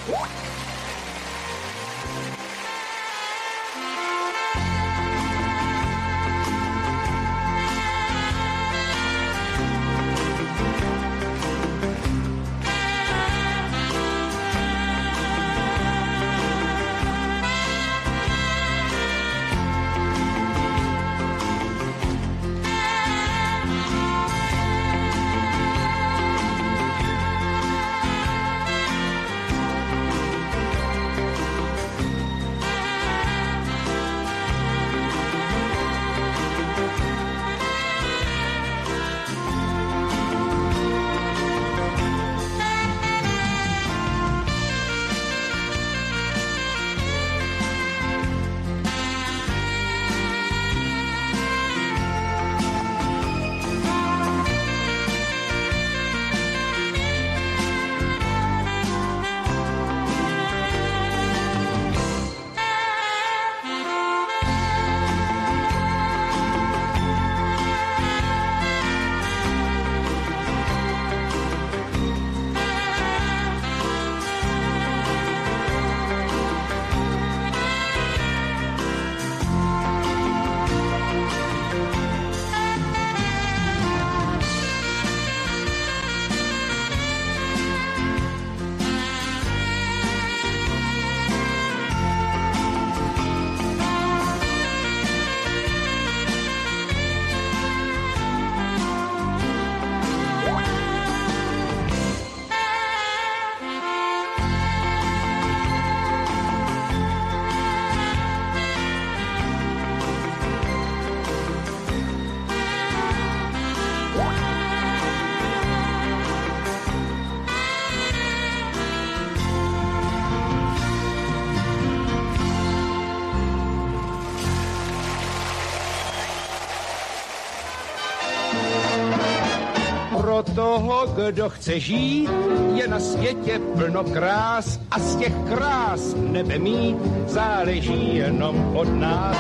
Pro toho, kdo chce žít, je na světě plno krás a z těch krás nebe mít záleží jenom od nás.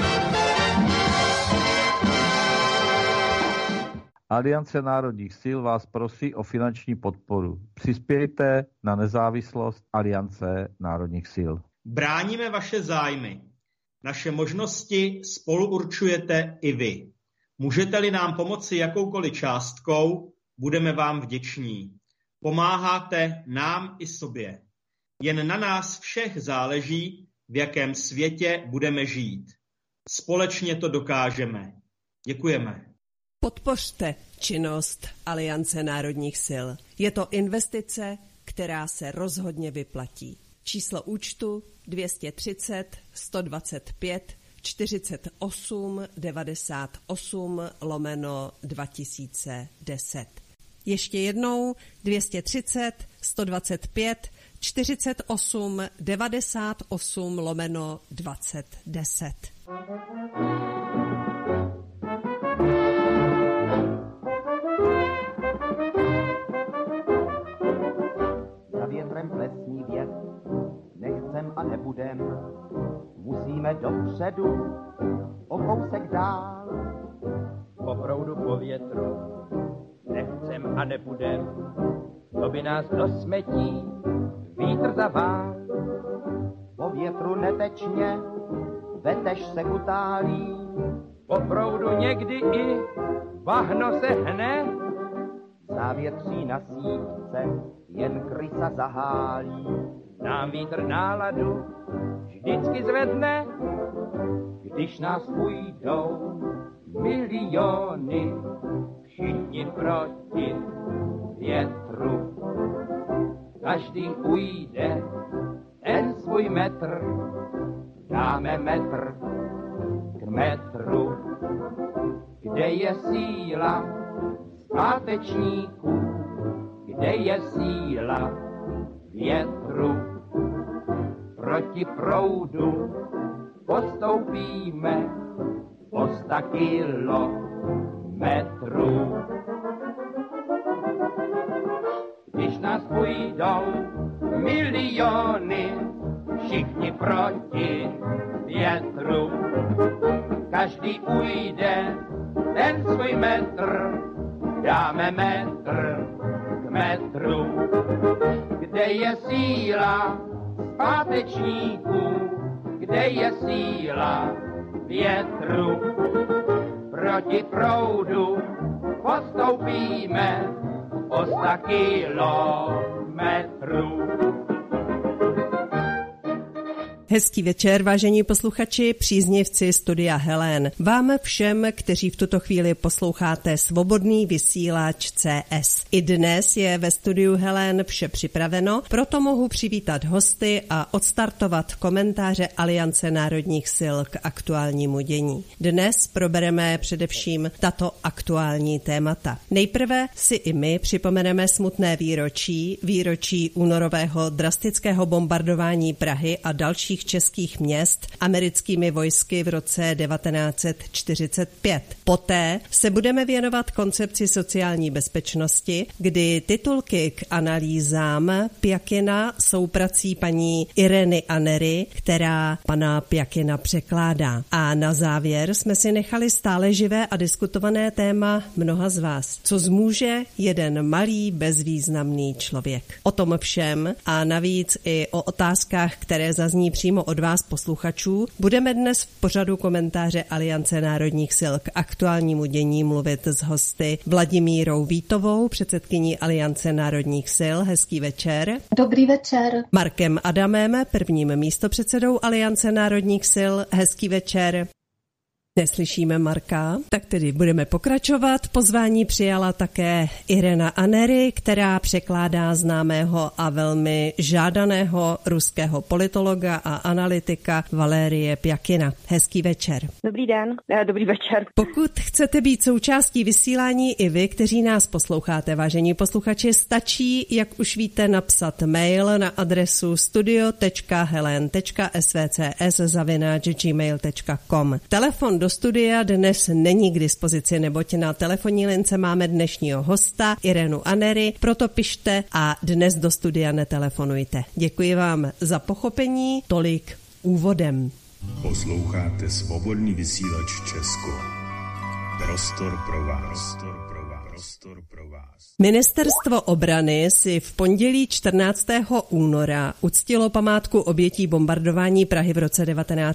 Aliance národních sil vás prosí o finanční podporu. Přispějte na nezávislost Aliance národních sil. Bráníme vaše zájmy. Naše možnosti spolu určujete i vy. Můžete-li nám pomoci jakoukoliv částkou, budeme vám vděční. Pomáháte nám i sobě. Jen na nás všech záleží, v jakém světě budeme žít. Společně to dokážeme. Děkujeme. Podpořte činnost Aliance národních sil. Je to investice, která se rozhodně vyplatí. Číslo účtu 230 125 48 98 /2010. Ještě jednou 230 125 48 98 /2010. Za větrem plesní věc, nechcem a nebudem, musíme dopředu, o kousek dál. Po proudu, po větru, nechcem a nebudem, to by nás do smetí vítr zavál. Po větru netečně, vetež se kutálí, po proudu někdy i bahno se hne, závětří na sívce jen krysa zahálí. Nám vítr náladu vždycky zvedne, když nás půjdou miliony, všichni proti větru. Každý ujde ten svůj metr, dáme metr k metru. Kde je síla zpátečníků, kde je síla větru? Proti proudu postoupíme o 100 kilometrů. Když nás půjdou miliony, všichni proti větru. Každý ujde ten svůj metr, dáme metr k metru. Kde je síla zpátečníků, kde je síla větru. Proti proudu postoupíme o 100 kilometrů. Hezký večer, vážení posluchači, příznivci Studia Helen. Vám všem, kteří v tuto chvíli posloucháte svobodný vysílač CS. I dnes je ve Studiu Helen vše připraveno, proto mohu přivítat hosty a odstartovat komentáře Aliance národních sil k aktuálnímu dění. Dnes probereme především tato aktuální témata. Nejprve si i my připomeneme smutné výročí únorového drastického bombardování Prahy a dalších českých měst americkými vojsky v roce 1945. Poté se budeme věnovat koncepci sociální bezpečnosti, kdy titulky k analýzám Pjakina jsou prací paní Ireny Anery, která pana Pjakina překládá. A na závěr jsme si nechali stále živé a diskutované téma mnoha z vás. Co zmůže jeden malý bezvýznamný člověk? O tom všem a navíc i o otázkách, které zazní přímo od vás posluchačů, budeme dnes v pořadu komentáře Aliance národních sil k aktuálnímu dění mluvit s hosty Vladimírou Vítovou, předsedkyní Aliance národních sil. Hezký večer. Dobrý večer. Markem Adamem, prvním místopředsedou Aliance národních sil. Hezký večer. Neslyšíme Marka, tak tedy budeme pokračovat. Pozvání přijala také Irena Anery, která překládá známého a velmi žádaného ruského politologa a analytika Valerie Pjakina. Hezký večer. Dobrý den, dobrý večer. Pokud chcete být součástí vysílání i vy, kteří nás posloucháte, vážení posluchači, stačí, jak už víte, napsat mail na adresu studio.helen.svcs@gmail.com. Telefon do studia dnes není k dispozici, neboť na telefonní lince máme dnešního hosta Irenu Anery, proto pište a dnes do studia netelefonujte. Děkuji vám za pochopení, tolik úvodem. Posloucháte svobodný vysílač Česko. Prostor pro vás. Prostor pro vás. Ministerstvo obrany si v pondělí 14. února uctilo památku obětí bombardování Prahy v roce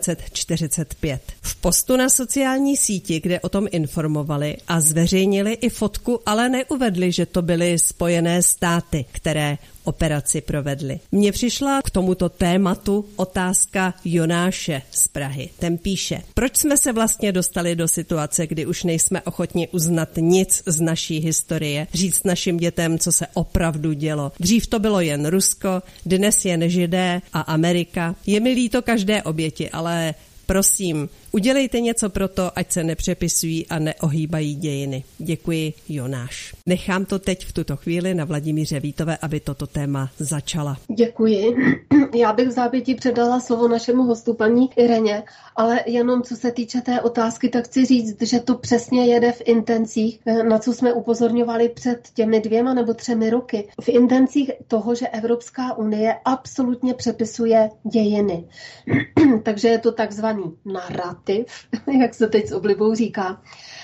1945. V postu na sociální síti, kde o tom informovali a zveřejnili i fotku, ale neuvedli, že to byly Spojené státy, které operaci provedli. Mně přišla k tomuto tématu otázka Jonáše z Prahy. Ten píše, proč jsme se vlastně dostali do situace, kdy už nejsme ochotni uznat nic z naší historie, říct našim dětem, co se opravdu dělo. Dřív to bylo jen Rusko, dnes jen Židé a Amerika. Je mi líto každé oběti, ale prosím, udělejte něco pro to, ať se nepřepisují a neohýbají dějiny. Děkuji, Jonáš. Nechám to teď v tuto chvíli na Vladimíře Vítové, aby toto téma začala. Děkuji. Já bych v zápětí předala slovo našemu hostu, paní Ireně, ale jenom co se týče té otázky, tak chci říct, že to přesně jede v intencích, na co jsme upozorňovali před těmi 2 nebo 3 roky. V intencích toho, že Evropská unie absolutně přepisuje dějiny. Takže je to takzvaný narrativ, jak se teď s oblibou říká.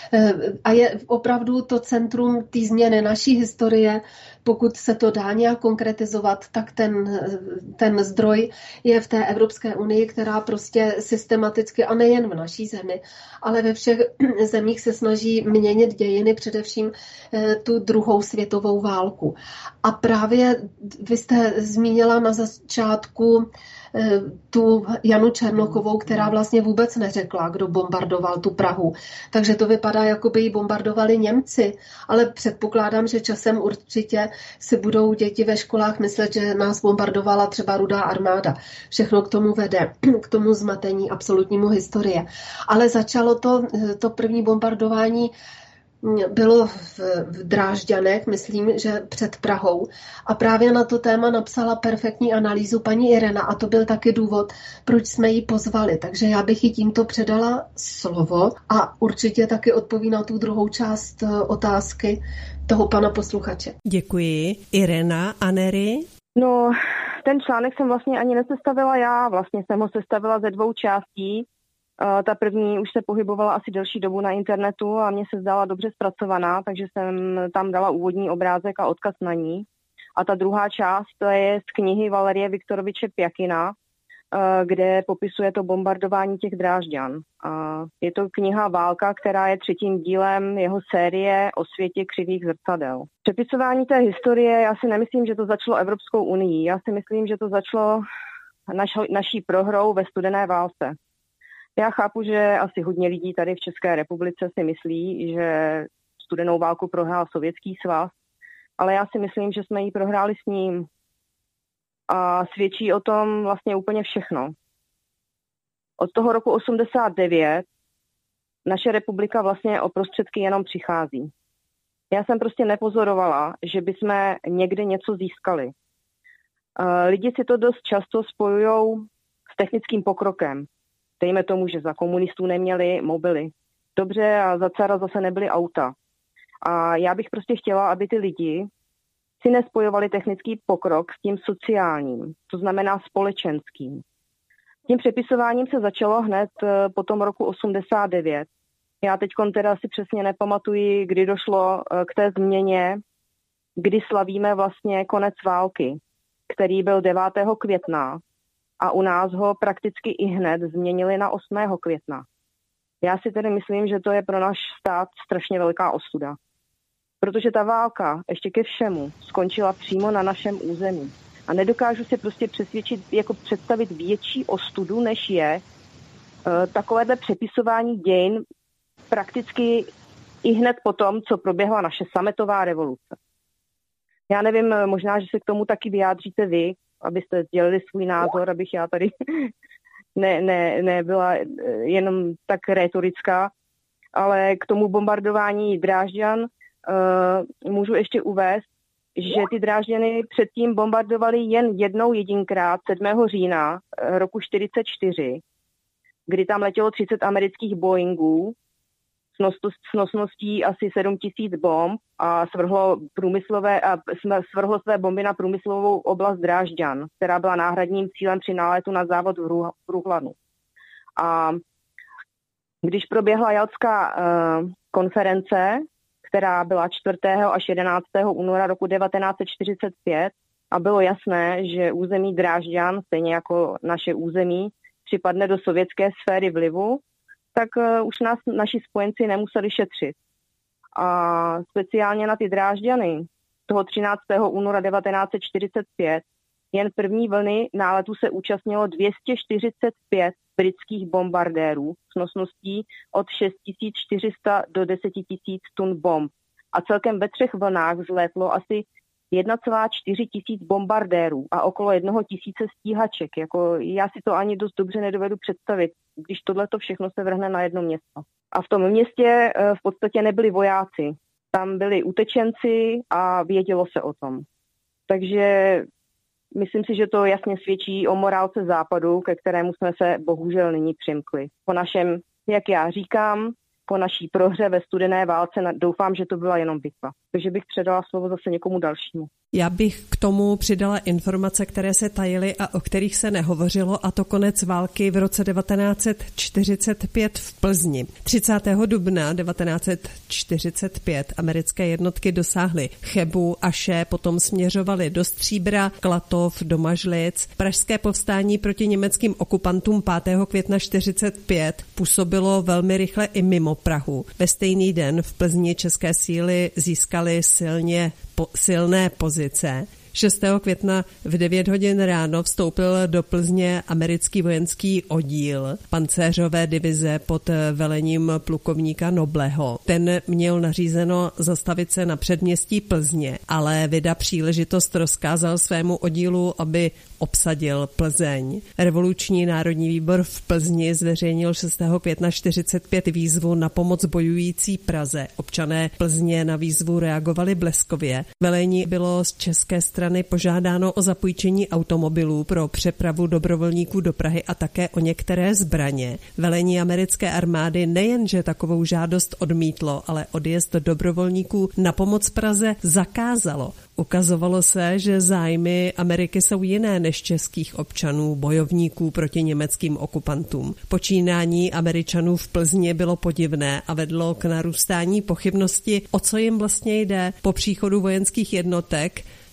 A je opravdu to centrum té změny naší historie. Pokud se to dá nějak konkretizovat, tak ten zdroj je v té Evropské unii, která prostě systematicky, a nejen v naší zemi, ale ve všech zemích se snaží měnit dějiny, především tu 2. světovou válku. A právě vy jste zmínila na začátku tu Janu Černochovou, která vlastně vůbec neřekla, kdo bombardoval tu Prahu. Takže to vypadá, jako by ji bombardovali Němci, ale předpokládám, že časem určitě si budou děti ve školách myslet, že nás bombardovala třeba Rudá armáda. Všechno k tomu vede, k tomu zmatení absolutnímu historie. Ale začalo to první bombardování bylo v Drážďanech, myslím, že před Prahou. A právě na to téma napsala perfektní analýzu paní Irena a to byl taky důvod, proč jsme ji pozvali. Takže já bych jí tímto předala slovo a určitě taky odpoví na tu druhou část otázky toho pana posluchače. Děkuji. Irena Anery. No, ten článek jsem vlastně ani nesestavila já, vlastně jsem ho sestavila ze 2 částí. Ta první už se pohybovala asi delší dobu na internetu a mně se zdála dobře zpracovaná, takže jsem tam dala úvodní obrázek a odkaz na ní. A ta druhá část to je z knihy Valerie Viktoroviče Pjakina, kde popisuje to bombardování těch Drážďan. Je to kniha Válka, která je 3. dílem jeho série o světě křivých zrcadel. Přepisování té historie, já si nemyslím, že to začalo Evropskou unii. Já si myslím, že to začalo naší prohrou ve studené válce. Já chápu, že asi hodně lidí tady v České republice si myslí, že studenou válku prohrál Sovětský svaz, ale já si myslím, že jsme ji prohráli s ním. A svědčí o tom vlastně úplně všechno. Od toho roku 89 naše republika vlastně o prostředky jenom přichází. Já jsem prostě nepozorovala, že bychom někde něco získali. Lidi si to dost často spojujou s technickým pokrokem. Dejme tomu, že za komunistů neměli mobily. Dobře, a za cara zase nebyly auta. A já bych prostě chtěla, aby ty lidi si nespojovali technický pokrok s tím sociálním, to znamená společenským. Tím přepisováním se začalo hned po tom roku 89. Já teď teda si přesně nepamatuji, kdy došlo k té změně, kdy slavíme vlastně konec války, který byl 9. května a u nás ho prakticky i hned změnili na 8. května. Já si tedy myslím, že to je pro náš stát strašně velká ostuda. Protože ta válka ještě ke všemu skončila přímo na našem území. A nedokážu si prostě představit větší ostudu, než je takovéhle přepisování dějin prakticky i hned po tom, co proběhla naše sametová revoluce. Já nevím, možná, že se k tomu taky vyjádříte vy, abyste sdělili svůj názor, abych já tady nebyla jenom tak rétorická, ale k tomu bombardování Drážďan můžu ještě uvést, že ty Drážďany předtím bombardovali jen jedinkrát 7. října roku 1944, kdy tam letělo 30 amerických Boeingů s nosností asi 7 000 bomb a svrhlo své bomby na průmyslovou oblast Drážďan, která byla náhradním cílem při náletu na závod v Ruhlanu. A když proběhla Jaltská konference, která byla 4. až 11. února roku 1945 a bylo jasné, že území Drážďan, stejně jako naše území, připadne do sovětské sféry vlivu, tak už nás naši spojenci nemuseli šetřit. A speciálně na ty Drážďany toho 13. února 1945 jen první vlny náletu se účastnilo 245 britských bombardérů s nosností od 6400 do 10 000 tun bomb. A celkem ve 3 vlnách vzlétlo asi 1,4 tisíc bombardérů a okolo 1 000 stíhaček. Já si to ani dost dobře nedovedu představit, když tohleto všechno se vrhne na jedno město. A v tom městě v podstatě nebyli vojáci. Tam byli utečenci a vědělo se o tom. Takže myslím si, že to jasně svědčí o morálce Západu, ke kterému jsme se bohužel nyní přimkli. Po našem, jak já říkám, po naší prohře ve studené válce doufám, že to byla jenom bitva. Takže bych předala slovo zase někomu dalšímu. Já bych k tomu přidala informace, které se tajily a o kterých se nehovořilo, a to konec války v roce 1945 v Plzni. 30. dubna 1945 americké jednotky dosáhly Chebu, Aše, potom směřovaly do Stříbra, Klatov, do Mažlic. Pražské povstání proti německým okupantům 5. května 1945 působilo velmi rychle i mimo Prahu. Ve stejný den v Plzni české síly získaly silné pozice. 6. května v 9 hodin ráno vstoupil do Plzně americký vojenský oddíl pancéřové divize pod velením plukovníka Nobleho. Ten měl nařízeno zastavit se na předměstí Plzně, ale vida příležitost rozkázal svému oddílu, aby obsadil Plzeň. Revoluční národní výbor v Plzni zveřejnil 6. května 1945 výzvu na pomoc bojující Praze. Občané Plzně na výzvu reagovali bleskově. Velení bylo z české strany požádáno o zapůjčení automobilů pro přepravu dobrovolníků do Prahy a také o některé zbraně. Velení americké armády nejenže takovou žádost odmítlo, ale odjezd dobrovolníků na pomoc Praze zakázalo. Ukazovalo se, že zájmy Ameriky jsou jiné než českých občanů, bojovníků proti německým okupantům. Počínání Američanů v Plzni bylo podivné a vedlo k narůstání pochybnosti, o co jim vlastně jde. Po příchodu vojenských jednotek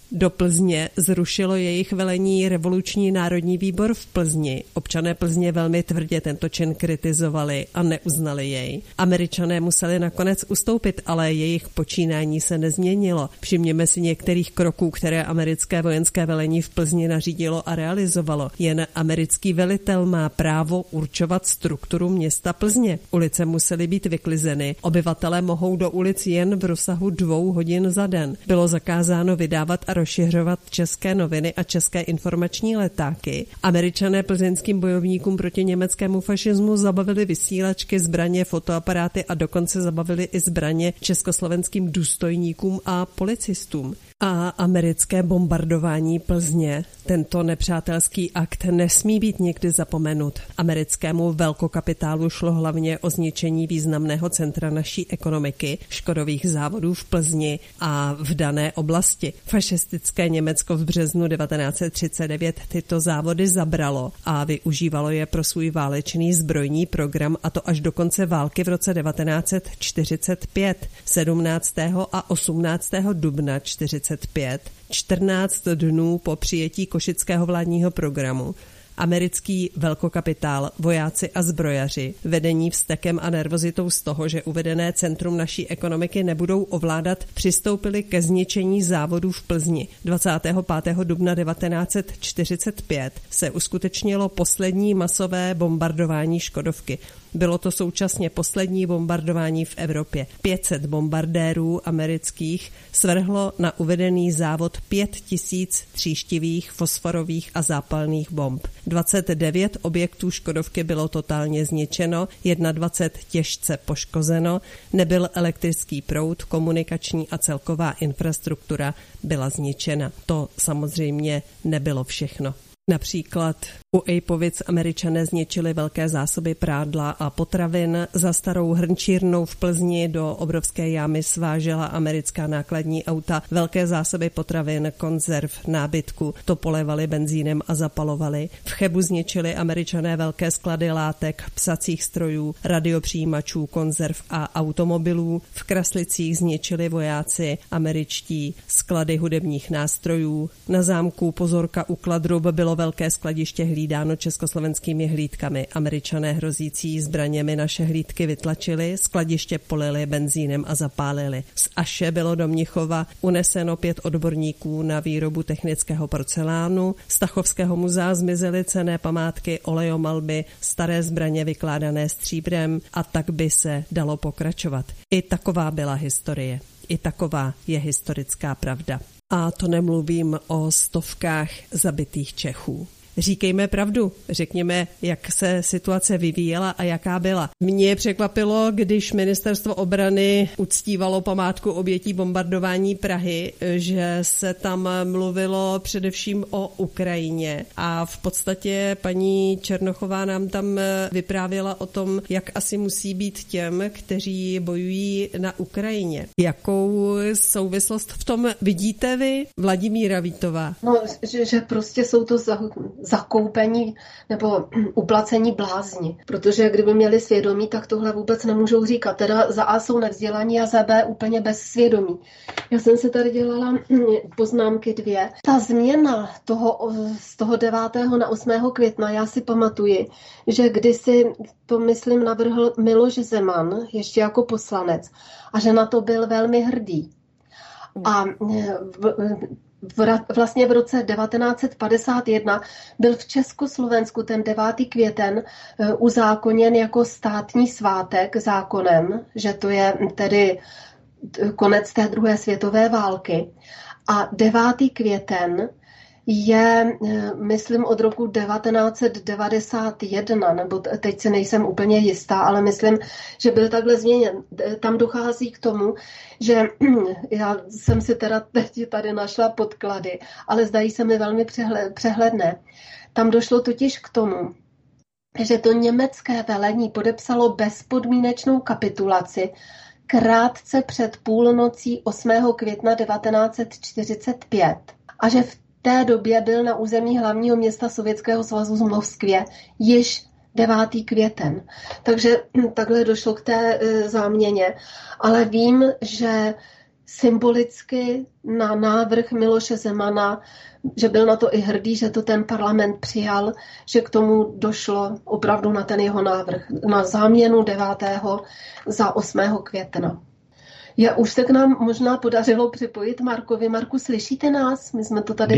Do Plzně zrušilo jejich velení Revoluční národní výbor v Plzni. Občané Plzně velmi tvrdě tento čin kritizovali a neuznali jej. Američané museli nakonec ustoupit, ale jejich počínání se nezměnilo. Všimněme si některých kroků, které americké vojenské velení v Plzni nařídilo a realizovalo. Jen americký velitel má právo určovat strukturu města Plzně. Ulice musely být vyklizeny. Obyvatelé mohou do ulic jen v rozsahu 2 hodin za den. Bylo zakázáno vydávat a rozšiřovat české noviny a české informační letáky. Američané plzeňským bojovníkům proti německému fašismu zabavili vysílačky, zbraně, fotoaparáty a dokonce zabavili i zbraně československým důstojníkům a policistům. A americké bombardování Plzně, tento nepřátelský akt nesmí být nikdy zapomenut. Americkému velkokapitálu šlo hlavně o zničení významného centra naší ekonomiky, Škodových závodů v Plzni a v dané oblasti. Fašistické Německo v březnu 1939 tyto závody zabralo a využívalo je pro svůj válečný zbrojní program, a to až do konce války v roce 1945, 17. a 18. dubna 1945, 14 dnů po přijetí košického vládního programu. Americký velkokapitál, vojáci a zbrojaři, vedení vztekem a nervozitou z toho, že uvedené centrum naší ekonomiky nebudou ovládat, přistoupili ke zničení závodů v Plzni. 25. dubna 1945 se uskutečnilo poslední masové bombardování Škodovky. Bylo to současně poslední bombardování v Evropě. 500 bombardérů amerických svrhlo na uvedený závod 5000 tříštivých, fosforových a zápalných bomb. 29 objektů Škodovky bylo totálně zničeno, 21 těžce poškozeno, nebyl elektrický proud, komunikační a celková infrastruktura byla zničena. To samozřejmě nebylo všechno. Například u Ejpovic Američané zničili velké zásoby prádla a potravin. Za starou hrnčírnou v Plzni do obrovské jámy svážela americká nákladní auta velké zásoby potravin, konzerv, nábytku. To polevali benzínem a zapalovali. V Chebu zničili Američané velké sklady látek, psacích strojů, radiopřijímačů, konzerv a automobilů. V Kraslicích zničili vojáci američtí sklady hudebních nástrojů. Na zámku Pozorka u Kladrub bylo velké skladiště hlídáno československými hlídkami. Američané hrozící zbraněmi naše hlídky vytlačili, skladiště polili benzínem a zapálili. Z Aše bylo do Mnichova uneseno 5 odborníků na výrobu technického porcelánu. Z Tachovského muzea zmizely cenné památky, olejomalby, staré zbraně vykládané stříbrem a tak by se dalo pokračovat. I taková byla historie. I taková je historická pravda. A to nemluvím o stovkách zabitých Čechů. Říkejme pravdu, řekněme, jak se situace vyvíjela a jaká byla. Mě překvapilo, když Ministerstvo obrany uctívalo památku obětí bombardování Prahy, že se tam mluvilo především o Ukrajině a v podstatě paní Černochová nám tam vyprávěla o tom, jak asi musí být těm, kteří bojují na Ukrajině. Jakou souvislost v tom vidíte vy, Vladimíra Vítová? No, že prostě jsou to zakoupení nebo uplacení blázni, protože kdyby měli svědomí, tak tohle vůbec nemůžou říkat. Teda za A jsou nevzdělaní a za B úplně bez svědomí. Já jsem se tady dělala poznámky 2. Ta změna z toho 9. na 8. května, já si pamatuji, že kdysi to, myslím, navrhl Miloš Zeman, ještě jako poslanec, a že na to byl velmi hrdý. A vlastně v roce 1951 byl v Československu ten 9. květen uzákoněn jako státní svátek zákonem, že to je tedy konec té druhé světové války. A 9. květen je, myslím, od roku 1991, nebo teď si nejsem úplně jistá, ale myslím, že byl takhle změněn. Tam dochází k tomu, že já jsem si teda teď tady našla podklady, ale zdají se mi velmi přehledné. Tam došlo totiž k tomu, že to německé velení podepsalo bezpodmínečnou kapitulaci krátce před půlnocí 8. května 1945 a že v té době byl na území hlavního města Sovětského svazu v Moskvě již 9. květen. Takže takhle došlo k té záměně. Ale vím, že symbolicky na návrh Miloše Zemana, že byl na to i hrdý, že to ten parlament přijal, že k tomu došlo opravdu na ten jeho návrh, na záměnu 9. za 8. května. Už se k nám možná podařilo připojit Markovi. Marku, slyšíte nás? My jsme to tady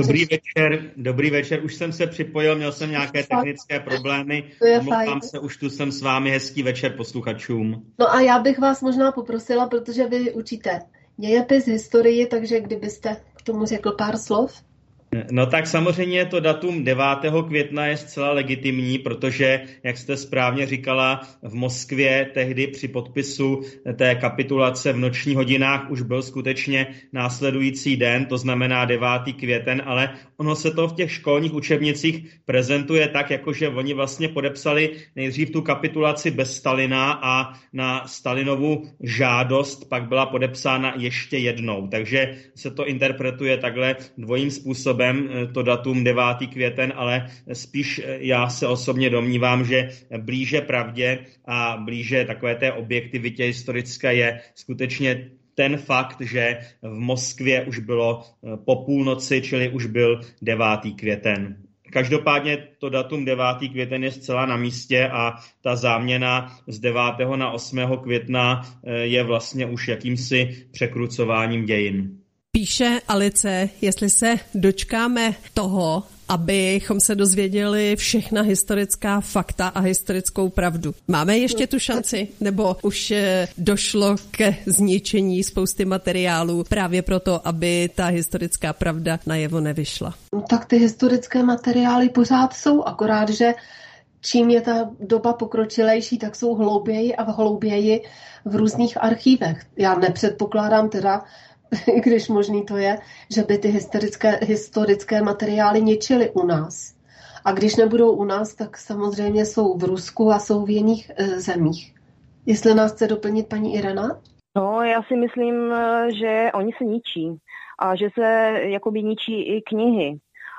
Dobrý večer, už jsem se připojil, měl jsem nějaké technické problémy. Omlouvám se, už tu jsem s vámi, hezký večer posluchačům. No a já bych vás možná poprosila, protože vy učíte dějepis, historii, takže kdybyste k tomu řekl pár slov. No tak samozřejmě to datum 9. května je zcela legitimní, protože, jak jste správně říkala, v Moskvě tehdy při podpisu té kapitulace v nočních hodinách už byl skutečně následující den, to znamená 9. květen, ale ono se to v těch školních učebnicích prezentuje tak, jakože oni vlastně podepsali nejdřív tu kapitulaci bez Stalina a na Stalinovu žádost pak byla podepsána ještě jednou. Takže se to interpretuje takhle dvojím způsobem, to datum 9. květen, ale spíš já se osobně domnívám, že blíže pravdě a blíže takové té objektivitě historické je skutečně ten fakt, že v Moskvě už bylo po půlnoci, čili už byl 9. květen. Každopádně to datum 9. květen je zcela na místě a ta záměna z 9. na 8. května je vlastně už jakýmsi překrucováním dějin. Píše Alice, jestli se dočkáme toho, abychom se dozvěděli všechna historická fakta a historickou pravdu. Máme ještě tu šanci? Nebo už došlo ke zničení spousty materiálů právě proto, aby ta historická pravda najevo nevyšla? Tak ty historické materiály pořád jsou, akorát, že čím je ta doba pokročilejší, tak jsou hlouběji a hlouběji v různých archívech. Já nepředpokládám teda, když možný to je, že by ty historické materiály ničily u nás. A když nebudou u nás, tak samozřejmě jsou v Rusku a jsou v jiných zemích. Jestli nás chce doplnit paní Irena? No, já si myslím, že oni se ničí a že se jakoby ničí i knihy.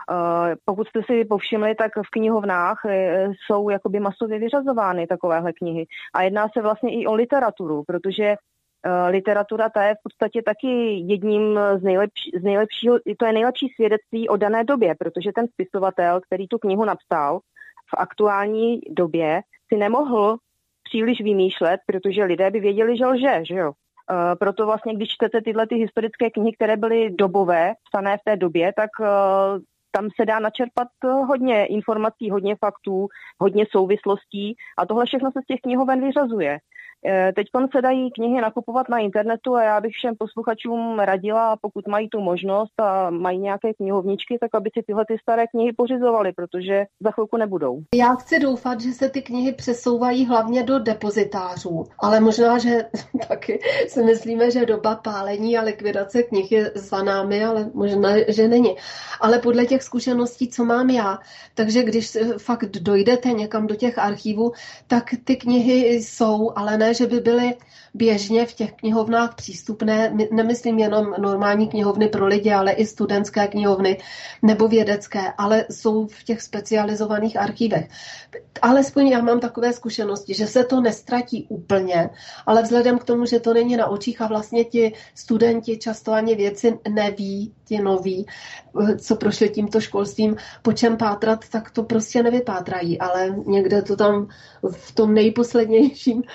Pokud jste si povšimli, tak v knihovnách jsou jakoby masově vyřazovány takovéhle knihy. A jedná se vlastně i o literaturu, protože literatura ta je v podstatě taky jedním z nejlepšího, to je nejlepší svědectví o dané době, protože ten spisovatel, který tu knihu napsal v aktuální době, si nemohl příliš vymýšlet, protože lidé by věděli, že lže, že jo. Proto vlastně, když čtete tyhle ty historické knihy, které byly dobové, psané v té době, tak tam se dá načerpat hodně informací, hodně faktů, hodně souvislostí a tohle všechno se z těch knihoven vyřazuje. Teď se dají knihy nakupovat na internetu a já bych všem posluchačům radila, pokud mají tu možnost a mají nějaké knihovničky, tak aby si tyhle ty staré knihy pořizovali, protože za chvilku nebudou. Já chci doufat, že se ty knihy přesouvají hlavně do depozitářů, ale možná, že taky si myslíme, že doba pálení a likvidace knih je za námi, ale možná, že není. Ale podle těch zkušeností, co mám já, takže když fakt dojdete někam do těch archívů, tak ty knihy jsou, ale ne, že by byly běžně v těch knihovnách přístupné, nemyslím jenom normální knihovny pro lidi, ale i studentské knihovny nebo vědecké, ale jsou v těch specializovaných archívech. Alespoň já mám takové zkušenosti, že se to nestratí úplně, ale vzhledem k tomu, že to není na očích a vlastně ti studenti často ani věci neví, ti noví, co prošli tímto školstvím, po čem pátrat, tak to prostě nevypátrají, ale někde to tam v tom nejposlednějším,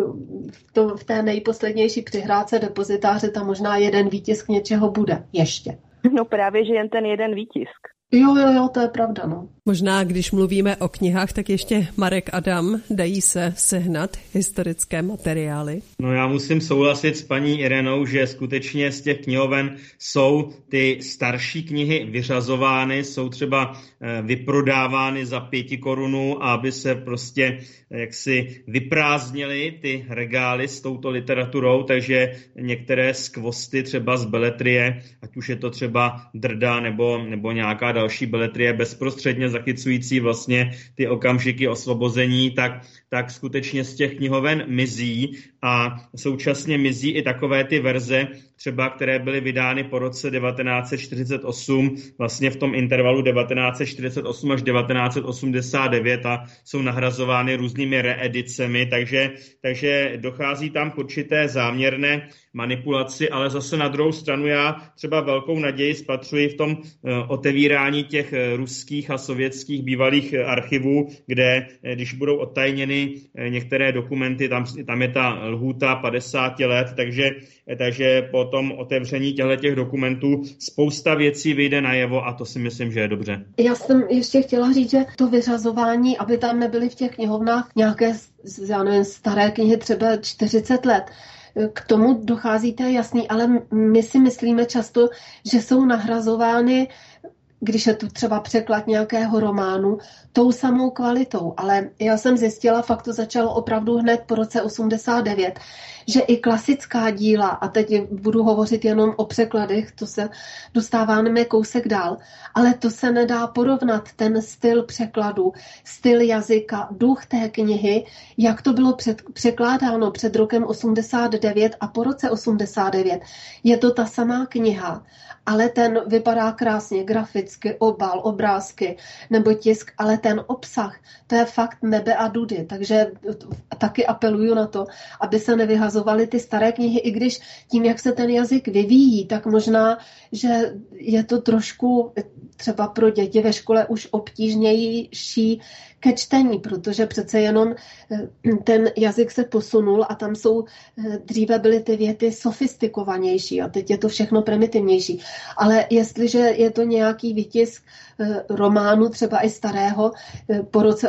v té nejposlednější přihrádce depozitáře tam možná jeden výtisk něčeho bude ještě. No právě, že jen ten jeden výtisk. Jo, to je pravda, no. Možná, když mluvíme o knihách, tak ještě Marek Adam, dají se sehnat historické materiály? No já musím souhlasit s paní Irenou, že skutečně z těch knihoven jsou ty starší knihy vyřazovány, jsou třeba vyprodávány za 5 korun, aby se prostě jaksi vyprázdnily ty regály s touto literaturou, takže některé skvosty třeba z beletrie, ať už je to třeba Drda nebo nějaká další beletrie bezprostředně zachycující vlastně ty okamžiky osvobození, tak skutečně z těch knihoven mizí a současně mizí i takové ty verze, třeba které byly vydány po roce 1948, vlastně v tom intervalu 1948 až 1989 a jsou nahrazovány různými reedicemi, takže dochází tam k určité záměrné manipulaci, ale zase na druhou stranu já třeba velkou naději spatřuji v tom otevírání těch ruských a sovětských bývalých archivů, kde když budou odtajněny některé dokumenty, tam je ta lhůta 50 let, takže po tom otevření těchto dokumentů spousta věcí vyjde najevo a to si myslím, že je dobře. Já jsem ještě chtěla říct, že to vyřazování, aby tam nebyly v těch knihovnách nějaké, já nevím, staré knihy třeba 40 let, k tomu dochází, to je jasný, ale my si myslíme často, že jsou nahrazovány, když je tu třeba překlad nějakého románu, tou samou kvalitou. Ale já jsem zjistila, fakt to začalo opravdu hned po roce 89, že i klasická díla, a teď budu hovořit jenom o překladech, to se dostáváme kousek dál, ale to se nedá porovnat, ten styl překladu, styl jazyka, duch té knihy, jak to bylo překládáno před rokem 89 a po roce 89. Je to ta samá kniha, ale ten vypadá krásně, graficky, obal, obrázky nebo tisk, ale ten obsah, to je fakt nebe a dudy, takže taky apeluju na to, aby se nevyhazovaly ty staré knihy, i když tím, jak se ten jazyk vyvíjí, tak možná, že je to trošku třeba pro děti ve škole už obtížnější ke čtení, protože přece jenom ten jazyk se posunul a tam jsou, dříve byly ty věty sofistikovanější a teď je to všechno primitivnější. Ale jestliže je to nějaký výtisk románu, třeba i starého, po roce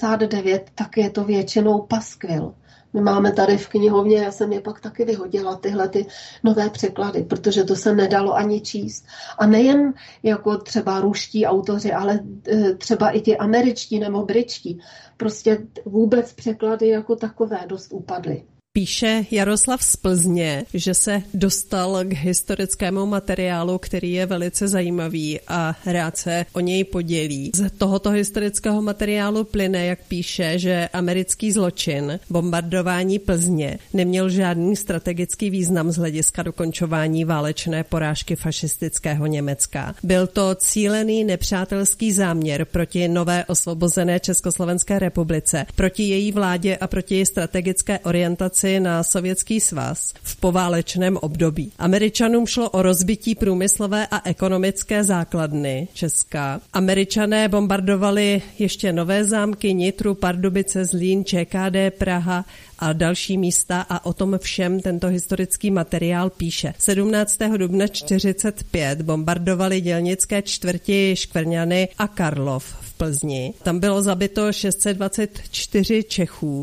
89, tak je to většinou paskvil. My máme tady v knihovně, já jsem je pak taky vyhodila, tyhle ty nové překlady, protože to se nedalo ani číst. A nejen jako třeba ruští autoři, ale třeba i ti američtí nebo britští. Prostě vůbec překlady jako takové dost upadly. Píše Jaroslav z Plzně, že se dostal k historickému materiálu, který je velice zajímavý a rád se o něj podělí. Z tohoto historického materiálu plyne, jak píše, že americký zločin, bombardování Plzně, neměl žádný strategický význam z hlediska dokončování válečné porážky fašistického Německa. Byl to cílený nepřátelský záměr proti nové osvobozené Československé republice, proti její vládě a proti její strategické orientaci na Sovětský svaz v poválečném období. Američanům šlo o rozbití průmyslové a ekonomické základny Česka. Američané bombardovali ještě nové zámky Nitru, Pardubice, Zlín, ČKD, Praha a další místa a o tom všem tento historický materiál píše. 17. dubna 1945 bombardovali dělnické čtvrti Škvrňany a Karlov v Plzni. Tam bylo zabito 624 Čechů,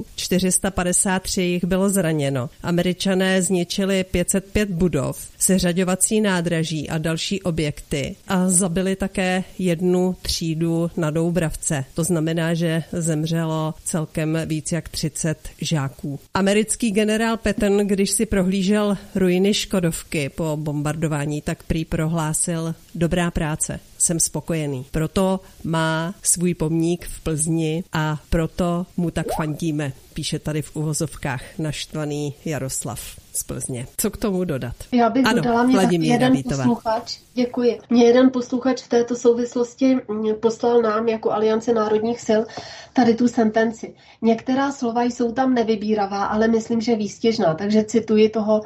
453 jich bylo zraněno. Američané zničili 505 budov, seřaďovací nádraží a další objekty a zabili také jednu třídu na Doubravce. To znamená, že zemřelo celkem víc jak 30 žáků. Americký generál Patton, když si prohlížel ruiny Škodovky po bombardování, tak prý prohlásil: dobrá práce, jsem spokojený. Proto má svůj pomník v Plzni a proto mu tak fandíme, píše tady v uvozovkách naštvaný Jaroslav z Plzně. Co k tomu dodat? Já bych dodala, mě jeden posluchač, děkuji. Mě jeden posluchač v této souvislosti poslal nám jako Aliance národních sil tady tu sentenci. Některá slova jsou tam nevybíravá, ale myslím, že výstěžná, takže cituji toho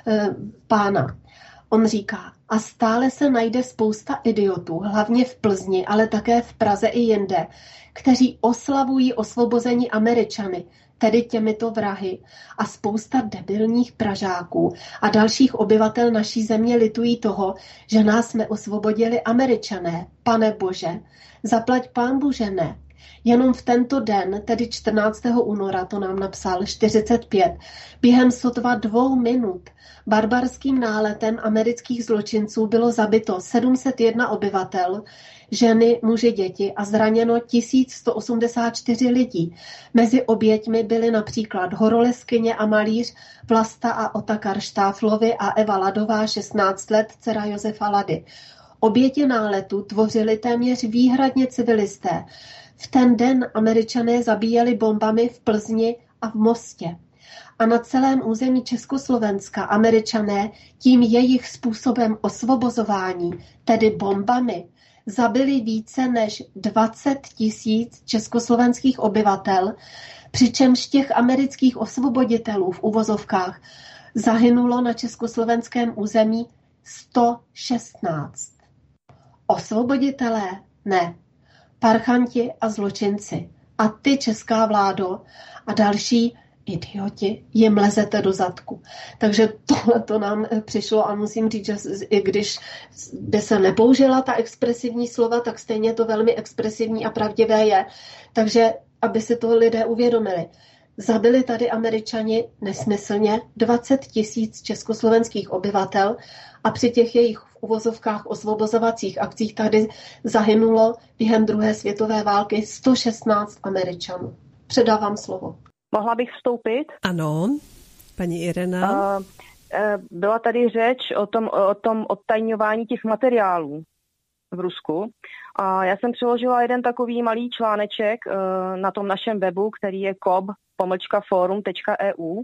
pána. On říká: a stále se najde spousta idiotů, hlavně v Plzni, ale také v Praze i jinde, kteří oslavují osvobození Američany, tedy těmito vrahy, a spousta debilních Pražáků a dalších obyvatel naší země litují toho, že nás neosvobodili Američané. Pane Bože, zaplať pán Bože, ne. Jenom v tento den, tedy 14. února, to nám napsal 45, během sotva 2 minut barbarským náletem amerických zločinců bylo zabito 701 obyvatel, ženy, muži, děti a zraněno 1184 lidí. Mezi oběťmi byly například horoleskyně a malíř Vlasta a Otakar Štáflovi a Eva Ladová, 16 let, dcera Josefa Lady. Oběti náletu tvořili téměř výhradně civilisté. V ten den Američané zabíjeli bombami v Plzni a v Mostě. a na celém území Československa Američané tím jejich způsobem osvobozování, tedy bombami, zabili více než 20 000 československých obyvatel, přičemž těch amerických osvoboditelů v uvozovkách zahynulo na československém území 116. Osvoboditelé? Ne. Parchanti a zločinci. A ty, česká vládo a další idioti, jim lezete do zadku. Takže tohle to nám přišlo a musím říct, že i když by se nepoužila ta expresivní slova, tak stejně to velmi expresivní a pravdivé je. Takže aby si to lidé uvědomili. Zabili tady Američani nesmyslně 20 000 československých obyvatel a při těch jejich v uvozovkách osvobozovacích akcích tady zahynulo během druhé světové války 116 Američanů. Předávám slovo. Mohla bych vstoupit? Ano, paní Irena. Byla tady řeč o tom odtajňování těch materiálů v Rusku. A já jsem přiložila jeden takový malý článeček na tom našem webu, který je kob-forum.eu.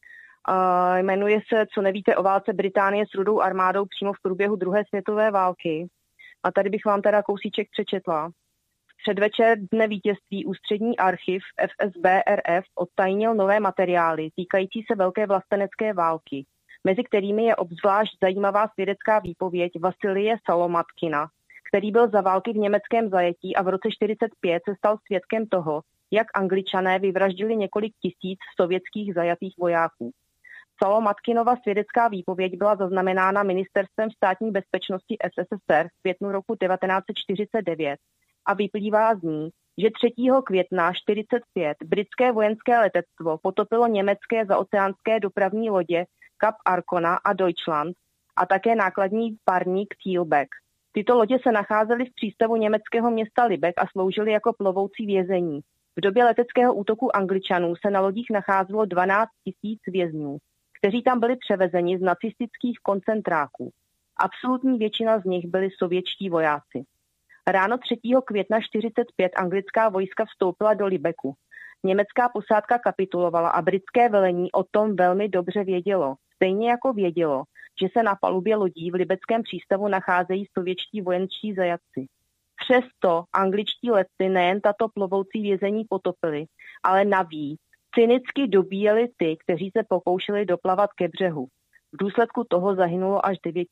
Jmenuje se Co nevíte o válce Británie s Rudou armádou přímo v průběhu druhé světové války. A tady bych vám teda kousíček přečetla. V předvečer dne vítězství Ústřední archiv FSB RF odtajnil nové materiály týkající se velké vlastenecké války, mezi kterými je obzvlášť zajímavá svědecká výpověď Vasilije Salomatkina, který byl za války v německém zajetí a v roce 1945 se stal svědkem toho, jak Angličané vyvraždili několik tisíc sovětských zajatých vojáků. Salomatkinova svědecká výpověď byla zaznamenána Ministerstvem státní bezpečnosti SSSR v květnu roku 1949 a vyplývá z ní, že 3. května 1945 britské vojenské letectvo potopilo německé zaoceánské dopravní lodě Kap Arkona a Deutschland a také nákladní parník Thielbeck. Tyto lodě se nacházely v přístavu německého města Lübeck a sloužily jako plovoucí vězení. V době leteckého útoku Angličanů se na lodích nacházelo 12 000 vězňů, kteří tam byli převezeni z nacistických koncentráků. Absolutní většina z nich byli sovětští vojáci. Ráno 3. května 1945 anglická vojska vstoupila do Lübecku. Německá posádka kapitulovala a britské velení o tom velmi dobře vědělo. Stejně jako vědělo, že se na palubě lodí v Libeckém přístavu nacházejí sovětští vojenští zajatci. Přesto angličtí letci nejen tato plovoucí vězení potopili, ale navíc cynicky dobíjeli ty, kteří se pokoušeli doplavat ke břehu. V důsledku toho zahynulo až 9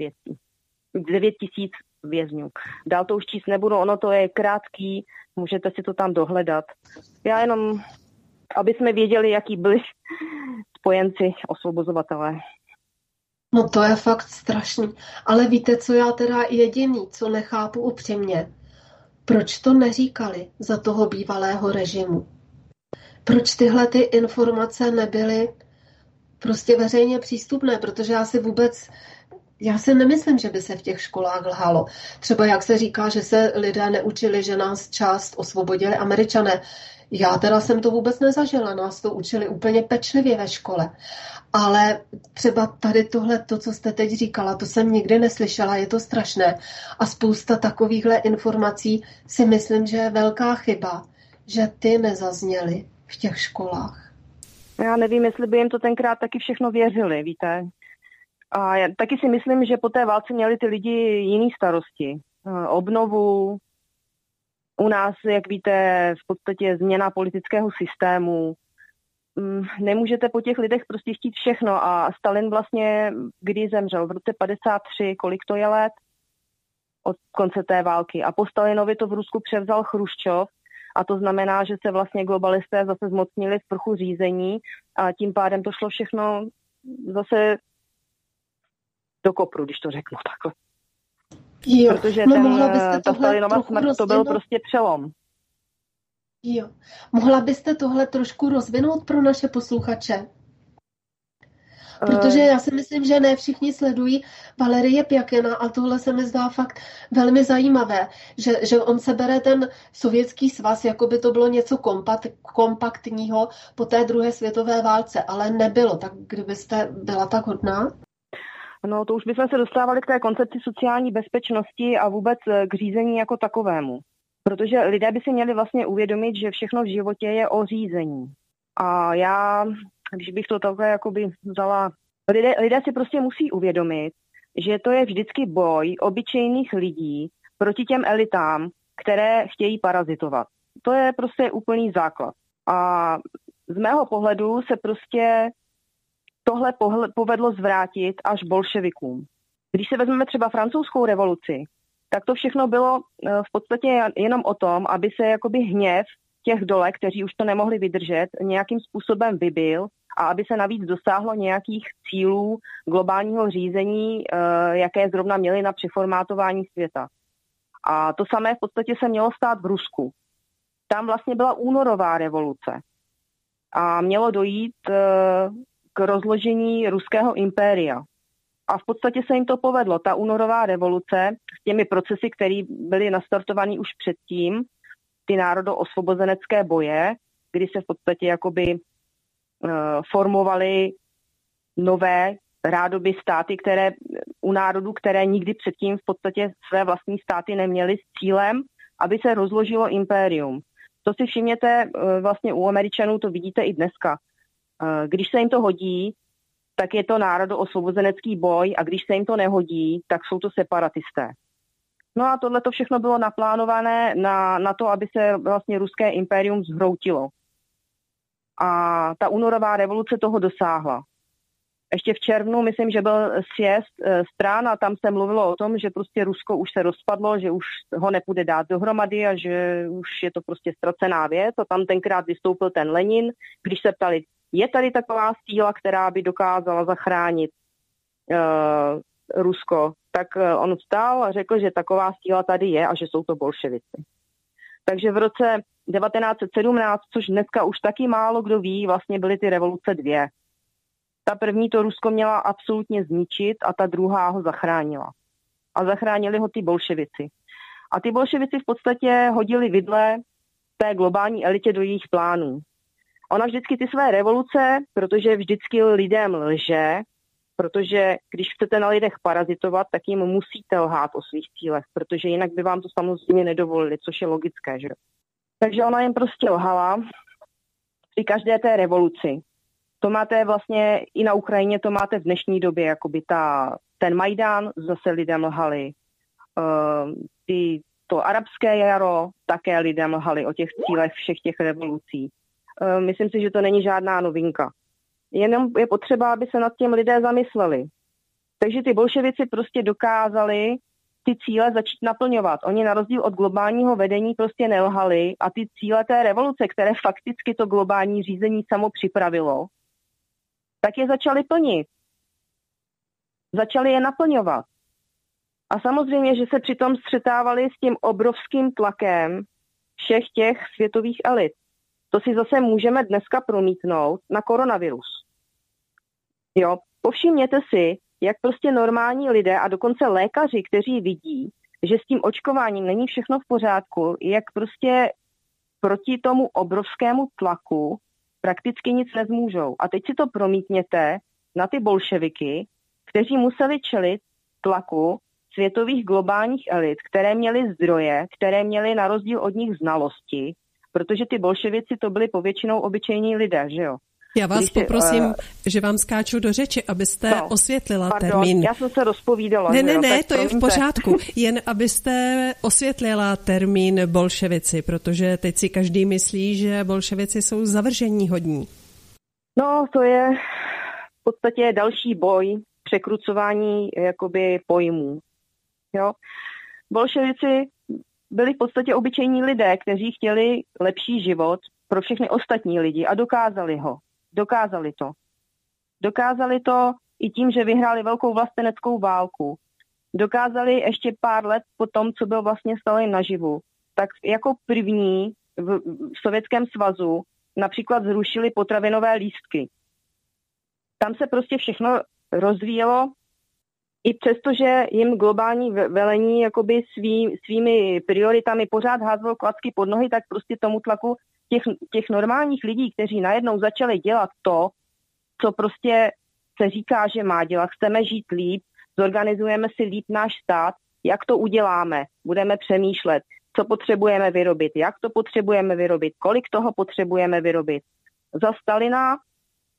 000 vězňů. Dál to už číst nebudu, ono to je krátký, můžete si to tam dohledat. Já jenom, aby jsme věděli, jaký byli spojenci osvobozovatelé. No to je fakt strašný. Ale víte, co já teda jediný, co nechápu upřímně? Proč to neříkali za toho bývalého režimu? Proč tyhle ty informace nebyly prostě veřejně přístupné? Protože já si nemyslím, že by se v těch školách lhalo. Třeba jak se říká, že se lidé neučili, že nás část osvobodili Američané. Já teda jsem to vůbec nezažila, nás to učili úplně pečlivě ve škole. Ale třeba tady tohle, to, co jste teď říkala, to jsem nikdy neslyšela, je to strašné. A spousta takovýchhle informací si myslím, že je velká chyba, že ty nezazněly v těch školách. Já nevím, jestli by jim to tenkrát taky všechno věřili, víte. A já taky si myslím, že po té válce měli ty lidi jiný starosti. Obnovu, u nás, jak víte, v podstatě změna politického systému. Nemůžete po těch lidech prostě chtít všechno a Stalin vlastně, kdy zemřel, v roce 53, kolik to je let od konce té války. A po Stalinovi to v Rusku převzal Chruščov a to znamená, že se vlastně globalisté zase zmocnili v prchu řízení a tím pádem to šlo všechno zase do kopru, když to řeknu takhle. Jo, protože ta Stalinova smrt to byl prostě přelom. Jo. Mohla byste tohle trošku rozvinout pro naše posluchače? Protože já si myslím, že ne všichni sledují Valerie Pjakina a tohle se mi zdá fakt velmi zajímavé, že on se bere ten Sovětský svaz, jako by to bylo něco kompaktního po té druhé světové válce, ale nebylo. Tak kdybyste byla tak hodná? No to už bychom se dostávali k té koncepci sociální bezpečnosti a vůbec k řízení jako takovému. Protože lidé by si měli vlastně uvědomit, že všechno v životě je o řízení. A já když bych to takhle jakoby vzala, lidé si prostě musí uvědomit, že to je vždycky boj obyčejných lidí proti těm elitám, které chtějí parazitovat. To je prostě úplný základ. A z mého pohledu se prostě tohle povedlo zvrátit až bolševikům. Když se vezmeme třeba francouzskou revoluci, tak to všechno bylo v podstatě jenom o tom, aby se jakoby hněv těch dole, kteří už to nemohli vydržet, nějakým způsobem vybil a aby se navíc dosáhlo nějakých cílů globálního řízení, jaké zrovna měly na přeformátování světa. A to samé v podstatě se mělo stát v Rusku. Tam vlastně byla únorová revoluce a mělo dojít k rozložení ruského impéria. A v podstatě se jim to povedlo. Ta únorová revoluce s těmi procesy, které byly nastartovány už předtím, ty národoosvobozenecké boje, kdy se v podstatě jakoby formovaly nové rádoby státy, které u národů, které nikdy předtím v podstatě své vlastní státy neměly s cílem, aby se rozložilo impérium. To si všimněte vlastně u Američanů, to vidíte i dneska. Když se jim to hodí, tak je to národoosvobozenecký boj a když se jim to nehodí, tak jsou to separatisté. No a tohle to všechno bylo naplánované na to, aby se vlastně ruské impérium zhroutilo. A ta únorová revoluce toho dosáhla. Ještě v červnu, myslím, že byl sjezd stran a tam se mluvilo o tom, že prostě Rusko už se rozpadlo, že už ho nepůjde dát dohromady a že už je to prostě ztracená věc. A tam tenkrát vystoupil ten Lenin, když se ptali, je tady taková síla, která by dokázala zachránit Rusko, tak on vstal a řekl, že taková síla tady je a že jsou to bolševici. Takže v roce 1917, což dneska už taky málo kdo ví, vlastně byly ty revoluce dvě. Ta první to Rusko měla absolutně zničit a ta druhá ho zachránila. A zachránili ho ty bolševici. A ty bolševici v podstatě hodili vidle té globální elitě do jejich plánů. Ona vždycky ty své revoluce, protože vždycky lidem lže, protože když chcete na lidech parazitovat, tak jim musíte lhát o svých cílech, protože jinak by vám to samozřejmě nedovolili, což je logické, že? Takže ona jim prostě lhala při každé té revoluci. To máte vlastně i na Ukrajině, to máte v dnešní době, jakoby ten Majdan, zase lidem lhali. To arabské jaro, také lidem lhali o těch cílech všech těch revolucí. Myslím si, že to není žádná novinka. Jenom je potřeba, aby se nad tím lidé zamysleli. Takže ty bolševici prostě dokázali ty cíle začít naplňovat. Oni na rozdíl od globálního vedení prostě nelhali a ty cíle té revoluce, které fakticky to globální řízení samo připravilo, tak je začali plnit. Začali je naplňovat. A samozřejmě, že se přitom střetávali s tím obrovským tlakem všech těch světových elit. To si zase můžeme dneska promítnout na koronavirus. Jo, povšimněte si, jak prostě normální lidé a dokonce lékaři, kteří vidí, že s tím očkováním není všechno v pořádku, jak prostě proti tomu obrovskému tlaku prakticky nic nezmůžou. A teď si to promítněte na ty bolševiky, kteří museli čelit tlaku světových globálních elit, které měly zdroje, které měly na rozdíl od nich znalosti, protože ty bolševici to byli povětšinou obyčejní lidé, že jo? Já vás poprosím, že vám skáču do řeči, abyste osvětlila termín. Já jsem se rozpovídala. Ne, to je v pořádku. Jen abyste osvětlila termín bolševici, protože teď si každý myslí, že bolševici jsou zavrženíhodní. No, to je v podstatě další boj, překrucování jakoby pojmů. Jo? Bolševici byli v podstatě obyčejní lidé, kteří chtěli lepší život pro všechny ostatní lidi a dokázali ho. Dokázali to. Dokázali to i tím, že vyhráli velkou vlasteneckou válku. Dokázali ještě pár let po tom, co byl vlastně Stalin naživu, tak jako první v Sovětském svazu například zrušili potravinové lístky. Tam se prostě všechno rozvíjelo, i přesto, že jim globální velení jakoby svými prioritami pořád házelo klacky pod nohy, tak prostě tomu tlaku těch normálních lidí, kteří najednou začali dělat to, co prostě se říká, že má dělat. Chceme žít líp, zorganizujeme si líp náš stát, jak to uděláme, budeme přemýšlet, co potřebujeme vyrobit, jak to potřebujeme vyrobit, kolik toho potřebujeme vyrobit. Za Stalina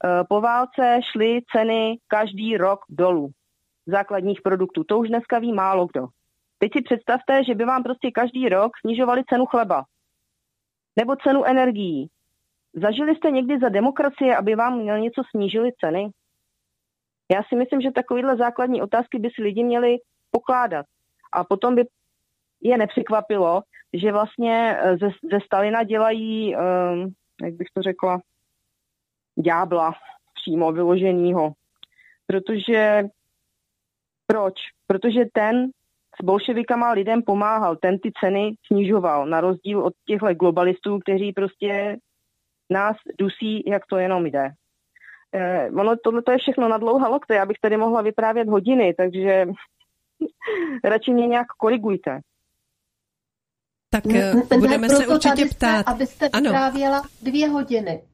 Po válce šly ceny každý rok dolů základních produktů. To už dneska ví málo kdo. Teď si představte, že by vám prostě každý rok snižovali cenu chleba nebo cenu energií. Zažili jste někdy za demokracie, aby vám měl něco snížili ceny? Já si myslím, že takovýhle základní otázky by si lidi měli pokládat. A potom by je nepřekvapilo, že vlastně ze Stalina dělají, jak bych to řekla, ďábla přímo vyloženýho. Proč? Protože ten s bolševikama lidem pomáhal, ten ty ceny snižoval, na rozdíl od těchto globalistů, kteří prostě nás dusí, jak to jenom jde. Tohle je všechno na dlouhá lokte, já bych tady mohla vyprávět hodiny, takže radši mě nějak korigujte. Tak budeme se určitě ptát. Abyste vyprávěla 2 hodiny.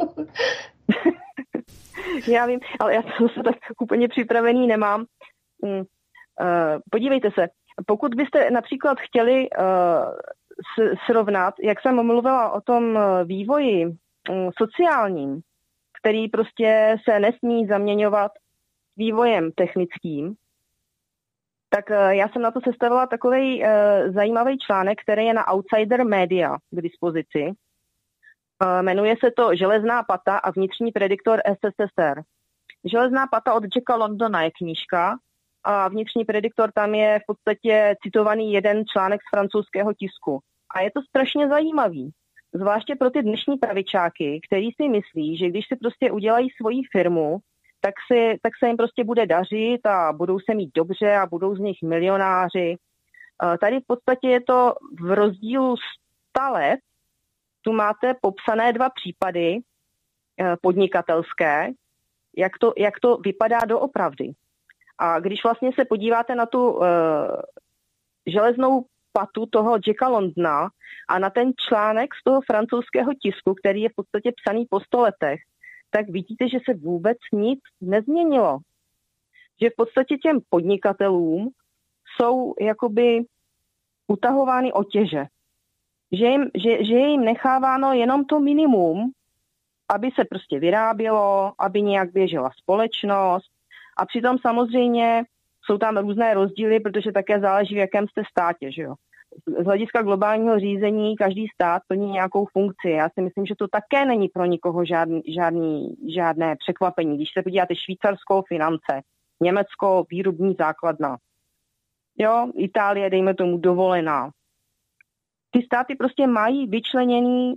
Já vím, ale já to se tak úplně připravený nemám. Podívejte se, pokud byste například chtěli srovnat, jak jsem mluvila o tom vývoji sociálním, který prostě se nesmí zaměňovat s vývojem technickým, tak já jsem na to sestavila takový zajímavý článek, který je na Outsider Media k dispozici. Jmenuje se to Železná pata a vnitřní prediktor SSSR. Železná pata od Jacka Londona je knížka a vnitřní prediktor, tam je v podstatě citovaný jeden článek z francouzského tisku. A je to strašně zajímavý. Zvláště pro ty dnešní pravičáky, kteří si myslí, že když si prostě udělají svoji firmu, tak se jim prostě bude dařit a budou se mít dobře a budou z nich milionáři. Tady v podstatě je to v rozdílu 100 let, tu máte popsané 2 případy podnikatelské, jak to vypadá doopravdy. A když vlastně se podíváte na tu železnou patu toho Jacka Londona a na ten článek z toho francouzského tisku, který je v podstatě psaný po 100 letech, tak vidíte, že se vůbec nic nezměnilo. Že v podstatě těm podnikatelům jsou jakoby utahovány otěže. Že je jim necháváno jenom to minimum, aby se prostě vyrábělo, aby nějak běžela společnost. A přitom samozřejmě jsou tam různé rozdíly, protože také záleží, v jakém jste státě. Že jo? Z hlediska globálního řízení každý stát plní nějakou funkci. Já si myslím, že to také není pro nikoho žádné překvapení. Když se podíváte Švýcarsko, finance, Německo, výrobní základna, jo? Itálie, dejme tomu, dovolená. Ty státy prostě mají vyčleněný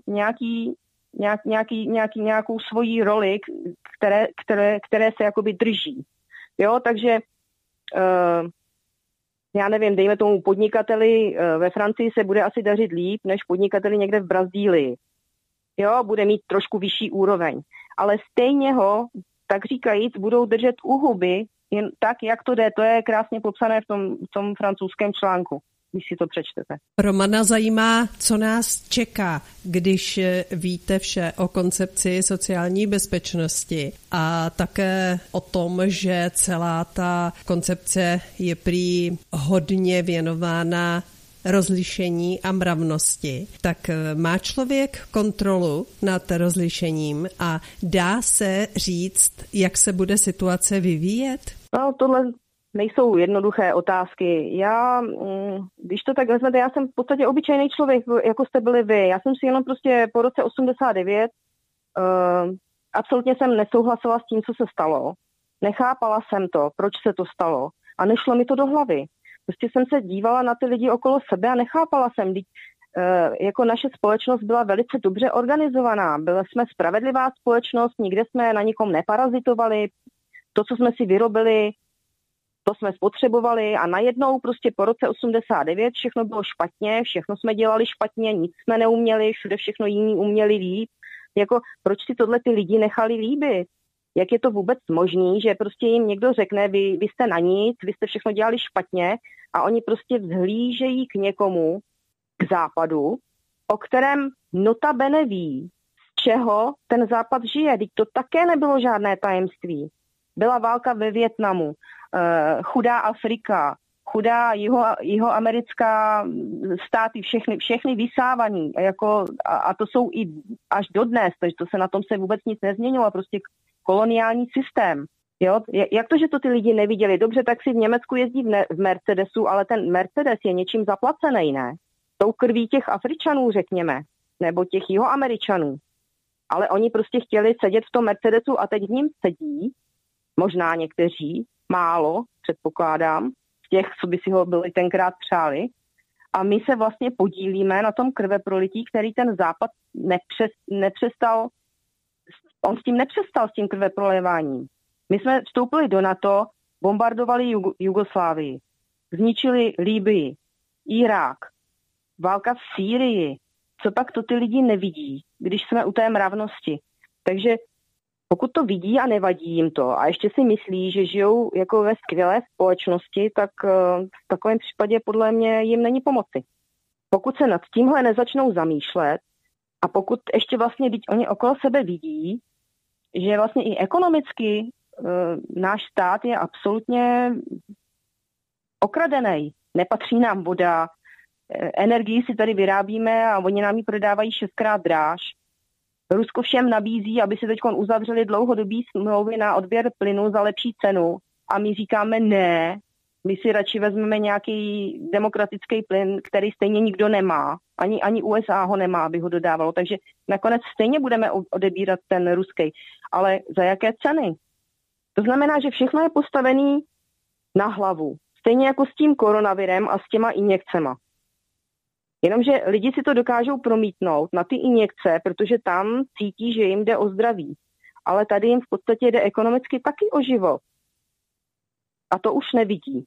nějakou svoji roli, které se jakoby drží. Jo, takže já nevím, dejme tomu podnikateli ve Francii se bude asi dařit líp, než podnikateli někde v Brazílii. Jo, bude mít trošku vyšší úroveň. Ale stejně ho, tak říkajíc, budou držet u huby, jen tak, jak to jde. To je krásně popsané v tom francouzském článku, když si to přečtete. Romana zajímá, co nás čeká, když víte vše o koncepci sociální bezpečnosti a také o tom, že celá ta koncepce je prý hodně věnována rozlišení a mravnosti. Tak má člověk kontrolu nad rozlišením a dá se říct, jak se bude situace vyvíjet? No, tohle nejsou jednoduché otázky. Když to tak vezmete, já jsem v podstatě obyčejný člověk, jako jste byli vy. Já jsem si jenom prostě po roce 89 absolutně jsem nesouhlasila s tím, co se stalo. Nechápala jsem to, proč se to stalo a nešlo mi to do hlavy. Prostě jsem se dívala na ty lidi okolo sebe a nechápala jsem, jako naše společnost byla velice dobře organizovaná. Byli jsme spravedlivá společnost, nikde jsme na nikom neparazitovali. To, co jsme si vyrobili, to jsme spotřebovali a najednou prostě po roce 89 všechno bylo špatně, všechno jsme dělali špatně, nic jsme neuměli, všude všechno jiní uměli líp. Jako, proč si tohle ty lidi nechali líbit? Jak je to vůbec možný, že prostě jim někdo řekne, vy jste na nic, vy jste všechno dělali špatně a oni prostě vzhlížejí k někomu, k západu, o kterém notabene ví, z čeho ten západ žije. Teď to také nebylo žádné tajemství. Byla válka ve Vietnamu, chudá Afrika, chudá jihoamerická státy, všechny vysávaní. A to jsou i až dodnes, takže to se na tom se vůbec nic nezměnilo. Prostě koloniální systém. Jo? Jak to, že to ty lidi neviděli? Dobře, tak si v Německu jezdí v Mercedesu, ale ten Mercedes je něčím zaplacený, ne? Tou krví těch Afričanů, řekněme, nebo těch Jihoameričanů. Ale oni prostě chtěli sedět v tom Mercedesu a teď v ním sedí, možná někteří, málo, předpokládám, z těch, co by si ho byli tenkrát přáli. A my se vlastně podílíme na tom krveprolití, který ten Západ nepřestal, on s tím nepřestal, s tím krveproléváním. My jsme vstoupili do NATO, bombardovali Jugoslávii, zničili Libyi, Irák, válka v Sýrii. Co pak to ty lidi nevidí, když jsme u té mravnosti? Takže pokud to vidí a nevadí jim to a ještě si myslí, že žijou jako ve skvělé společnosti, tak v takovém případě podle mě jim není pomoci. Pokud se nad tímhle nezačnou zamýšlet a pokud ještě vlastně oni okolo sebe vidí, že vlastně i ekonomicky náš stát je absolutně okradený. Nepatří nám voda, energii si tady vyrábíme a oni nám ji prodávají 6krát dráž. Rusko všem nabízí, aby si teď uzavřeli dlouhodobý smlouvy na odběr plynu za lepší cenu a my říkáme ne, my si radši vezmeme nějaký demokratický plyn, který stejně nikdo nemá, ani USA ho nemá, aby ho dodávalo, takže nakonec stejně budeme odebírat ten ruský, ale za jaké ceny? To znamená, že všechno je postavené na hlavu, stejně jako s tím koronavirem a s těma injekcema. Jenomže lidi si to dokážou promítnout na ty injekce, protože tam cítí, že jim jde o zdraví. Ale tady jim v podstatě jde ekonomicky taky o život. A to už nevidí.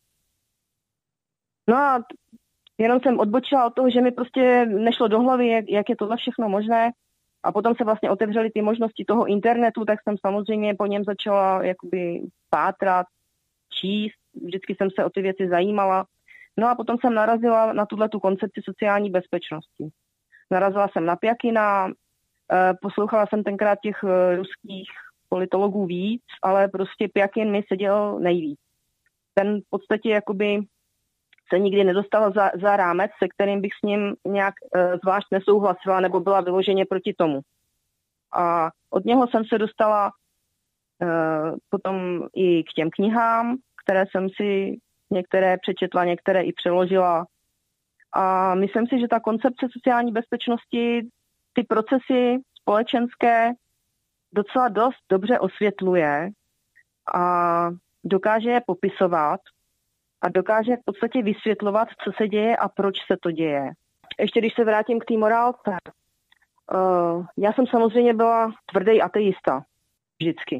No a jenom jsem odbočila od toho, že mi prostě nešlo do hlavy, jak je tohle všechno možné. A potom se vlastně otevřely ty možnosti toho internetu, tak jsem samozřejmě po něm začala jakoby pátrat, číst. Vždycky jsem se o ty věci zajímala. No a potom jsem narazila na tu koncepci sociální bezpečnosti. Narazila jsem na Pjakina, poslouchala jsem tenkrát těch ruských politologů víc, ale prostě Pjakin mi seděl nejvíc. Ten v podstatě jakoby se nikdy nedostal za rámec, se kterým bych s ním nějak zvlášť nesouhlasila nebo byla vyloženě proti tomu. A od něho jsem se dostala potom i k těm knihám, které jsem si některé přečetla, některé i přeložila. A myslím si, že ta koncepce sociální bezpečnosti ty procesy společenské docela dost dobře osvětluje a dokáže je popisovat a dokáže v podstatě vysvětlovat, co se děje a proč se to děje. Ještě když se vrátím k té morálce. Já jsem samozřejmě byla tvrdý ateista. Vždycky.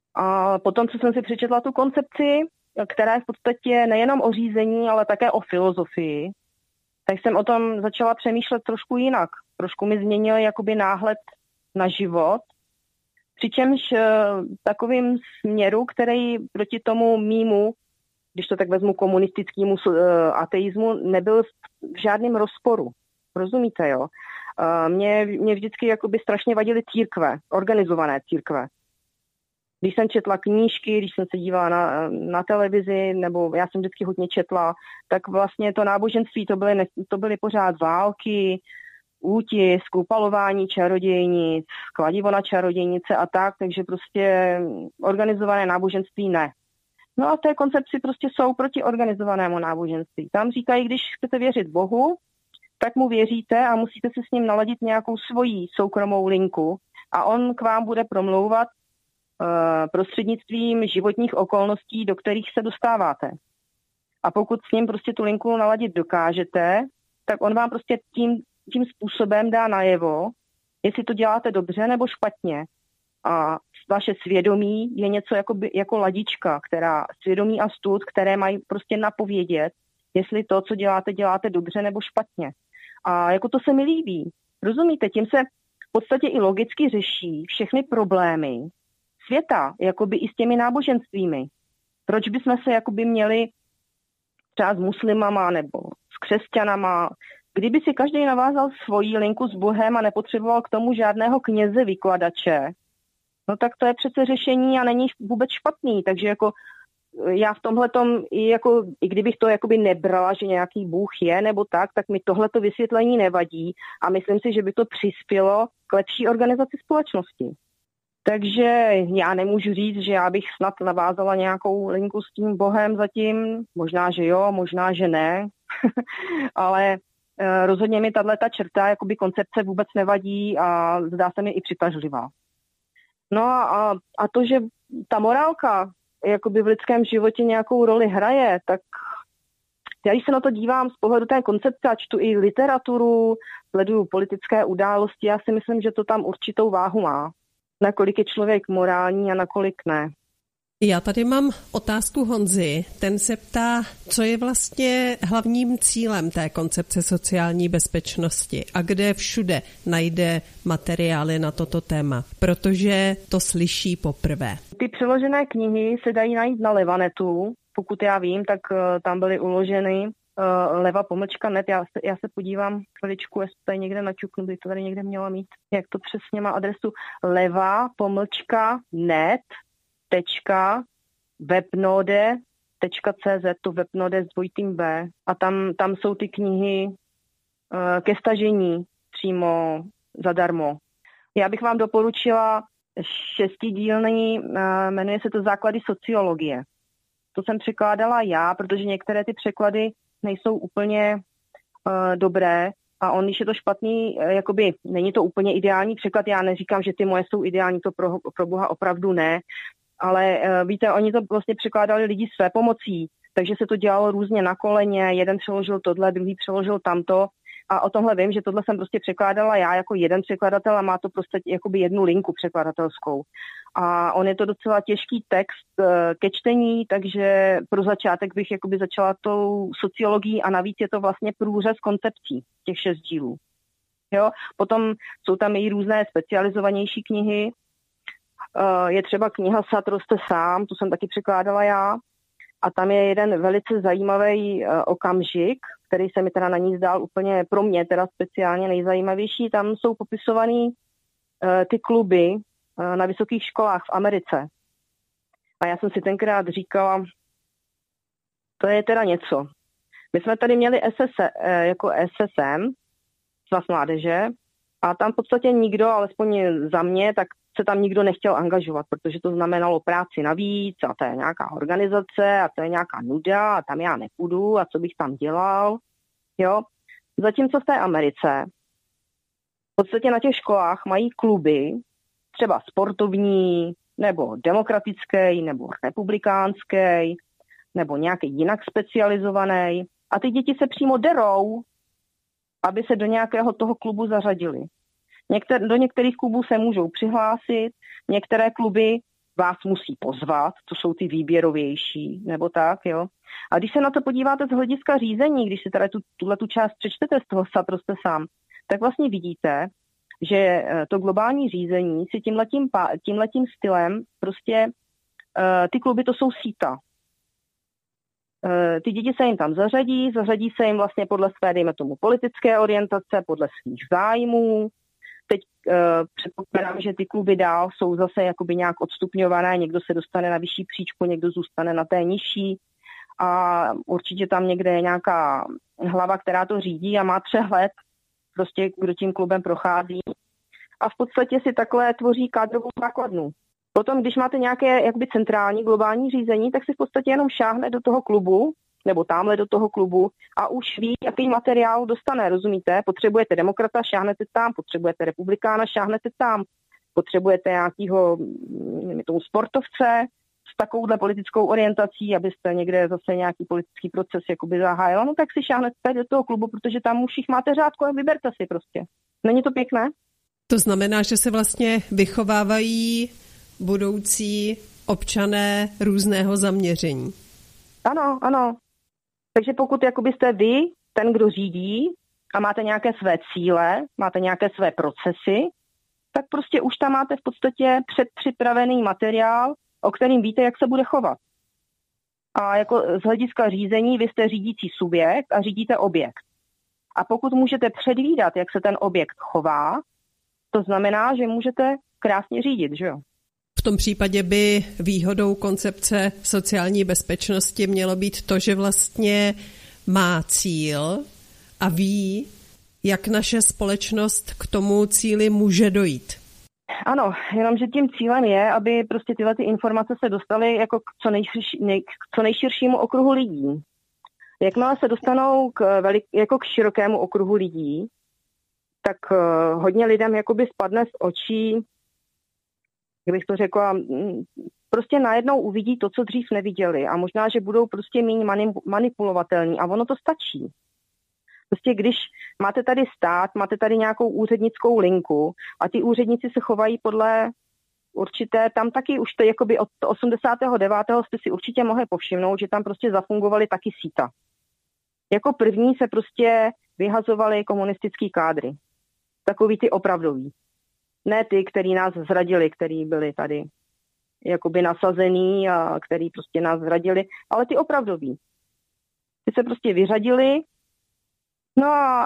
A potom, co jsem si přečetla tu koncepci, která je v podstatě nejenom o řízení, ale také o filozofii, tak jsem o tom začala přemýšlet trošku jinak. Trošku mi změnil jakoby náhled na život, přičemž takovým směru, který proti tomu mýmu, když to tak vezmu, komunistickému ateismu, nebyl v žádném rozporu. Rozumíte, jo? Mě vždycky jakoby strašně vadily církve, organizované církve. Když jsem četla knížky, když jsem se dívala na televizi, nebo já jsem vždycky hodně četla, tak vlastně to náboženství, to byly pořád války, útisk, upalování čarodějnic, kladivo na čarodějnice a tak, takže prostě organizované náboženství ne. No a v té koncepci prostě jsou proti organizovanému náboženství. Tam říkají, když chcete věřit Bohu, tak mu věříte a musíte si s ním naladit nějakou svoji soukromou linku a on k vám bude promlouvat prostřednictvím životních okolností, do kterých se dostáváte. A pokud s ním prostě tu linku naladit dokážete, tak on vám prostě tím způsobem dá najevo, jestli to děláte dobře nebo špatně. A vaše svědomí je něco jako ladička, svědomí a stud, které mají prostě napovědět, jestli to, co děláte dobře nebo špatně. A jako to se mi líbí. Rozumíte? Tím se v podstatě i logicky řeší všechny problémy světa, jakoby i s těmi náboženstvími. Proč bychom se jakoby měli třeba s muslimama nebo s křesťanama, kdyby si každý navázal svoji linku s Bohem a nepotřeboval k tomu žádného kněze vykladače, no tak to je přece řešení a není vůbec špatný. Takže jako já v tomhletom, i kdybych to jakoby nebrala, že nějaký Bůh je nebo tak mi tohleto vysvětlení nevadí a myslím si, že by to přispělo k lepší organizaci společnosti. Takže já nemůžu říct, že já bych snad navázala nějakou linku s tím Bohem zatím. Možná, že jo, možná, že ne. Ale rozhodně mi tato čerta, jakoby koncepce vůbec nevadí a zdá se mi i přitažlivá. No a to, že ta morálka jakoby v lidském životě nějakou roli hraje, tak já když se na to dívám z pohledu té koncepce a čtu i literaturu, sleduju politické události, já si myslím, že to tam určitou váhu má. Nakolik je člověk morální a nakolik ne. Já tady mám otázku Honzy. Ten se ptá, co je vlastně hlavním cílem té koncepce sociální bezpečnosti a kde všude najde materiály na toto téma, protože to slyší poprvé. Ty přeložené knihy se dají najít na Levanetu. Pokud já vím, tak tam byly uloženy leva-net. Já se podívám chviličku, jestli tady někde naťuknu, by to tady někde měla mít. Jak to přesně má adresu? leva-net.webnode.cz, to webnode s dvojitým B. A tam jsou ty knihy ke stažení přímo zadarmo. Já bych vám doporučila 6dílný, jmenuje se to Základy sociologie. To jsem překládala já, protože některé ty překlady nejsou úplně dobré a když je to špatný, jakoby není to úplně ideální překlad, já neříkám, že ty moje jsou ideální, to pro boha opravdu ne, ale víte, oni to vlastně překládali lidi své pomocí, takže se to dělalo různě na koleně, jeden přeložil tohle, druhý přeložil tamto a o tomhle vím, že tohle jsem prostě překládala já jako jeden překladatel a má to prostě jakoby jednu linku překladatelskou. A on je to docela těžký text ke čtení, takže pro začátek bych jakoby začala tou sociologií a navíc je to vlastně průřez koncepcí těch 6 dílů. Jo? Potom jsou tam i různé specializovanější knihy. Je třeba kniha Sad roste sám, tu jsem taky překládala já. A tam je jeden velice zajímavý okamžik, který se mi teda na ní zdál úplně pro mě teda speciálně nejzajímavější. Tam jsou popisovaný ty kluby na vysokých školách v Americe. A já jsem si tenkrát říkala, to je teda něco. My jsme tady měli jako SSM, Svaz mládeže, a tam v podstatě nikdo, alespoň za mě, tak se tam nikdo nechtěl angažovat, protože to znamenalo práci navíc a to je nějaká organizace a to je nějaká nuda a tam já nepůjdu a co bych tam dělal. Jo? Zatímco v té Americe v podstatě na těch školách mají kluby, třeba sportovní, nebo demokratický, nebo republikánský, nebo nějaký jinak specializovaný. A ty děti se přímo derou, aby se do nějakého toho klubu zařadili. Do některých klubů se můžou přihlásit, některé kluby vás musí pozvat, to jsou ty výběrovější, nebo tak, jo. A když se na to podíváte z hlediska řízení, když si teda tu část přečtete z toho Sad roste sám, tak vlastně vidíte, že to globální řízení si tímhletím stylem prostě ty kluby to jsou síta. Ty děti se jim tam zařadí se jim vlastně podle své, dejme tomu, politické orientace, podle svých zájmů. Teď předpokládám, že ty kluby dál jsou zase jakoby nějak odstupňované, někdo se dostane na vyšší příčku, někdo zůstane na té nižší a určitě tam někde je nějaká hlava, která to řídí a má přehled, prostě kdo tím klubem prochází a v podstatě si takhle tvoří kádrovou základnu. Potom, když máte nějaké jakoby centrální globální řízení, tak si v podstatě jenom šáhne do toho klubu, nebo tamhle do toho klubu a už ví, jaký materiál dostane, rozumíte? Potřebujete demokrata, šáhnete tam, potřebujete republikána, šáhnete tam, potřebujete nějakého sportovce s takovouhle politickou orientací, abyste někde zase nějaký politický proces jakoby zahájil, no tak si šáhnete do toho klubu, protože tam už jich máte řádku a vyberte si prostě. Není to pěkné? To znamená, že se vlastně vychovávají budoucí občané různého zaměření. Ano, ano. Takže pokud jakoby jste vy, ten, kdo řídí a máte nějaké své cíle, máte nějaké své procesy, tak prostě už tam máte v podstatě předpřipravený materiál, o kterým víte, jak se bude chovat. A jako z hlediska řízení vy jste řídící subjekt a řídíte objekt. A pokud můžete předvídat, jak se ten objekt chová, to znamená, že můžete krásně řídit, že jo? V tom případě by výhodou koncepce sociální bezpečnosti mělo být to, že vlastně má cíl a ví, jak naše společnost k tomu cíli může dojít. Ano, jenomže tím cílem je, aby prostě tyhle ty informace se dostaly jako k co nejširšímu okruhu lidí. Jakmile se dostanou k širokému okruhu lidí, tak hodně lidem jakoby spadne z očí, jak bych to řekla, prostě najednou uvidí to, co dřív neviděli a možná, že budou prostě méně manipulovatelní a ono to stačí. Prostě když máte tady stát, máte tady nějakou úřednickou linku a ty úředníci se chovají podle určité, tam taky už to jakoby od 89. jste si určitě mohli povšimnout, že tam prostě zafungovaly taky síta. Jako první se prostě vyhazovaly komunistický kádry. Takový ty opravdoví. Ne ty, který nás zradili, který byli tady jakoby nasazený a který prostě nás zradili, ale ty opravdoví. Ty se prostě vyřadili. No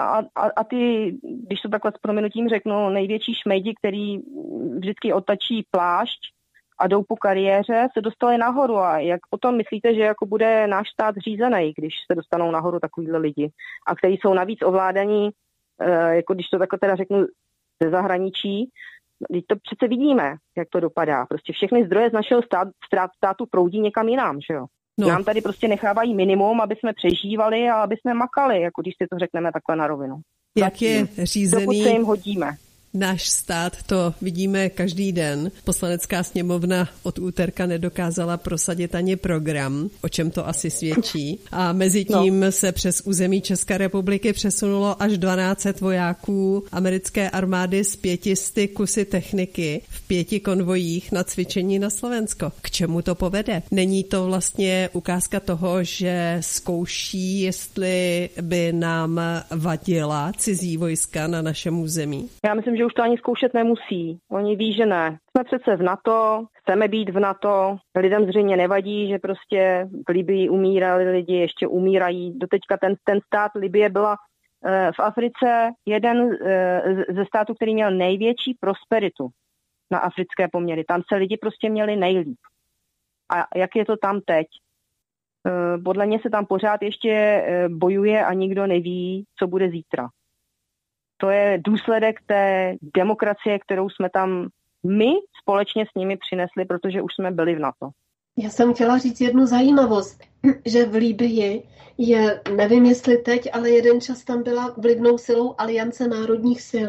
a ty, když to takhle s prominutím řeknu, největší šmejdi, který vždycky otačí plášť a jdou po kariéře, se dostali nahoru. A jak potom myslíte, že jako bude náš stát řízený, když se dostanou nahoru takovýhle lidi? A kteří jsou navíc ovládaní, jako když to takhle teda řeknu, ze zahraničí, když to přece vidíme, jak to dopadá. Prostě všechny zdroje z našeho státu proudí někam jinam, že jo? No. Nám tady prostě nechávají minimum, aby jsme přežívali a aby jsme makali, jako když si to řekneme takhle na rovinu. Jak je řízený? Dokud se jim hodíme. Náš stát, to vidíme každý den. Poslanecká sněmovna od úterka nedokázala prosadit ani program, o čem to asi svědčí. A mezi tím se přes území České republiky přesunulo až 1200 vojáků americké armády s 500 kusy techniky v 5 konvojích na cvičení na Slovensko. K čemu to povede? Není to vlastně ukázka toho, že zkouší, jestli by nám vadila cizí vojska na našem území? Já myslím, že už to ani zkoušet nemusí. Oni ví, že ne. Jsme přece v NATO, chceme být v NATO, lidem zřejmě nevadí, že prostě v Libii umírali lidi, ještě umírají. Doteďka ten stát Libye byla v Africe jeden ze států, který měl největší prosperitu na africké poměry. Tam se lidi prostě měli nejlíp. A jak je to tam teď? Podle mě se tam pořád ještě bojuje a nikdo neví, co bude zítra. To je důsledek té demokracie, kterou jsme tam my společně s nimi přinesli, protože už jsme byli v NATO. Já jsem chtěla říct jednu zajímavost, že v Libyi je, nevím jestli teď, ale jeden čas tam byla vlivnou silou Aliance národních sil.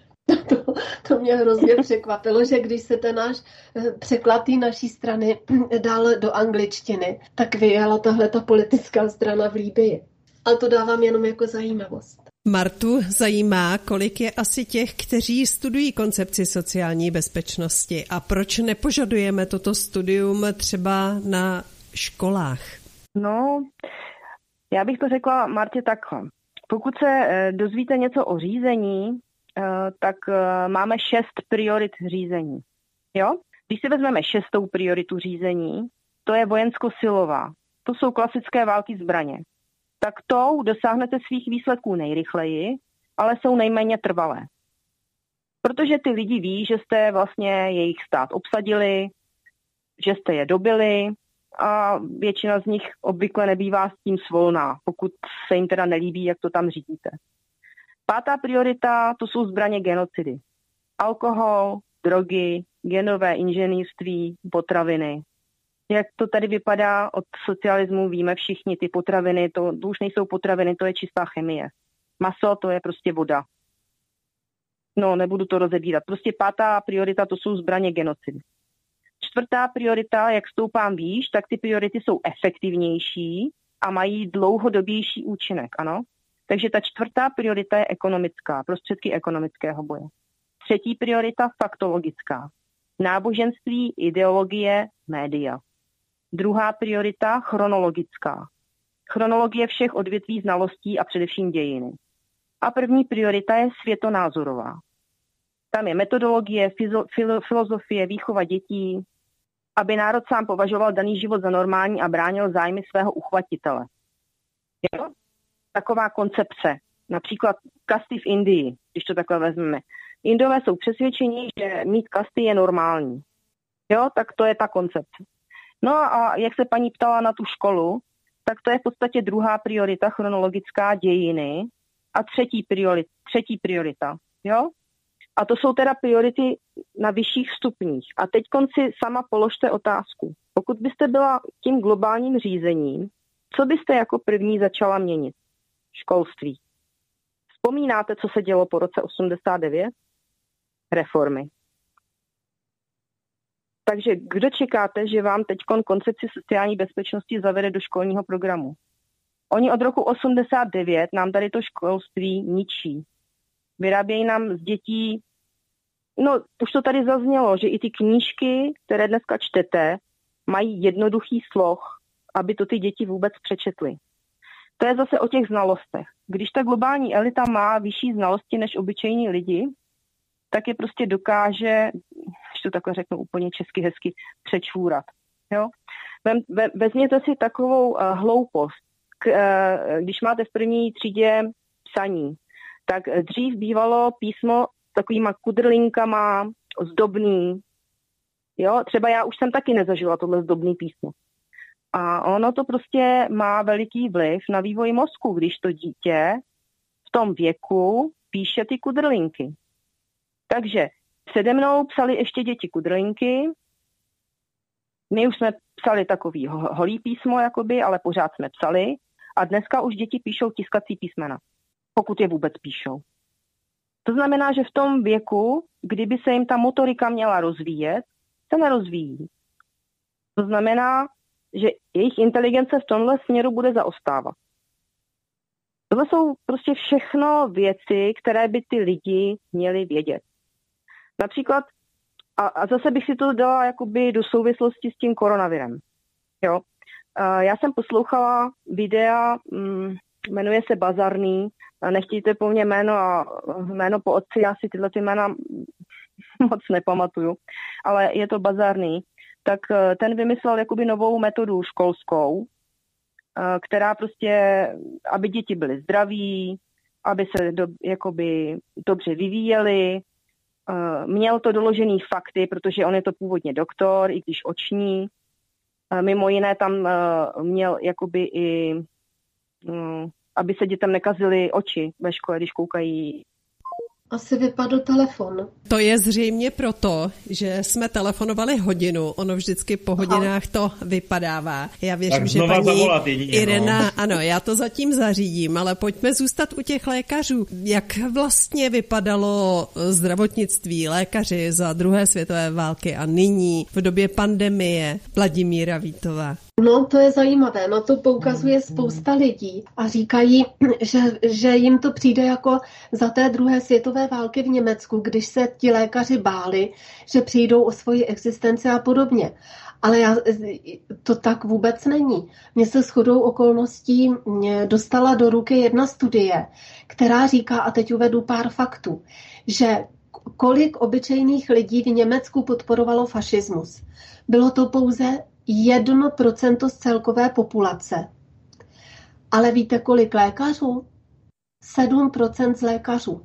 To mě hrozně překvapilo, že když se ten náš překlad té naší strany dal do angličtiny, tak vyjela tahleta politická strana v Libyi. Ale to dávám jenom jako zajímavost. Martu zajímá, kolik je asi těch, kteří studují koncepci sociální bezpečnosti a proč nepožadujeme toto studium třeba na školách? No, já bych to řekla Martě takhle. Pokud se dozvíte něco o řízení, tak máme 6 priorit řízení. Jo? Když si vezmeme 6. prioritu řízení, to je vojensko-silová. To jsou klasické války zbraně. Tak tou dosáhnete svých výsledků nejrychleji, ale jsou nejméně trvalé. Protože ty lidi ví, že jste vlastně jejich stát obsadili, že jste je dobili a většina z nich obvykle nebývá s tím svolná, pokud se jim teda nelíbí, jak to tam řídíte. 5. priorita, to jsou zbraně genocidy. Alkohol, drogy, genové inženýrství, potraviny. Jak to tady vypadá od socialismu, víme všichni, ty potraviny, to už nejsou potraviny, to je čistá chemie. Maso, to je prostě voda. No, nebudu to rozebírat. Prostě 5. priorita, to jsou zbraně genocidy. 4. priorita, jak stoupám výš, tak ty priority jsou efektivnější a mají dlouhodobější účinek, ano. Takže ta 4. priorita je ekonomická, prostředky ekonomického boje. 3. priorita faktologická. Náboženství, ideologie, média. 2. priorita chronologická. Chronologie všech odvětví znalostí a především dějiny. A 1. priorita je světonázorová. Tam je metodologie, filozofie, výchova dětí, aby národ sám považoval daný život za normální a bránil zájmy svého uchvatitele. Jo? Taková koncepce. Například kasty v Indii, když to takhle vezmeme. Indové jsou přesvědčení, že mít kasty je normální. Jo, tak to je ta koncepce. No a jak se paní ptala na tu školu, tak to je v podstatě 2. priorita, chronologická dějiny a 3. priorita. Jo? A to jsou teda priority na vyšších stupních. A teď si sama položte otázku. Pokud byste byla tím globálním řízením, co byste jako první začala měnit? Školství. Vzpomínáte, co se dělo po roce 89? Reformy. Takže kdo čekáte, že vám teď koncepci sociální bezpečnosti zavede do školního programu? Oni od roku 89 nám tady to školství ničí. Vyrábějí nám z dětí, no už to tady zaznělo, že i ty knížky, které dneska čtete, mají jednoduchý sloh, aby to ty děti vůbec přečetly. To je zase o těch znalostech. Když ta globální elita má vyšší znalosti než obyčejní lidi, tak je prostě dokáže, když to takhle řeknu úplně česky hezky, přečůrat. Jo? Vezměte si takovou hloupost. Když máte v první třídě psaní, tak dřív bývalo písmo takovýma kudrlinkama, zdobný. Jo? Třeba já už jsem taky nezažila tohle zdobný písmo. A ono to prostě má veliký vliv na vývoj mozku, když to dítě v tom věku píše ty kudrlinky. Takže přede mnou psali ještě děti kudrlinky, my už jsme psali takový holý písmo, jakoby, ale pořád jsme psali a dneska už děti píšou tiskací písmena, pokud je vůbec píšou. To znamená, že v tom věku, kdyby se jim ta motorika měla rozvíjet, se nerozvíjí. To znamená, že jejich inteligence v tomhle směru bude zaostávat. Tohle jsou prostě všechno věci, které by ty lidi měli vědět. Například, a zase bych si to dala jakoby do souvislosti s tím koronavirem. Jo? Já jsem poslouchala videa, jmenuje se Bazarný, nechtějte po mně jméno po otci, já si tyhle jména moc nepamatuju, ale je to Bazarný. Tak ten vymyslel jakoby novou metodu školskou, která prostě, aby děti byly zdraví, aby se jakoby dobře vyvíjely. Měl to doložený fakty, protože on je to původně doktor, i když oční. Mimo jiné tam měl jakoby i, aby se dětem nekazily oči ve škole, když koukají. Asi vypadl telefon. To je zřejmě proto, že jsme telefonovali hodinu. Ono vždycky po hodinách to vypadává. Já věřím, že paní Irena, ano, já to zatím zařídím, ale pojďme zůstat u těch lékařů. Jak vlastně vypadalo zdravotnictví, lékaři za druhé světové války a nyní v době pandemie? Vladimíra Vítová. No, to je zajímavé. No, to poukazuje spousta lidí a říkají, že jim to přijde jako za té druhé světové války v Německu, když se ti lékaři báli, že přijdou o svoji existenci a podobně. Ale to tak vůbec není. Mně se shodou okolností dostala do ruky jedna studie, která říká, a teď uvedu pár faktů, že kolik obyčejných lidí v Německu podporovalo fašismus. Bylo to pouze 1% z celkové populace. Ale víte, kolik lékařů? 7% z lékařů.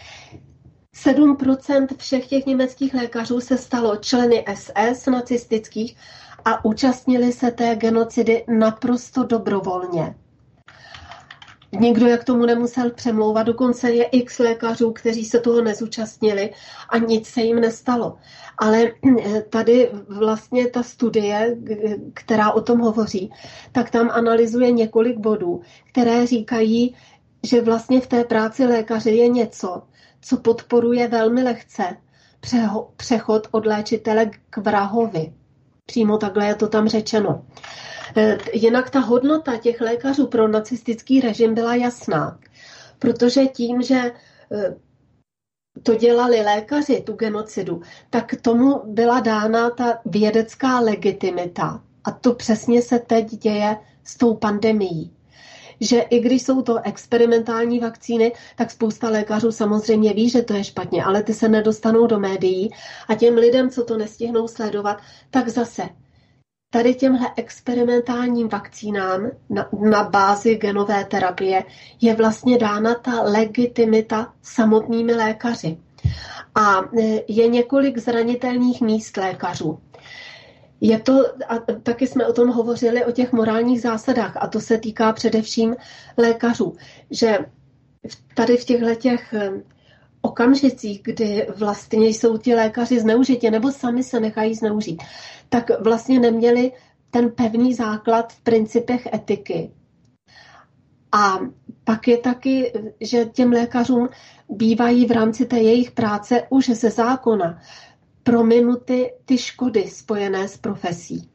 7% všech těch německých lékařů se stalo členy SS nacistických a účastnili se té genocidy naprosto dobrovolně. Nikdo jak tomu nemusel přemlouvat, dokonce je x lékařů, kteří se toho nezúčastnili a nic se jim nestalo. Ale tady vlastně ta studie, která o tom hovoří, tak tam analyzuje několik bodů, které říkají, že vlastně v té práci lékaře je něco, co podporuje velmi lehce přechod od léčitele k vrahovi. Přímo takhle je to tam řečeno. Jinak ta hodnota těch lékařů pro nacistický režim byla jasná, protože tím, že to dělali lékaři, tu genocidu, tak tomu byla dána ta vědecká legitimita. A to přesně se teď děje s tou pandemií. Že i když jsou to experimentální vakcíny, tak spousta lékařů samozřejmě ví, že to je špatně, ale ty se nedostanou do médií a těm lidem, co to nestihnou sledovat, tak zase tady těmhle experimentálním vakcínám na bázi genové terapie je vlastně dána ta legitimita samotnými lékaři. A je několik zranitelných míst lékařů. Je to, a taky jsme o tom hovořili, o těch morálních zásadách, a to se týká především lékařů, že tady v těchto okamžicích, kdy vlastně jsou ti lékaři zneužiti nebo sami se nechají zneužít, tak vlastně neměli ten pevný základ v principech etiky. A pak je taky, že těm lékařům bývají v rámci té jejich práce už ze zákona prominuty ty škody spojené s profesí.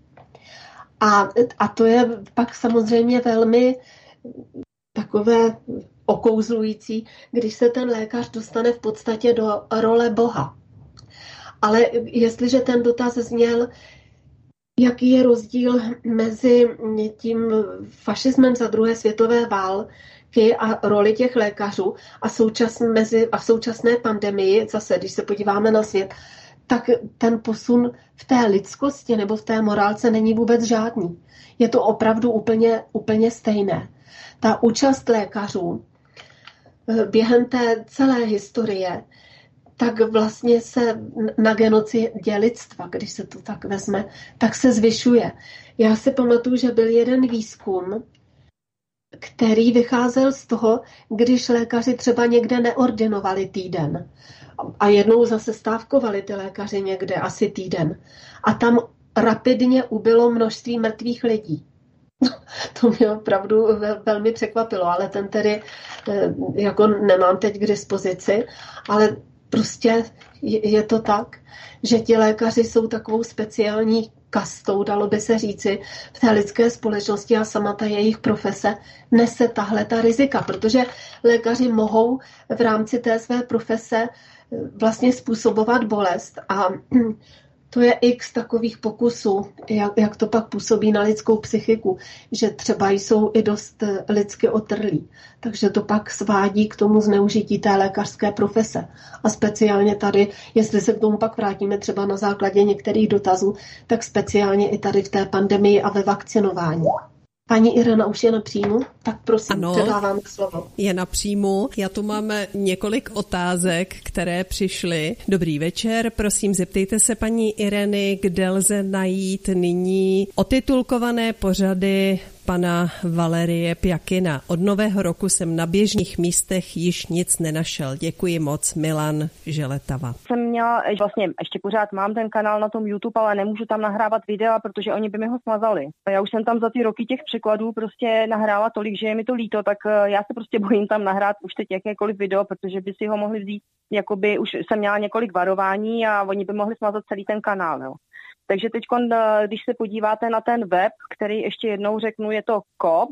A to je pak samozřejmě velmi takové okouzlující, když se ten lékař dostane v podstatě do role Boha. Ale jestliže ten dotaz zněl, jaký je rozdíl mezi tím fašismem za druhé světové války a roli těch lékařů a v současné pandemii, zase když se podíváme na svět, tak ten posun v té lidskosti nebo v té morálce není vůbec žádný. Je to opravdu úplně stejné. Ta účast lékařů během té celé historie, tak vlastně se na genocidě lidstva, když se to tak vezme, tak se zvyšuje. Já si pamatuju, že byl jeden výzkum, který vycházel z toho, když lékaři třeba někde neordinovali týden a jednou zase stávkovali ty lékaři někde asi týden. A tam rapidně ubylo množství mrtvých lidí. To mě opravdu velmi překvapilo, ale ten tedy jako nemám teď k dispozici, ale prostě je to tak, že ti lékaři jsou takovou speciální kastou, dalo by se říci, v té lidské společnosti a sama ta jejich profese nese tahle ta rizika, protože lékaři mohou v rámci té své profese vlastně způsobovat bolest a to je x takových pokusů, jak to pak působí na lidskou psychiku, že třeba jsou i dost lidsky otrlí. Takže to pak svádí k tomu zneužití té lékařské profese. A speciálně tady, jestli se k tomu pak vrátíme třeba na základě některých dotazů, tak speciálně i tady v té pandemii a ve vakcinování. Paní Irena už je na příjmu, tak prosím, předávám slovo. Je na příjmu. Já tu mám několik otázek, které přišly. Dobrý večer, prosím, zeptejte se paní Ireny, kde lze najít nyní otitulkované pořady pana Valerie Pjakina. Od nového roku jsem na běžných místech již nic nenašel. Děkuji moc, Milan Želetava. Jsem měla, vlastně ještě pořád mám ten kanál na tom YouTube, ale nemůžu tam nahrávat videa, protože oni by mi ho smazali. Já už jsem tam za ty roky těch překladů prostě nahrála tolik, že je mi to líto, tak já se prostě bojím tam nahrát už teď jakékoliv video, protože by si ho mohli vzít, jakoby už jsem měla několik varování a oni by mohli smazat celý ten kanál, jo. Takže teď, když se podíváte na ten web, který ještě jednou řeknu, je to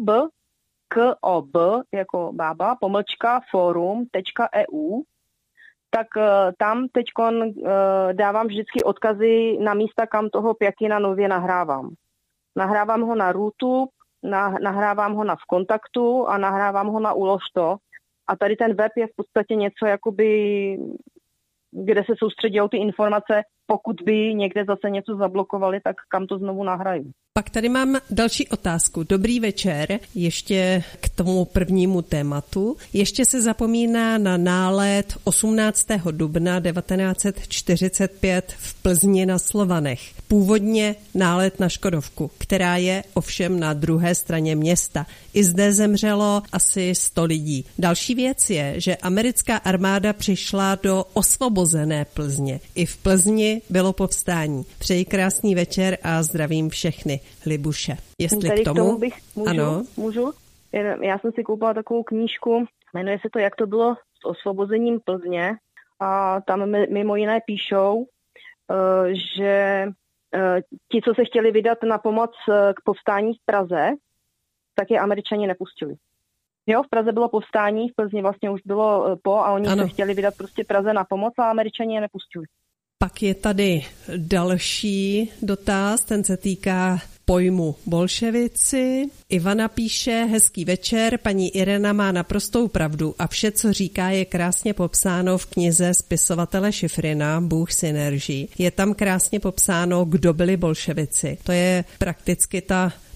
KOB, jako bába, forum.eu, tak tam teď dávám vždycky odkazy na místa, kam toho Pjakina nově nahrávám. Nahrávám ho na Rutube, nahrávám ho na V kontaktu a nahrávám ho na Ulož to. A tady ten web je v podstatě něco, jakoby, kde se soustředí ty informace, pokud by někde zase něco zablokovali, tak kam to znovu nahraju. Pak tady mám další otázku. Dobrý večer, ještě k tomu prvnímu tématu. Ještě se zapomíná na nálet 18. dubna 1945 v Plzni na Slovanech. Původně nálet na Škodovku, která je ovšem na druhé straně města. I zde zemřelo asi 100 lidí. Další věc je, že americká armáda přišla do osvobozené Plzně. I v Plzni bylo povstání. Přeji krásný večer a zdravím všechny. Libuše. Jestli tady k tomu můžu? Já jsem si koupila takovou knížku, jmenuje se to Jak to bylo s osvobozením Plzně a tam mimo jiné píšou, že ti, co se chtěli vydat na pomoc k povstání v Praze, tak je Američani nepustili. Jo, v Praze bylo povstání, v Plzni vlastně už bylo a oni se chtěli vydat prostě Praze na pomoc a Američani je nepustili. Pak je tady další dotaz, ten se týká pojmu bolševici. Ivana píše, hezký večer, paní Irena má naprostou pravdu a vše, co říká, je krásně popsáno v knize spisovatele Šifrina, Bůh synerží. Je tam krásně popsáno, kdo byli bolševici. To je prakticky ta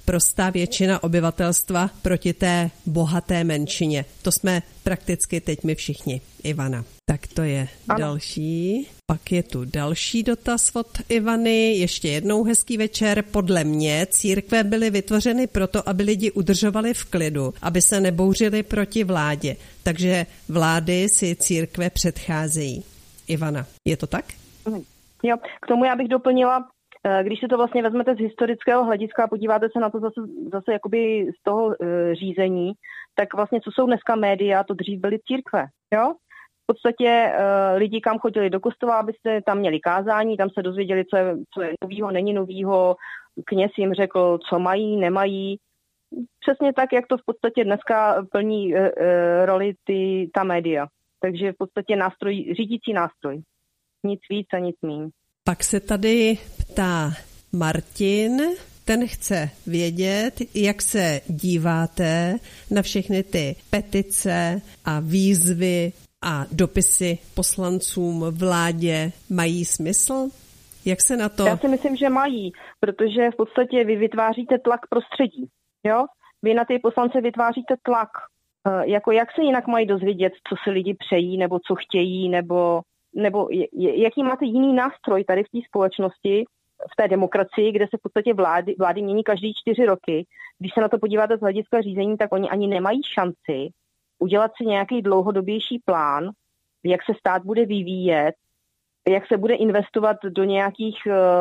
prostá většina obyvatelstva proti té bohaté menšině. To jsme prakticky teď my všichni. Ivana. Tak to je další. Pak je tu další dotaz od Ivany. Ještě jednou hezký večer. Podle mě církve byly vytvořeny proto, aby lidi udržovali v klidu, aby se nebouřili proti vládě. Takže vlády si církve předcházejí. Ivana, je to tak? Jo, k tomu já bych doplnila, když si to vlastně vezmete z historického hlediska a podíváte se na to zase jakoby z toho řízení, tak vlastně co jsou dneska média, to dřív byly církve, jo? V podstatě lidi, kam chodili do kostela, abyste tam měli kázání, tam se dozvěděli, co je novýho, není novýho, kněz jim řekl, co mají, nemají. Přesně tak, jak to v podstatě dneska plní roli ta média. Takže v podstatě řídící nástroj. Nic víc a nic míň. Pak se tady ptá Martin, ten chce vědět, jak se díváte na všechny ty petice a výzvy a dopisy poslancům, vládě. Mají smysl? Jak se na to... Já si myslím, že mají, protože v podstatě vy vytváříte tlak prostředí. Jo? Vy na ty poslance vytváříte tlak. Jako jak se jinak mají dozvědět, co si lidi přejí, nebo co chtějí, nebo jaký máte jiný nástroj tady v té společnosti, v té demokracii, kde se v podstatě vlády mění každý 4 roky. Když se na to podíváte z hlediska řízení, tak oni ani nemají šanci udělat si nějaký dlouhodobější plán, jak se stát bude vyvíjet, jak se bude investovat do nějakých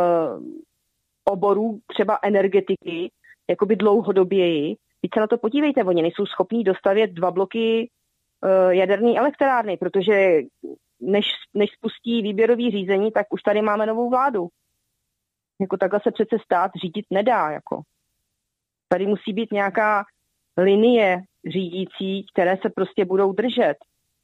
oborů, třeba energetiky, jakoby dlouhodoběji. Teď se na to podívejte, oni nejsou schopní dostavět 2 bloky jaderné elektrárny, protože než spustí výběrový řízení, tak už tady máme novou vládu. Jako takhle se přece stát řídit nedá. Jako. Tady musí být nějaká linie řídící, které se prostě budou držet.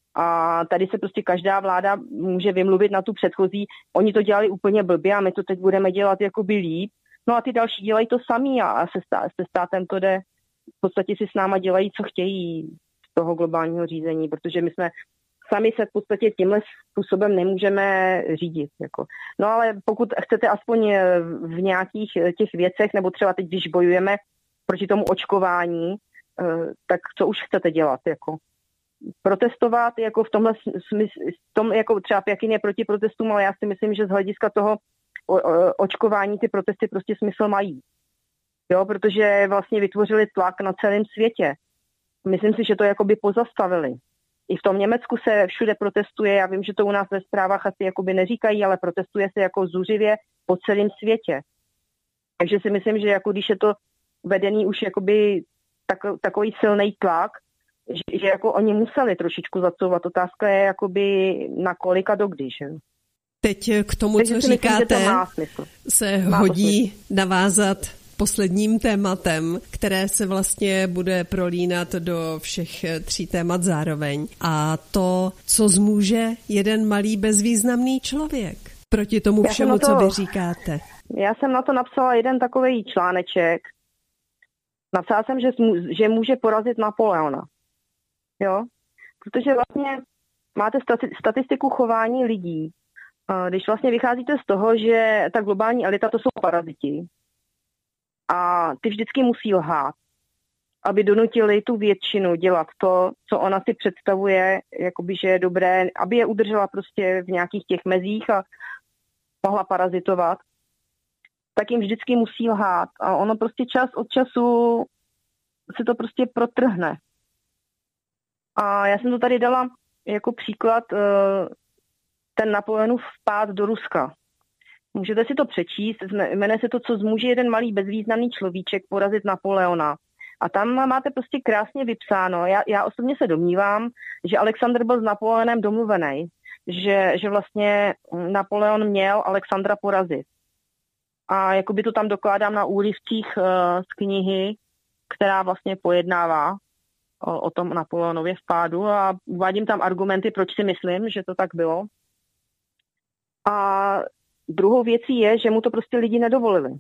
A tady se prostě každá vláda může vymluvit na tu předchozí. Oni to dělali úplně blbě a my to teď budeme dělat jakoby líp. No a ty další dělají to samý a se státem to jde. V podstatě si s náma dělají, co chtějí z toho globálního řízení, protože my jsme sami se v podstatě tímhle způsobem nemůžeme řídit. Jako. No ale pokud chcete aspoň v nějakých těch věcech, nebo třeba teď, když bojujeme proti tomu očkování, tak co už chcete dělat? Jako? Protestovat jako v tomhle smyslu, jako třeba Pjakin je proti protestům, ale já si myslím, že z hlediska toho očkování ty protesty prostě smysl mají. Jo, protože vlastně vytvořili tlak na celém světě. Myslím si, že to jakoby pozastavili. I v tom Německu se všude protestuje, já vím, že to u nás ve zprávách asi jakoby neříkají, ale protestuje se jako zuřivě po celém světě. Takže si myslím, že jako když je to vedený už jakoby takový silný tlak, že jako oni museli trošičku zacouvat. Otázka je jakoby na kolik a dokdy, že? Teď k tomu, co říkáte, se hodí navázat posledním tématem, které se vlastně bude prolínat do všech 3 témat zároveň. A to, co zmůže jeden malý bezvýznamný člověk proti tomu všemu, co vy říkáte. Já jsem na to napsala jeden takovej článeček. Napsala jsem, že může porazit Napoleona. Jo? Protože vlastně máte statistiku chování lidí. Když vlastně vycházíte z toho, že ta globální elita to jsou paraziti a ty vždycky musí lhát, aby donutili tu většinu dělat to, co ona si představuje, jakoby, že je dobré, aby je udržela prostě v nějakých těch mezích a mohla parazitovat, tak jim vždycky musí lhát. A ono prostě čas od času se to prostě protrhne. A já jsem to tady dala jako příklad ten Napoleonův vpád do Ruska. Můžete si to přečíst, jmenuje se to, co zmůže jeden malý bezvýznamný človíček porazit Napoleona. A tam máte prostě krásně vypsáno. Já osobně se domnívám, že Alexandr byl s Napoleonem domluvený, že vlastně Napoleon měl Alexandra porazit. A jakoby to tam dokládám na úryvcích z knihy, která vlastně pojednává o tom Napoleonově vpádu a uvádím tam argumenty, proč si myslím, že to tak bylo. A druhou věcí je, že mu to prostě lidi nedovolili.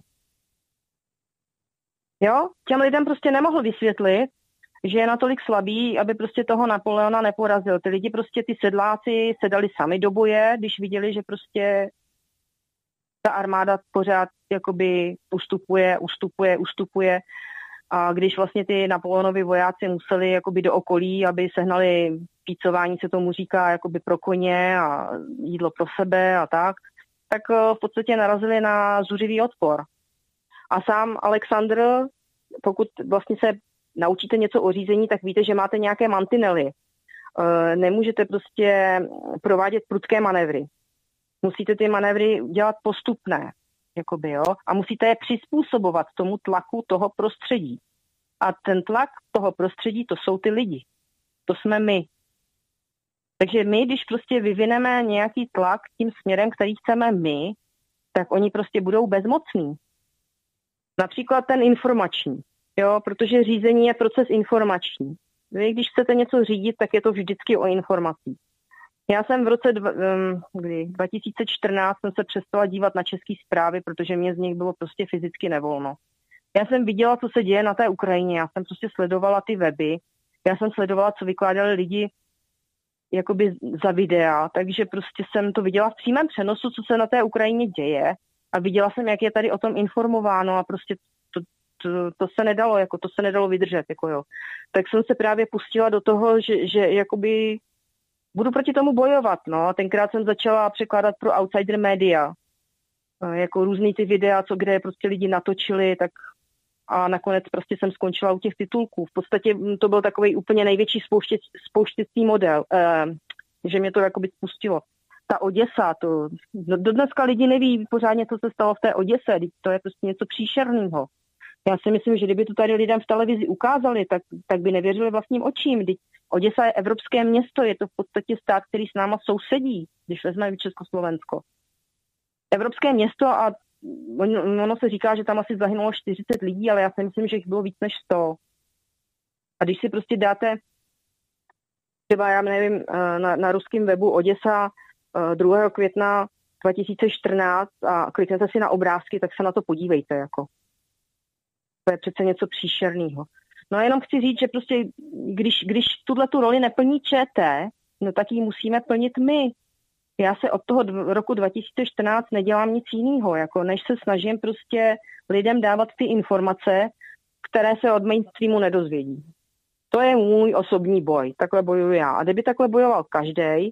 Jo? Těm lidem prostě nemohl vysvětlit, že je natolik slabý, aby prostě toho Napoleona neporazil. Ty lidi prostě, ty sedláci sedali sami do boje, když viděli, že prostě ta armáda pořád jakoby ustupuje. A když vlastně ty Napoleonovi vojáci museli jakoby do okolí, aby sehnali pícování, se tomu říká, jakoby pro koně a jídlo pro sebe a tak v podstatě narazili na zuřivý odpor. A sám Alexandr, pokud vlastně se naučíte něco o řízení, tak víte, že máte nějaké mantinely. Nemůžete prostě provádět prudké manévry. Musíte ty manévry dělat postupné, jakoby, jo? A musíte je přizpůsobovat tomu tlaku toho prostředí. A ten tlak toho prostředí, to jsou ty lidi. To jsme my. Takže my, když prostě vyvineme nějaký tlak tím směrem, který chceme my, tak oni prostě budou bezmocní. Například ten informační, jo? Protože řízení je proces informační. Vy, když chcete něco řídit, tak je to vždycky o informacích. Já jsem v roce 2014 jsem se přestala dívat na české zprávy, protože mě z nich bylo prostě fyzicky nevolno. Já jsem viděla, co se děje na té Ukrajině, já jsem prostě sledovala ty weby, já jsem sledovala, co vykládali lidi jakoby za videa, takže prostě jsem to viděla v přímém přenosu, co se na té Ukrajině děje a viděla jsem, jak je tady o tom informováno a prostě to se nedalo, jako to se nedalo vydržet, jako jo. Tak jsem se právě pustila do toho, že jakoby budu proti tomu bojovat, no. Tenkrát jsem začala překládat pro Outsider Media, jako různý ty videa, kde prostě lidi natočili, tak a nakonec prostě jsem skončila u těch titulků. V podstatě to byl takový úplně největší spouštěcí model, že mě to jakoby spustilo. Ta Oděsa, to do dneska lidi neví pořádně, co se stalo v té Oděse, to je prostě něco příšerného. Já si myslím, že kdyby to tady lidem v televizi ukázali, tak by nevěřili vlastním očím. Oděsa je evropské město, je to v podstatě stát, který s náma sousedí, když vezmeme Československo. Evropské město a ono se říká, že tam asi zahynulo 40 lidí, ale já si myslím, že jich bylo víc než 100. A když si prostě dáte, třeba já nevím, na ruském webu Oděsa 2. května 2014 a kliknete si na obrázky, tak se na to podívejte, jako. To je přece něco příšerného. No a jenom chci říct, že prostě, když tu roli neplní ČT, no tak ji musíme plnit my. Já se od toho roku 2014 nedělám nic jiného, jako než se snažím prostě lidem dávat ty informace, které se od mainstreamu nedozvědí. To je můj osobní boj, takhle bojuju já. A kdyby takhle bojoval každej,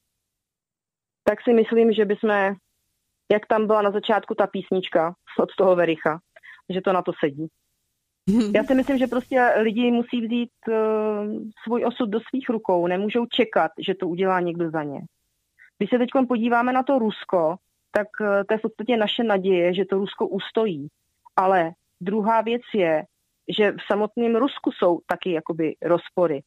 tak si myslím, že bychom, jak tam byla na začátku ta písnička od toho Vericha, že to na to sedí. Já si myslím, že prostě lidi musí vzít svůj osud do svých rukou, nemůžou čekat, že to udělá někdo za ně. Když se teď podíváme na to Rusko, tak to je v podstatě naše naděje, že to Rusko ustojí. Ale druhá věc je, že v samotném Rusku jsou taky jakoby rozpory.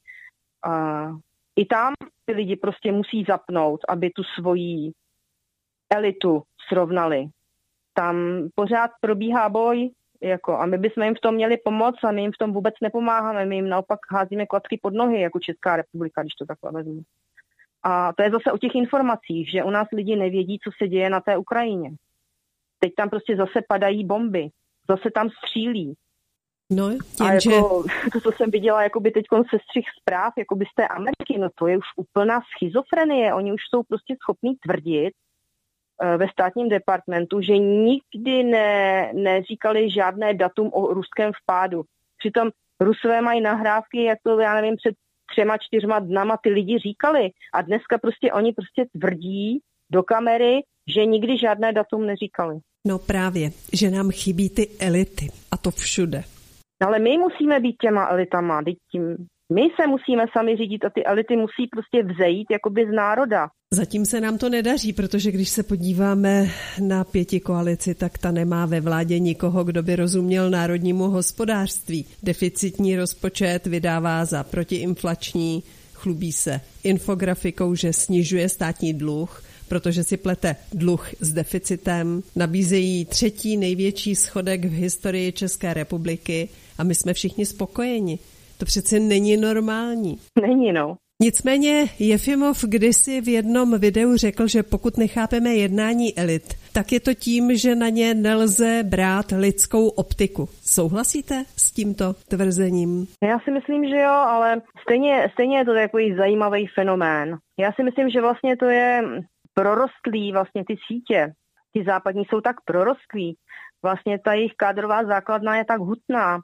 I tam ty lidi prostě musí zapnout, aby tu svoji elitu srovnali. Tam pořád probíhá boj, a my bychom jim v tom měli pomoct a my jim v tom vůbec nepomáháme. My jim naopak házíme klacky pod nohy, jako Česká republika, když to takhle vezmu. A to je zase o těch informacích, že u nás lidi nevědí, co se děje na té Ukrajině. Teď tam prostě zase padají bomby, zase tam střílí. No, a jako, to, co jsem viděla jakoby teď sestřih zpráv jakoby z té Ameriky, no to je už úplná schizofrenie. Oni už jsou prostě schopní tvrdit ve státním departmentu, že nikdy neříkali žádné datum o ruském vpádu. Přitom Rusové mají nahrávky, jak to, já nevím, před 3-4 dnama ty lidi říkali. A dneska prostě oni prostě tvrdí do kamery, že nikdy žádné datum neříkali. No právě, že nám chybí ty elity. A to všude. Ale my musíme být těma elitama. My se musíme sami řídit a ty elity musí prostě vzejít jakoby z národa. Zatím se nám to nedaří, protože když se podíváme na pětikoalici, tak ta nemá ve vládě nikoho, kdo by rozuměl národnímu hospodářství. Deficitní rozpočet vydává za protiinflační, chlubí se infografikou, že snižuje státní dluh, protože si plete dluh s deficitem, nabízejí 3. největší schodek v historii České republiky a my jsme všichni spokojeni. To přece není normální. Není, no. Nicméně Jefimov kdysi v jednom videu řekl, že pokud nechápeme jednání elit, tak je to tím, že na ně nelze brát lidskou optiku. Souhlasíte s tímto tvrzením? Já si myslím, že jo, ale stejně je to takový zajímavý fenomén. Já si myslím, že vlastně to je prorostlý vlastně ty sítě ti západní jsou tak prorostlí. Vlastně ta jejich kádrová základna je tak hutná,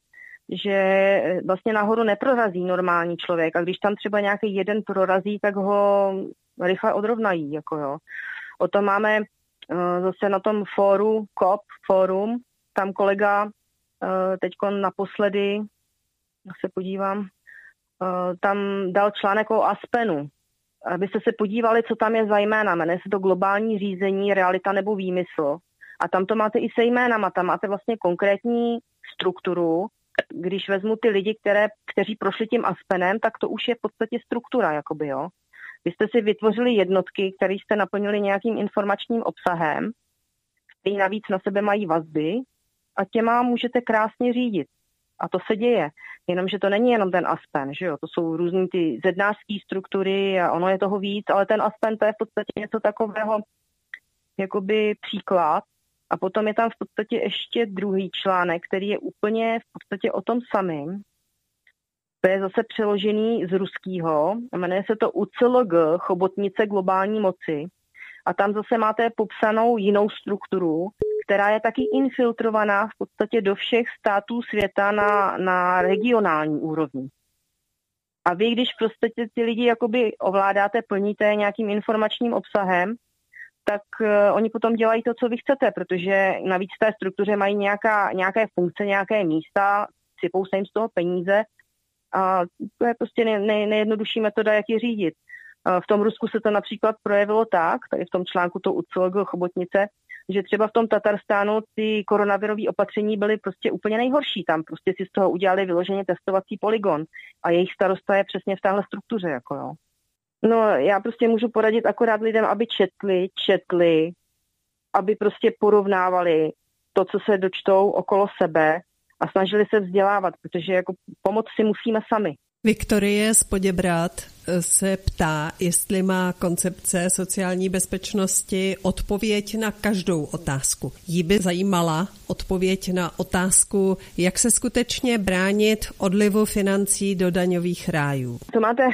že vlastně nahoru neprorazí normální člověk. A když tam třeba nějaký jeden prorazí, tak ho rychle odrovnají. Jako jo. O tom máme zase na tom fóru, COP fórum, tam kolega teďko naposledy, se podívám, tam dal článek o Aspenu. Abyste se podívali, co tam je za jména. Jmenuje se to globální řízení, realita nebo výmysl. A tam to máte i se jménama. Tam máte vlastně konkrétní strukturu. Když vezmu ty lidi, kteří prošli tím Aspenem, tak to už je v podstatě struktura, jakoby, jo. Vy jste si vytvořili jednotky, které jste naplnili nějakým informačním obsahem, který navíc na sebe mají vazby a těma můžete krásně řídit. A to se děje. Jenomže to není jenom ten Aspen, že jo? To jsou různý ty zednářské struktury a ono je toho víc, ale ten Aspen to je v podstatě něco takového, jakoby příklad. A potom je tam v podstatě ještě druhý článek, který je úplně v podstatě o tom samém. To je zase přeložený z ruského. Jmenuje se to UCLG, Chobotnice globální moci. A tam zase máte popsanou jinou strukturu, která je taky infiltrovaná v podstatě do všech států světa na regionální úrovni. A vy, když v podstatě ty lidi jakoby ovládáte, plníte nějakým informačním obsahem, tak oni potom dělají to, co vy chcete, protože navíc v té struktuře mají nějaké funkce, nějaké místa, sypou se jim z toho peníze a to je prostě nejjednodušší metoda, jak je řídit. V tom Rusku se to například projevilo tak, tady v tom článku to UCLG Chobotnice, že třeba v tom Tatarstánu ty koronavirové opatření byly prostě úplně nejhorší. Tam prostě si z toho udělali vyloženě testovací polygon a jejich starosta je přesně v téhle struktuře. Jako jo. No já prostě můžu poradit akorát lidem, aby četli, aby prostě porovnávali to, co se dočtou okolo sebe a snažili se vzdělávat, protože jako pomoct si musíme sami. Viktorie z Poděbrad se ptá, jestli má koncepce sociální bezpečnosti odpověď na každou otázku. Jí by zajímala odpověď na otázku, jak se skutečně bránit odlivu financí do daňových rájů. To máte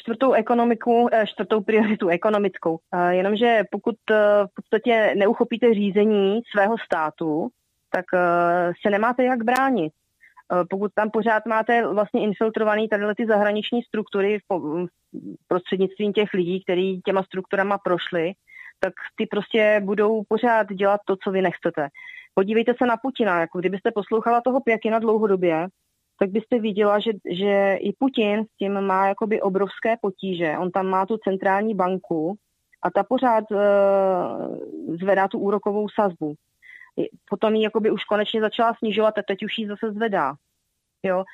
čtvrtou prioritu ekonomickou. Jenomže pokud v podstatě neuchopíte řízení svého státu, tak se nemáte jak bránit. Pokud tam pořád máte vlastně infiltrovaný tady ty zahraniční struktury prostřednictvím těch lidí, kteří těma strukturama prošli, tak ty prostě budou pořád dělat to, co vy nechcete. Podívejte se na Putina, jako kdybyste poslouchala toho Pjakina dlouhodobě, tak byste viděla, že i Putin s tím má jakoby obrovské potíže. On tam má tu centrální banku a ta pořád zvedá tu úrokovou sazbu. Potom ji jakoby už konečně začala snižovat a teď už ji zase zvedá. Jo?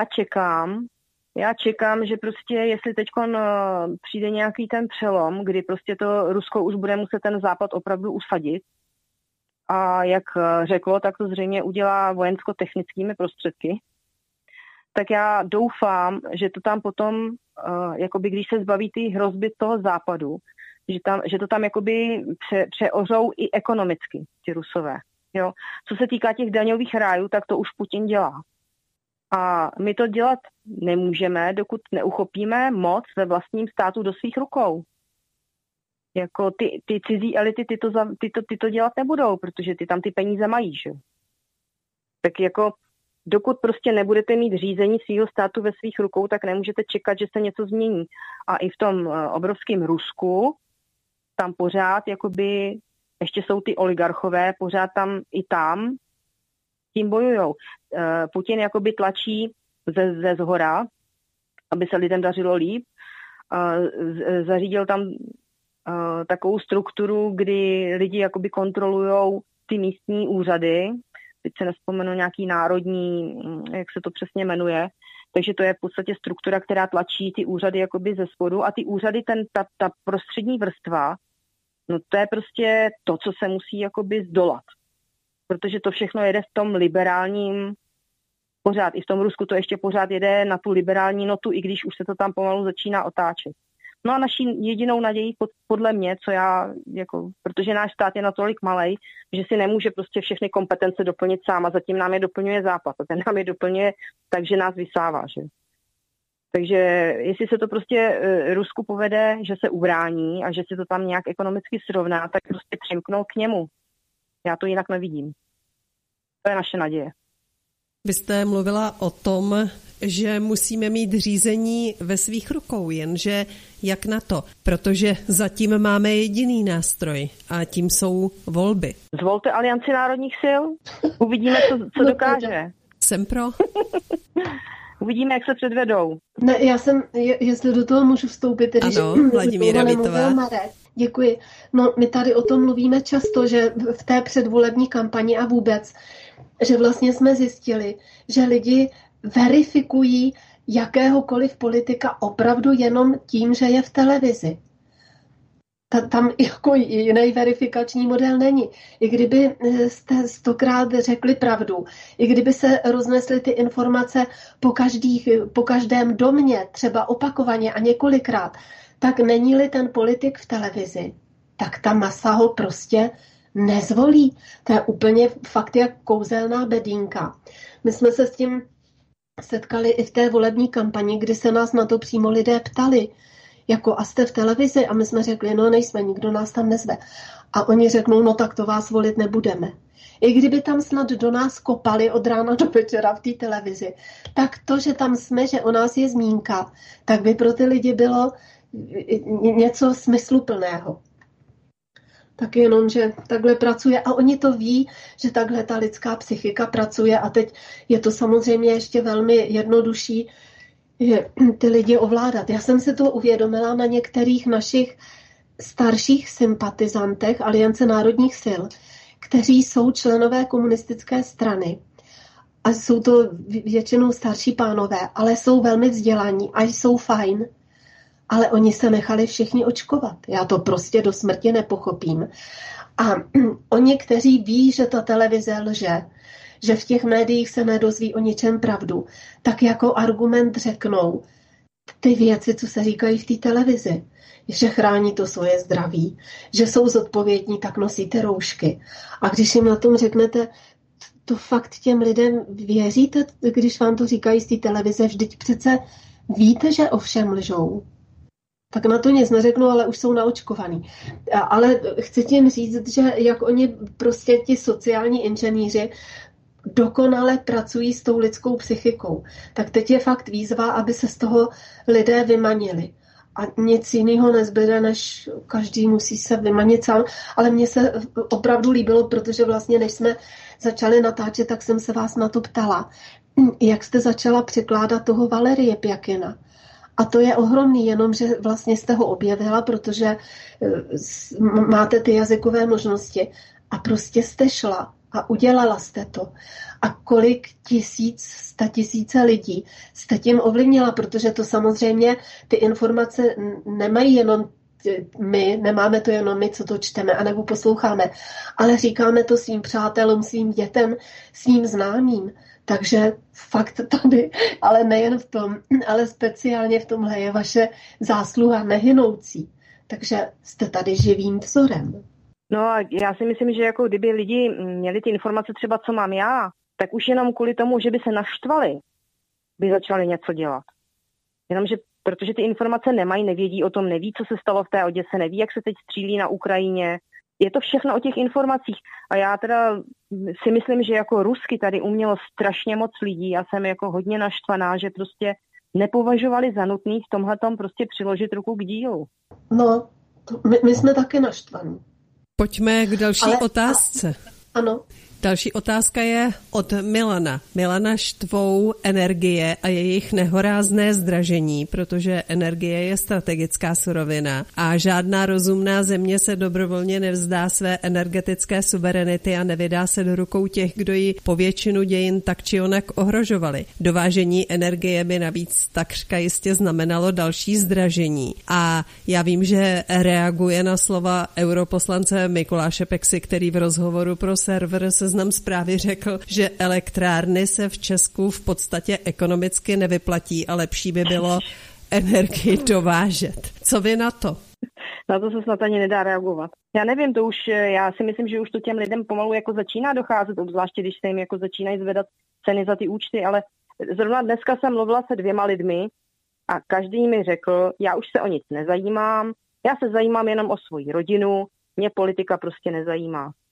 Já čekám, že prostě jestli teď přijde nějaký ten přelom, kdy prostě to Rusko už bude muset ten západ opravdu usadit a jak řeklo, tak to zřejmě udělá vojensko-technickými prostředky, tak já doufám, že to tam potom, jakoby když se zbaví ty hrozby toho západu, že to tam jakoby přeořou i ekonomicky, ty Rusové. Jo. Co se týká těch daňových rájů, tak to už Putin dělá. A my to dělat nemůžeme, dokud neuchopíme moc ve vlastním státu do svých rukou. Jako ty cizí elity ty to dělat nebudou, protože ty tam ty peníze mají. Že? Tak jako dokud prostě nebudete mít řízení svého státu ve svých rukou, tak nemůžete čekat, že se něco změní. A i v tom obrovském Rusku tam pořád jakoby ještě jsou ty oligarchové, pořád tam tím bojujou. Putin jakoby tlačí ze zhora, aby se lidem dařilo líp. Zařídil tam takovou strukturu, kdy lidi jakoby kontrolujou ty místní úřady. Teď se nevzpomenu nějaký národní, jak se to přesně jmenuje. Takže to je v podstatě struktura, která tlačí ty úřady jakoby ze spodu a ty úřady, ta prostřední vrstva, no to je prostě to, co se musí jakoby zdolat. Protože to všechno jede v tom liberálním pořád. I v tom Rusku to ještě pořád jede na tu liberální notu, i když už se to tam pomalu začíná otáčet. No a naší jedinou nadějí podle mě, protože náš stát je natolik malej, že si nemůže prostě všechny kompetence doplnit sám a zatím nám je doplňuje Západ. A ten nám je doplňuje tak, že nás vysává. Že? Takže jestli se to prostě Rusku povede, že se ubrání a že si to tam nějak ekonomicky srovná, tak prostě přimknou k němu. Já to jinak nevidím. To je naše naděje. Vy jste mluvila o tom, že musíme mít řízení ve svých rukou, jenže jak na to? Protože zatím máme jediný nástroj a tím jsou volby. Zvolte Alianci národních sil, uvidíme, co dokáže. Jsem pro. Uvidíme, jak se předvedou. Ne, jestli do toho můžu vstoupit. Ano, Vladimíra Vítová. Děkuji. No, my tady o tom mluvíme často, že v té předvolební kampani a vůbec, že vlastně jsme zjistili, že lidi verifikují jakéhokoliv politika opravdu jenom tím, že je v televizi. Tam jako jiný verifikační model není. I kdyby jste 100krát řekli pravdu, i kdyby se roznesly ty informace po každém domě, třeba opakovaně a několikrát, tak není-li ten politik v televizi, tak ta masa ho prostě nezvolí. To je úplně fakt jak kouzelná bedínka. My jsme se s tím setkali i v té volební kampani, kdy se nás na to přímo lidé ptali, jako a jste v televizi? A my jsme řekli, no nejsme, nikdo nás tam nezve. A oni řeknou, no tak to vás volit nebudeme. I kdyby tam snad do nás kopali od rána do večera v té televizi, tak to, že tam jsme, že o nás je zmínka, tak by pro ty lidi bylo něco smysluplného. Tak jenom, že takhle pracuje a oni to ví, že takhle ta lidská psychika pracuje a teď je to samozřejmě ještě velmi jednodušší ty lidi ovládat. Já jsem si to uvědomila na některých našich starších sympatizantech Aliance národních sil, kteří jsou členové komunistické strany. A jsou to většinou starší pánové, ale jsou velmi vzdělaní a jsou fajn. Ale oni se nechali všichni očkovat. Já to prostě do smrti nepochopím. A oni, kteří ví, že ta televize lže, že v těch médiích se nedozví o ničem pravdu, tak jako argument řeknou ty věci, co se říkají v té televizi. Že chrání to svoje zdraví, že jsou zodpovědní, tak nosíte roušky. A když jim na tom řeknete, to fakt těm lidem věříte, když vám to říkají z té televize, vždyť přece víte, že o všem lžou. Tak na to nic neřeknu, ale už jsou naočkovaný. Ale chci tím říct, že jak oni prostě ti sociální inženýři dokonale pracují s tou lidskou psychikou. Tak teď je fakt výzva, aby se z toho lidé vymanili. A nic jiného nezbyde, než každý musí se vymanit sám. Ale mně se opravdu líbilo, protože vlastně než jsme začali natáčet, tak jsem se vás na to ptala. Jak jste začala překládat toho Valerie Pjakina? A to je ohromný, jenom že vlastně jste ho objevila, protože máte ty jazykové možnosti a prostě jste šla a udělala jste to. A kolik statisíce lidí jste tím ovlivnila, protože to samozřejmě ty informace nemají jenom my, nemáme to jenom my, co to čteme a nebo posloucháme, ale říkáme to svým přátelům, svým dětem, svým známým. Takže fakt tady, ale nejen v tom, ale speciálně v tomhle je vaše zásluha nehynoucí. Takže jste tady živým vzorem. No a já si myslím, že jako kdyby lidi měli ty informace třeba, co mám já, tak už jenom kvůli tomu, že by se naštvali, by začali něco dělat. Jenomže protože ty informace nemají, nevědí o tom, neví, co se stalo v té Oděse, neví, jak se teď střílí na Ukrajině. Je to všechno o těch informacích. A já teda si myslím, že jako rusky tady umělo strašně moc lidí. Já jsem jako hodně naštvaná, že prostě nepovažovali za nutný v tomhletom prostě přiložit ruku k dílu. No, my jsme taky naštvaní. Pojďme k další otázce. Ano. Další otázka je od Milana. Milana štvou energie a jejich nehorázné zdražení, protože energie je strategická surovina a žádná rozumná země se dobrovolně nevzdá své energetické suverenity a nevydá se do rukou těch, kdo ji po většinu dějin tak či onak ohrožovali. Dovážení energie by navíc takřka jistě znamenalo další zdražení. A já vím, že reaguje na slova europoslance Mikuláše Peksy, který v rozhovoru pro server Seznam Zprávy řekl, že elektrárny se v Česku v podstatě ekonomicky nevyplatí a lepší by bylo energii dovážet. Co vy na to? Na to se snad ani nedá reagovat. Já nevím, to už, já si myslím, že už to těm lidem pomalu jako začíná docházet, obzvláště když se jim jako začínají zvedat ceny za ty účty, ale zrovna dneska jsem mluvila se 2 lidmi a každý mi řekl, já už se o nic nezajímám, já se zajímám jenom o svoji rodinu, mě politika prostě nezajímá.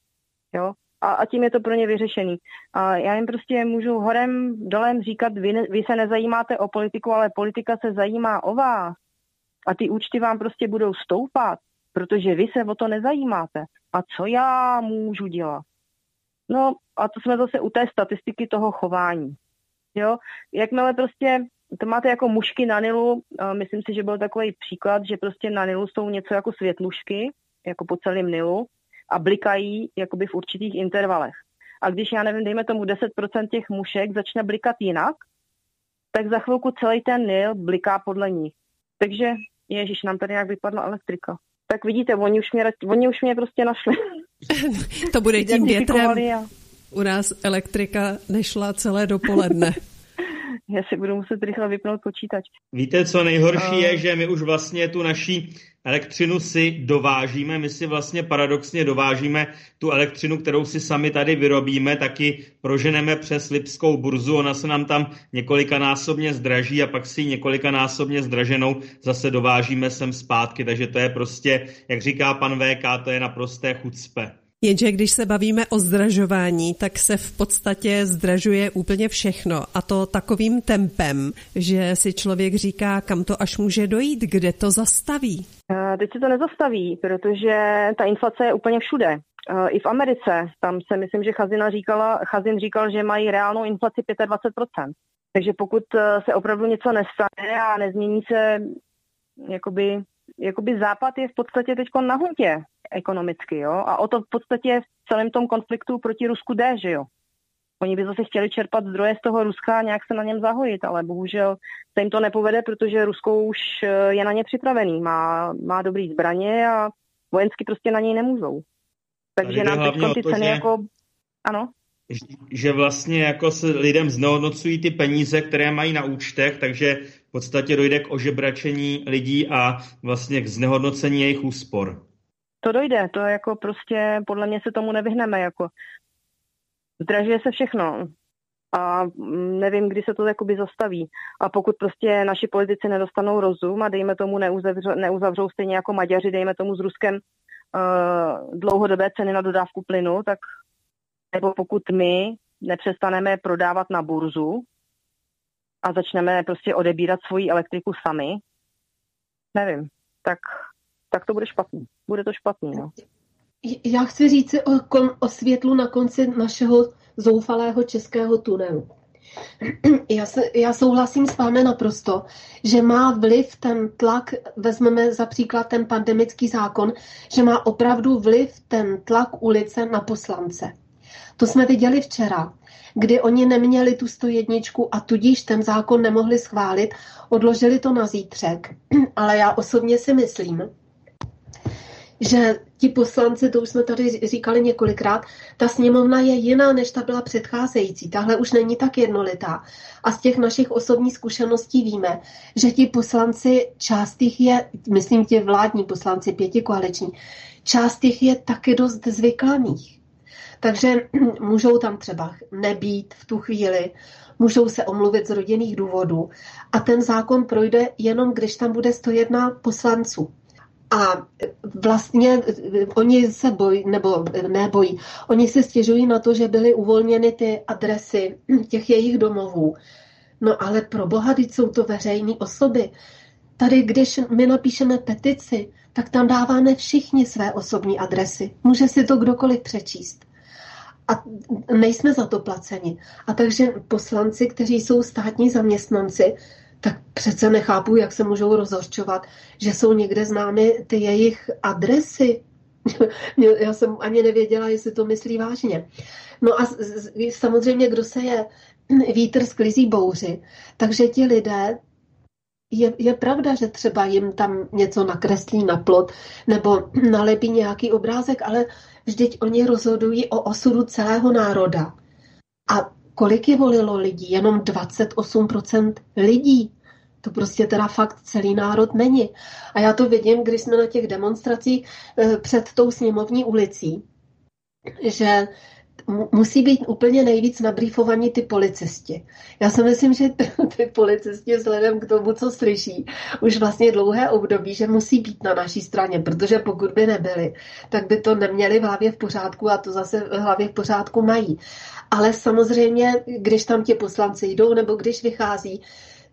Jo? A tím je to pro ně vyřešený. A já jim prostě můžu horem, dolem říkat, vy se nezajímáte o politiku, ale politika se zajímá o vás. A ty účty vám prostě budou stoupat, protože vy se o to nezajímáte. A co já můžu dělat? No a to jsme zase u té statistiky toho chování. Jo? Jakmile prostě to máte jako mušky na Nilu, myslím si, že byl takový příklad, že prostě na Nilu jsou něco jako světlušky, jako po celém Nilu, a blikají jakoby v určitých intervalech. A když, já nevím, dejme tomu 10% těch mušek začne blikat jinak, tak za chvilku celý ten Nil bliká podle nich. Takže, ježiš, nám tady nějak vypadla elektrika. Tak vidíte, oni už mě prostě našli. To bude tím větrem. U nás elektrika nešla celé dopoledne. Já si budu muset rychle vypnout počítač. Víte, co nejhorší je, že my už vlastně tu naší elektřinu si dovážíme. My si vlastně paradoxně dovážíme tu elektřinu, kterou si sami tady vyrobíme, taky proženeme přes Lipskou burzu. Ona se nám tam několikanásobně zdraží a pak si několikanásobně zdraženou zase dovážíme sem zpátky. Takže to je prostě, jak říká pan VK, to je naprosté chucpe. Jenže když se bavíme o zdražování, tak se v podstatě zdražuje úplně všechno. A to takovým tempem, že si člověk říká, kam to až může dojít, kde to zastaví. Teď se to nezastaví, protože ta inflace je úplně všude. I v Americe, tam se myslím, že Chazin říkal, že mají reálnou inflaci 25%. Takže pokud se opravdu něco nestane a nezmění se, jakoby Západ je v podstatě teď na huntě ekonomicky, jo, a o to v podstatě v celém tom konfliktu proti Rusku jde, že jo. Oni by zase chtěli čerpat zdroje z toho Ruska a nějak se na něm zahojit, ale bohužel se jim to nepovede, protože Rusko už je na ně připravený, má dobrý zbraně a vojensky prostě na něj nemůžou. Takže nám teď ty ceny jako... Ano? Že vlastně jako se lidem znehodnocují ty peníze, které mají na účtech, takže v podstatě dojde k ožebračení lidí a vlastně k znehodnocení jejich úspor. To dojde, to jako prostě podle mě se tomu nevyhneme, jako zdražuje se všechno a nevím, kdy se to jakoby zastaví. A pokud prostě naši politici nedostanou rozum a dejme tomu neuzavřou stejně jako Maďaři, dejme tomu s Ruskem dlouhodobé ceny na dodávku plynu, tak nebo pokud my nepřestaneme prodávat na burzu a začneme prostě odebírat svoji elektriku sami, nevím, tak to bude špatný. Bude to špatný, no. Já chci říct si o světlu na konci našeho zoufalého českého tunelu. Já souhlasím s vámi naprosto, že má vliv ten tlak, vezmeme za příklad ten pandemický zákon, že má opravdu vliv ten tlak ulice na poslance. To jsme viděli včera, kdy oni neměli tu 101 a tudíž ten zákon nemohli schválit, odložili to na zítřek. Ale já osobně si myslím, že ti poslanci, to už jsme tady říkali několikrát, ta sněmovna je jiná, než ta byla předcházející. Tahle už není tak jednolitá. A z těch našich osobních zkušeností víme, že ti poslanci, část jich je, myslím ti vládní poslanci, pětikoaliční, část jich je taky dost zvyklaných. Takže můžou tam třeba nebýt v tu chvíli, můžou se omluvit z rodinných důvodů a ten zákon projde jenom, když tam bude 101 poslanců. A vlastně oni se bojí, nebo nebojí, oni se stěžují na to, že byly uvolněny ty adresy těch jejich domovů. No ale pro boha, teď jsou to veřejné osoby. Tady, když my napíšeme petici, tak tam dáváme všichni své osobní adresy. Může si to kdokoliv přečíst. A nejsme za to placeni. A takže poslanci, kteří jsou státní zaměstnanci, tak přece nechápu, jak se můžou rozhořčovat, že jsou někde známy ty jejich adresy. Já jsem ani nevěděla, jestli to myslí vážně. No a samozřejmě, kdo se je vítr sklizí bouři, takže ti lidé, je pravda, že třeba jim tam něco nakreslí na plot nebo nalepí nějaký obrázek, ale vždyť oni rozhodují o osudu celého národa. A kolik je volilo lidí? Jenom 28% lidí. To prostě teda fakt celý národ není. A já to vidím, když jsme na těch demonstracích před tou sněmovní ulicí, že musí být úplně nejvíc nabrýfovaní ty policisti. Já si myslím, že ty policisti vzhledem k tomu, co slyší, už vlastně dlouhé období, že musí být na naší straně, protože pokud by nebyli, tak by to neměli v hlavě v pořádku a to zase v hlavě v pořádku mají. Ale samozřejmě, když tam ti poslanci jdou nebo když vychází,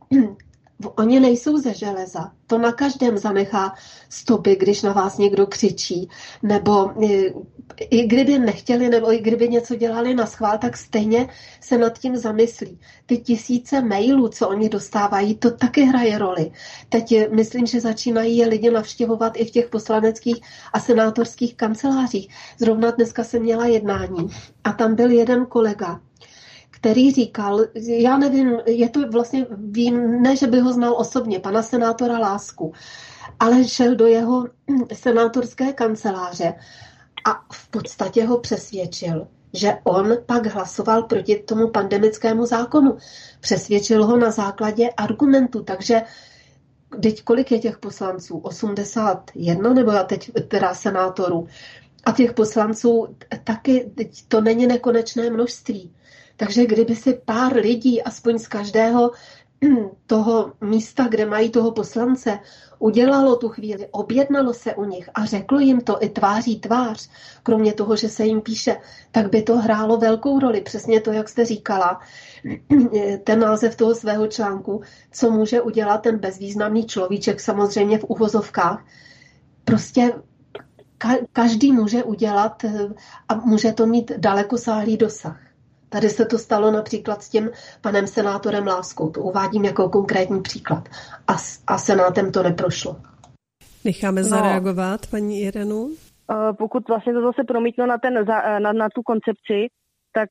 oni nejsou ze železa. To na každém zanechá stopy, když na vás někdo křičí. Nebo i kdyby nechtěli, nebo i kdyby něco dělali na schvál, tak stejně se nad tím zamyslí. Ty tisíce mailů, co oni dostávají, to taky hraje roli. Teď myslím, že začínají je lidi navštěvovat i v těch poslaneckých a senátorských kancelářích. Zrovna dneska jsem měla jednání a tam byl jeden kolega, který říkal, já nevím, je to vlastně, vím, ne, že by ho znal osobně, pana senátora Lásku, ale šel do jeho senátorské kanceláře a v podstatě ho přesvědčil, že on pak hlasoval proti tomu pandemickému zákonu. Přesvědčil ho na základě argumentů, takže teď kolik je těch poslanců? 81 nebo teď teda senátorů? A těch poslanců taky, to není nekonečné množství. Takže kdyby si pár lidí, aspoň z každého toho místa, kde mají toho poslance, udělalo tu chvíli, objednalo se u nich a řeklo jim to i tváří tvář, kromě toho, že se jim píše, tak by to hrálo velkou roli. Přesně to, jak jste říkala, ten název toho svého článku, co může udělat ten bezvýznamný človíček, samozřejmě v uvozovkách. Prostě každý může udělat a může to mít dalekosáhlý dosah. Tady se to stalo například s tím panem senátorem Láskou. To uvádím jako konkrétní příklad. A senátem to neprošlo. Necháme zareagovat paní Irenu? Pokud vlastně to zase promítnu na tu koncepci, tak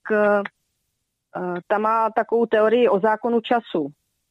ta má takovou teorii o zákonu času.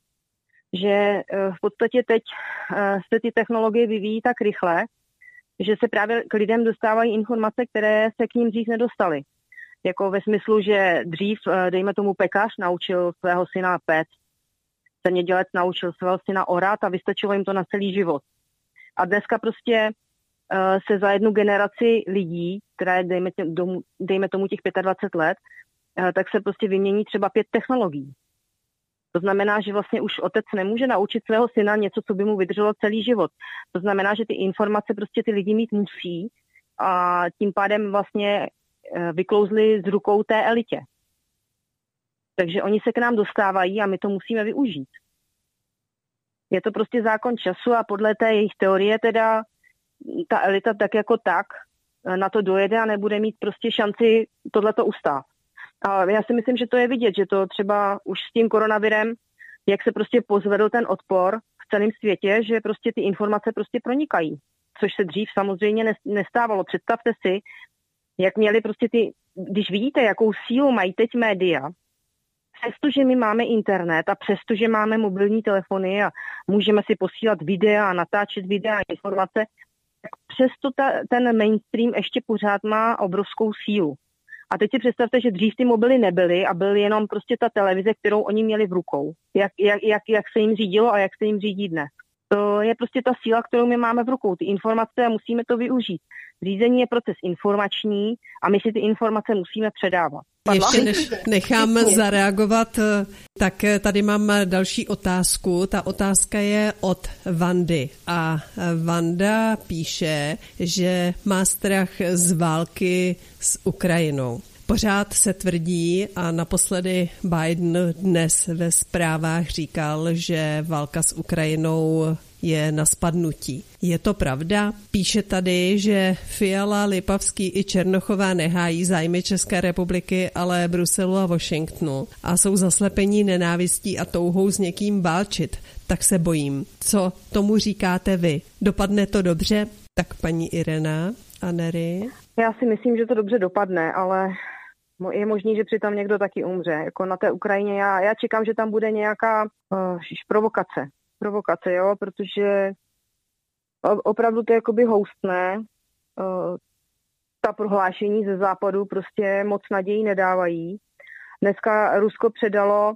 Že v podstatě teď se ty technologie vyvíjí tak rychle, že se právě k lidem dostávají informace, které se k ním dřív nedostaly. Jako ve smyslu, že dřív, dejme tomu, pekař naučil svého syna péct, zemědělec naučil svého syna orát a vystačilo jim to na celý život. A dneska prostě se za jednu generaci lidí, která je, dejme tomu těch 25 let, tak se prostě vymění třeba 5 technologií. To znamená, že vlastně už otec nemůže naučit svého syna něco, co by mu vydrželo celý život. To znamená, že ty informace prostě ty lidi mít musí a tím pádem vlastně vyklouzli z rukou té elitě. Takže oni se k nám dostávají a my to musíme využít. Je to prostě zákon času a podle té jejich teorie teda ta elita tak jako tak na to dojede a nebude mít prostě šanci tohleto ustát. A já si myslím, že to je vidět, že to třeba už s tím koronavirem, jak se prostě pozvedl ten odpor v celém světě, že prostě ty informace prostě pronikají. Což se dřív samozřejmě nestávalo. Představte si, jak měli prostě když vidíte, jakou sílu mají teď média, přestože my máme internet a přestože máme mobilní telefony a můžeme si posílat videa a natáčet videa a informace, tak přesto ten mainstream ještě pořád má obrovskou sílu. A teď si představte, že dřív ty mobily nebyly a byl jenom prostě ta televize, kterou oni měli v rukou. Jak se jim řídilo a jak se jim řídí dnes. To je prostě ta síla, kterou my máme v rukou. Ty informace a musíme to využít. Řízení je proces informační a my si ty informace musíme předávat. Ještě než nechám zareagovat, tak tady mám další otázku. Ta otázka je od Vandy. A Vanda píše, že má strach z války s Ukrajinou. Pořád se tvrdí a naposledy Biden dnes ve zprávách říkal, že válka s Ukrajinou je na spadnutí. Je to pravda? Píše tady, že Fiala, Lipavský i Černochová nehájí zájmy České republiky, ale Bruselu a Washingtonu a jsou zaslepení nenávistí a touhou s někým válčit. Tak se bojím. Co tomu říkáte vy? Dopadne to dobře? Tak paní Irena a Nery? Já si myslím, že to dobře dopadne, ale je možný, že přitom někdo taky umře. Jako na té Ukrajině já čekám, že tam bude nějaká provokace, jo, protože opravdu to jakoby houstné. Ta prohlášení ze západu prostě moc naději nedávají. Dneska Rusko předalo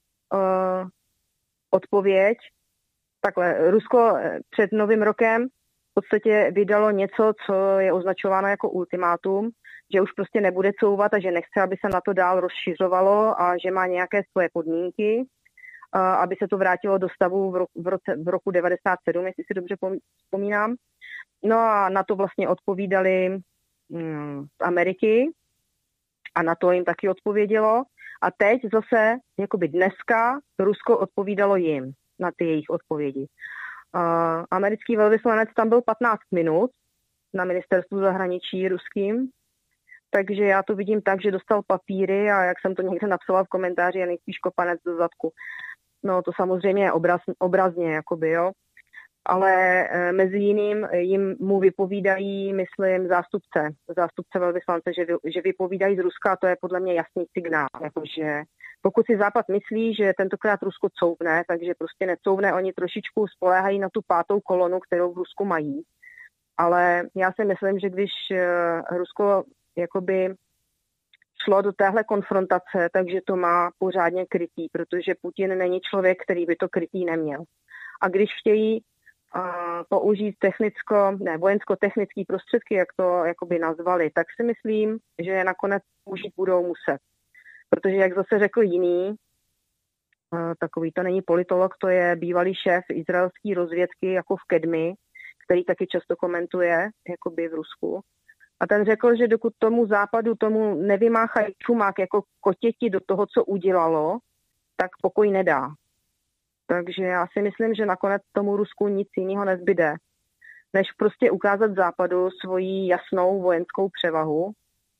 odpověď. Takhle, Rusko před Novým rokem v podstatě vydalo něco, co je označováno jako ultimátum, že už prostě nebude couvat a že nechce, aby se na to dál rozšiřovalo a že má nějaké svoje podmínky, aby se to vrátilo do stavu v roku 97, jestli si dobře vzpomínám. No a na to vlastně odpovídali z Ameriky a na to jim taky odpovědělo. A teď zase, jakoby dneska, Rusko odpovídalo jim na ty jejich odpovědi. Americký velvyslanec tam byl 15 minut na ministerstvu zahraničí ruským, takže já to vidím tak, že dostal papíry a jak jsem to někde napsala v komentáři, je nejspíš kopanec do zadku. No to samozřejmě je obrazně, jakoby, jo. Ale mezi jiným mu vypovídají, myslím, zástupce velvyslance, že vypovídají z Ruska a to je podle mě jasný signál. Jakože pokud si Západ myslí, že tentokrát Rusko couvne, takže prostě necouvne, oni trošičku spoléhají na tu 5. kolonu, kterou v Rusku mají. Ale já si myslím, že když Rusko jakoby šlo do téhle konfrontace, takže to má pořádně krytý, protože Putin není člověk, který by to krytý neměl. A když chtějí použít vojensko-technické prostředky, jak to jakoby nazvali, tak si myslím, že je nakonec použít budou muset. Protože jak zase řekl jiný, takový to není politolog, to je bývalý šéf izraelské rozvědky jako v Kedmi, který taky často komentuje jakoby v Rusku. A ten řekl, že dokud tomu západu tomu nevymáchají čumák jako kotěti do toho, co udělalo, tak pokoj nedá. Takže já si myslím, že nakonec tomu Rusku nic jiného nezbyde, než prostě ukázat západu svoji jasnou vojenskou převahu.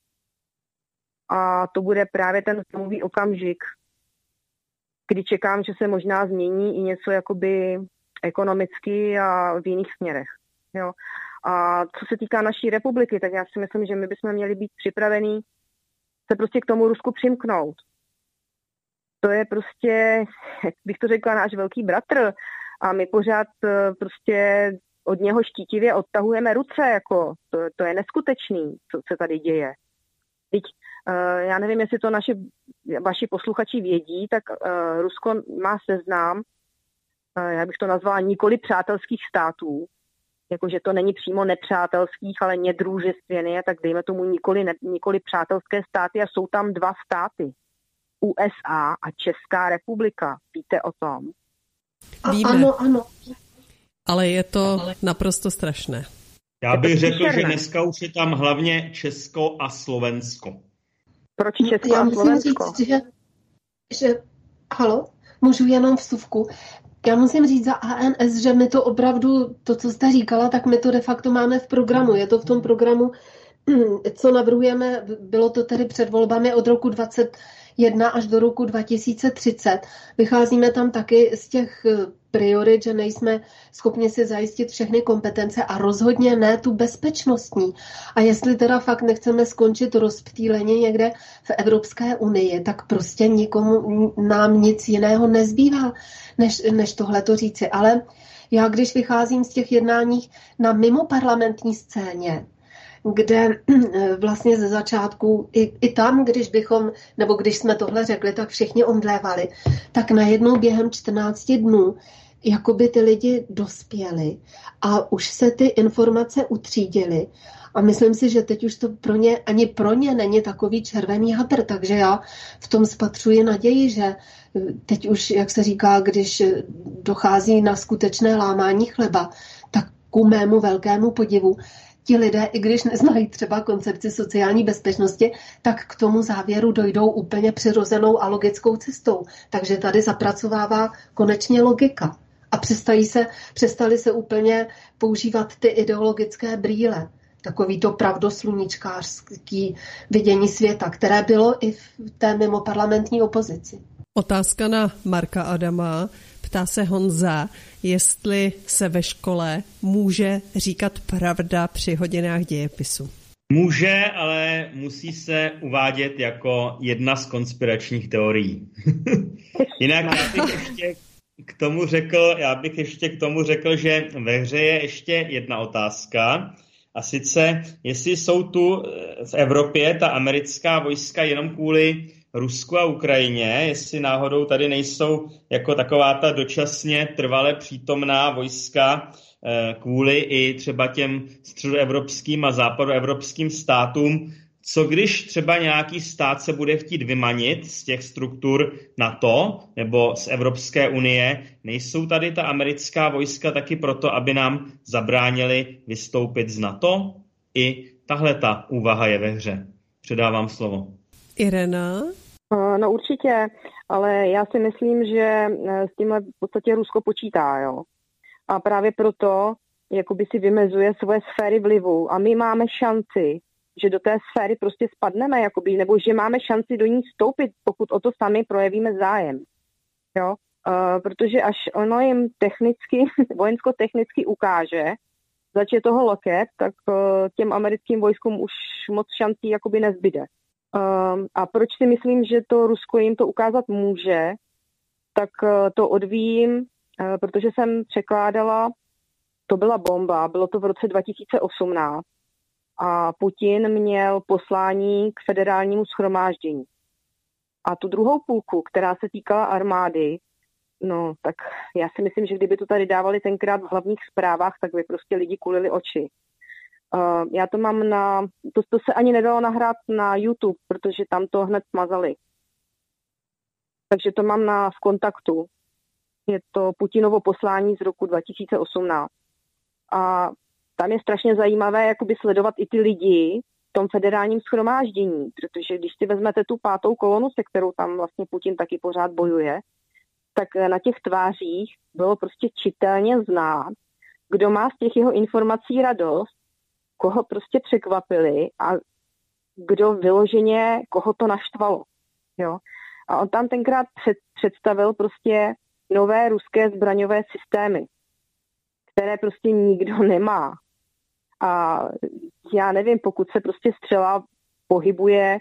A to bude právě ten zlomový okamžik, kdy čekám, že se možná změní i něco jakoby ekonomicky a v jiných směrech. Jo. A co se týká naší republiky, tak já si myslím, že my bychom měli být připravení se prostě k tomu Rusku přimknout. To je prostě, jak bych to řekla, náš velký bratr a my pořád prostě od něho štítivě odtahujeme ruce, jako to je neskutečný, co se tady děje. Teď, já nevím, jestli to vaši posluchači vědí, tak Rusko má seznam, já bych to nazvala nikoli přátelských států, jakože to není přímo nepřátelských, ale nedružestvěné, tak dejme tomu nikoli přátelské státy a jsou tam 2 státy. USA a Česká republika. Víte o tom? Víme. Ano. Ale je to naprosto strašné. Já bych řekl, že dneska už je tam hlavně Česko a Slovensko. Proč Česko a Slovensko? Říct, že můžu jenom vsuvku. Já musím říct za ANS, že my to opravdu, to, co jste říkala, tak my to de facto máme v programu. Je to v tom programu, co navrhujeme, bylo to tedy před volbami od roku 2021 až do roku 2030. Vycházíme tam taky z těch priorit, že nejsme schopni si zajistit všechny kompetence a rozhodně ne tu bezpečnostní. A jestli teda fakt nechceme skončit rozptýleně někde v Evropské unii, tak prostě nikomu nám nic jiného nezbývá, než tohleto říci. Ale já, když vycházím z těch jednání na mimoparlamentní scéně, kde vlastně ze začátku, i tam, když jsme tohle řekli, tak všichni omdlévali, tak najednou během 14 dnů jakoby ty lidi dospěli a už se ty informace utřídily. A myslím si, že teď už to ani pro ně není takový červený hadr, takže já v tom spatřuji naději, že teď už, jak se říká, když dochází na skutečné lámání chleba, tak ku mému velkému podivu ti lidé, i když neznají třeba koncepci sociální bezpečnosti, tak k tomu závěru dojdou úplně přirozenou a logickou cestou. Takže tady zapracovává konečně logika. A přestali se úplně používat ty ideologické brýle. Takový to pravdosluníčkářský vidění světa, které bylo i v té mimoparlamentní opozici. Otázka na Marka Adama. Ptá se Honza, jestli se ve škole může říkat pravda při hodinách dějepisu. Může, ale musí se uvádět jako jedna z konspiračních teorií. Jinak já bych ještě k tomu řekl, že ve hře je ještě jedna otázka. A sice, jestli jsou tu v Evropě ta americká vojska jenom kvůli Rusku a Ukrajině, jestli náhodou tady nejsou jako taková ta dočasně trvale přítomná vojska kvůli i třeba těm středoevropským a západoevropským státům, Co když třeba nějaký stát se bude chtít vymanit z těch struktur NATO nebo z Evropské unie? Nejsou tady ta americká vojska taky proto, aby nám zabránili vystoupit z NATO? I tahle ta úvaha je ve hře. Předávám slovo. Irena? No určitě, ale já si myslím, že s tímhle v podstatě Rusko počítá, jo. A právě proto jakoby si vymezuje svoje sféry vlivu a my máme šanci, že do té sféry prostě spadneme, jakoby, nebo že máme šanci do ní vstoupit, pokud o to sami projevíme zájem. Jo? Protože až ono jim technicky, vojensko-technicky ukáže, zač je toho loket, tak těm americkým vojskům už moc šancí jakoby nezbyde. A proč si myslím, že to Rusko jim to ukázat může, tak to odvíjím, protože jsem překládala, to byla bomba, bylo to v roce 2018 a Putin měl poslání k federálnímu shromáždění. A tu druhou půlku, která se týkala armády, no tak já si myslím, že kdyby to tady dávali tenkrát v hlavních zprávách, tak by prostě lidi kulili oči. Já to mám to se ani nedalo nahrát na YouTube, protože tam to hned smazali. Takže to mám v kontaktu. Je to Putinovo poslání z roku 2018. A tam je strašně zajímavé jakoby sledovat i ty lidi v tom federálním shromáždění, protože když si vezmete tu 5. kolonu, se kterou tam vlastně Putin taky pořád bojuje, tak na těch tvářích bylo prostě čitelně znát, kdo má z těch jeho informací radost, koho prostě překvapili a kdo vyloženě, koho to naštvalo. Jo? A on tam tenkrát představil prostě nové ruské zbraňové systémy, které prostě nikdo nemá. A já nevím, pokud se prostě střela pohybuje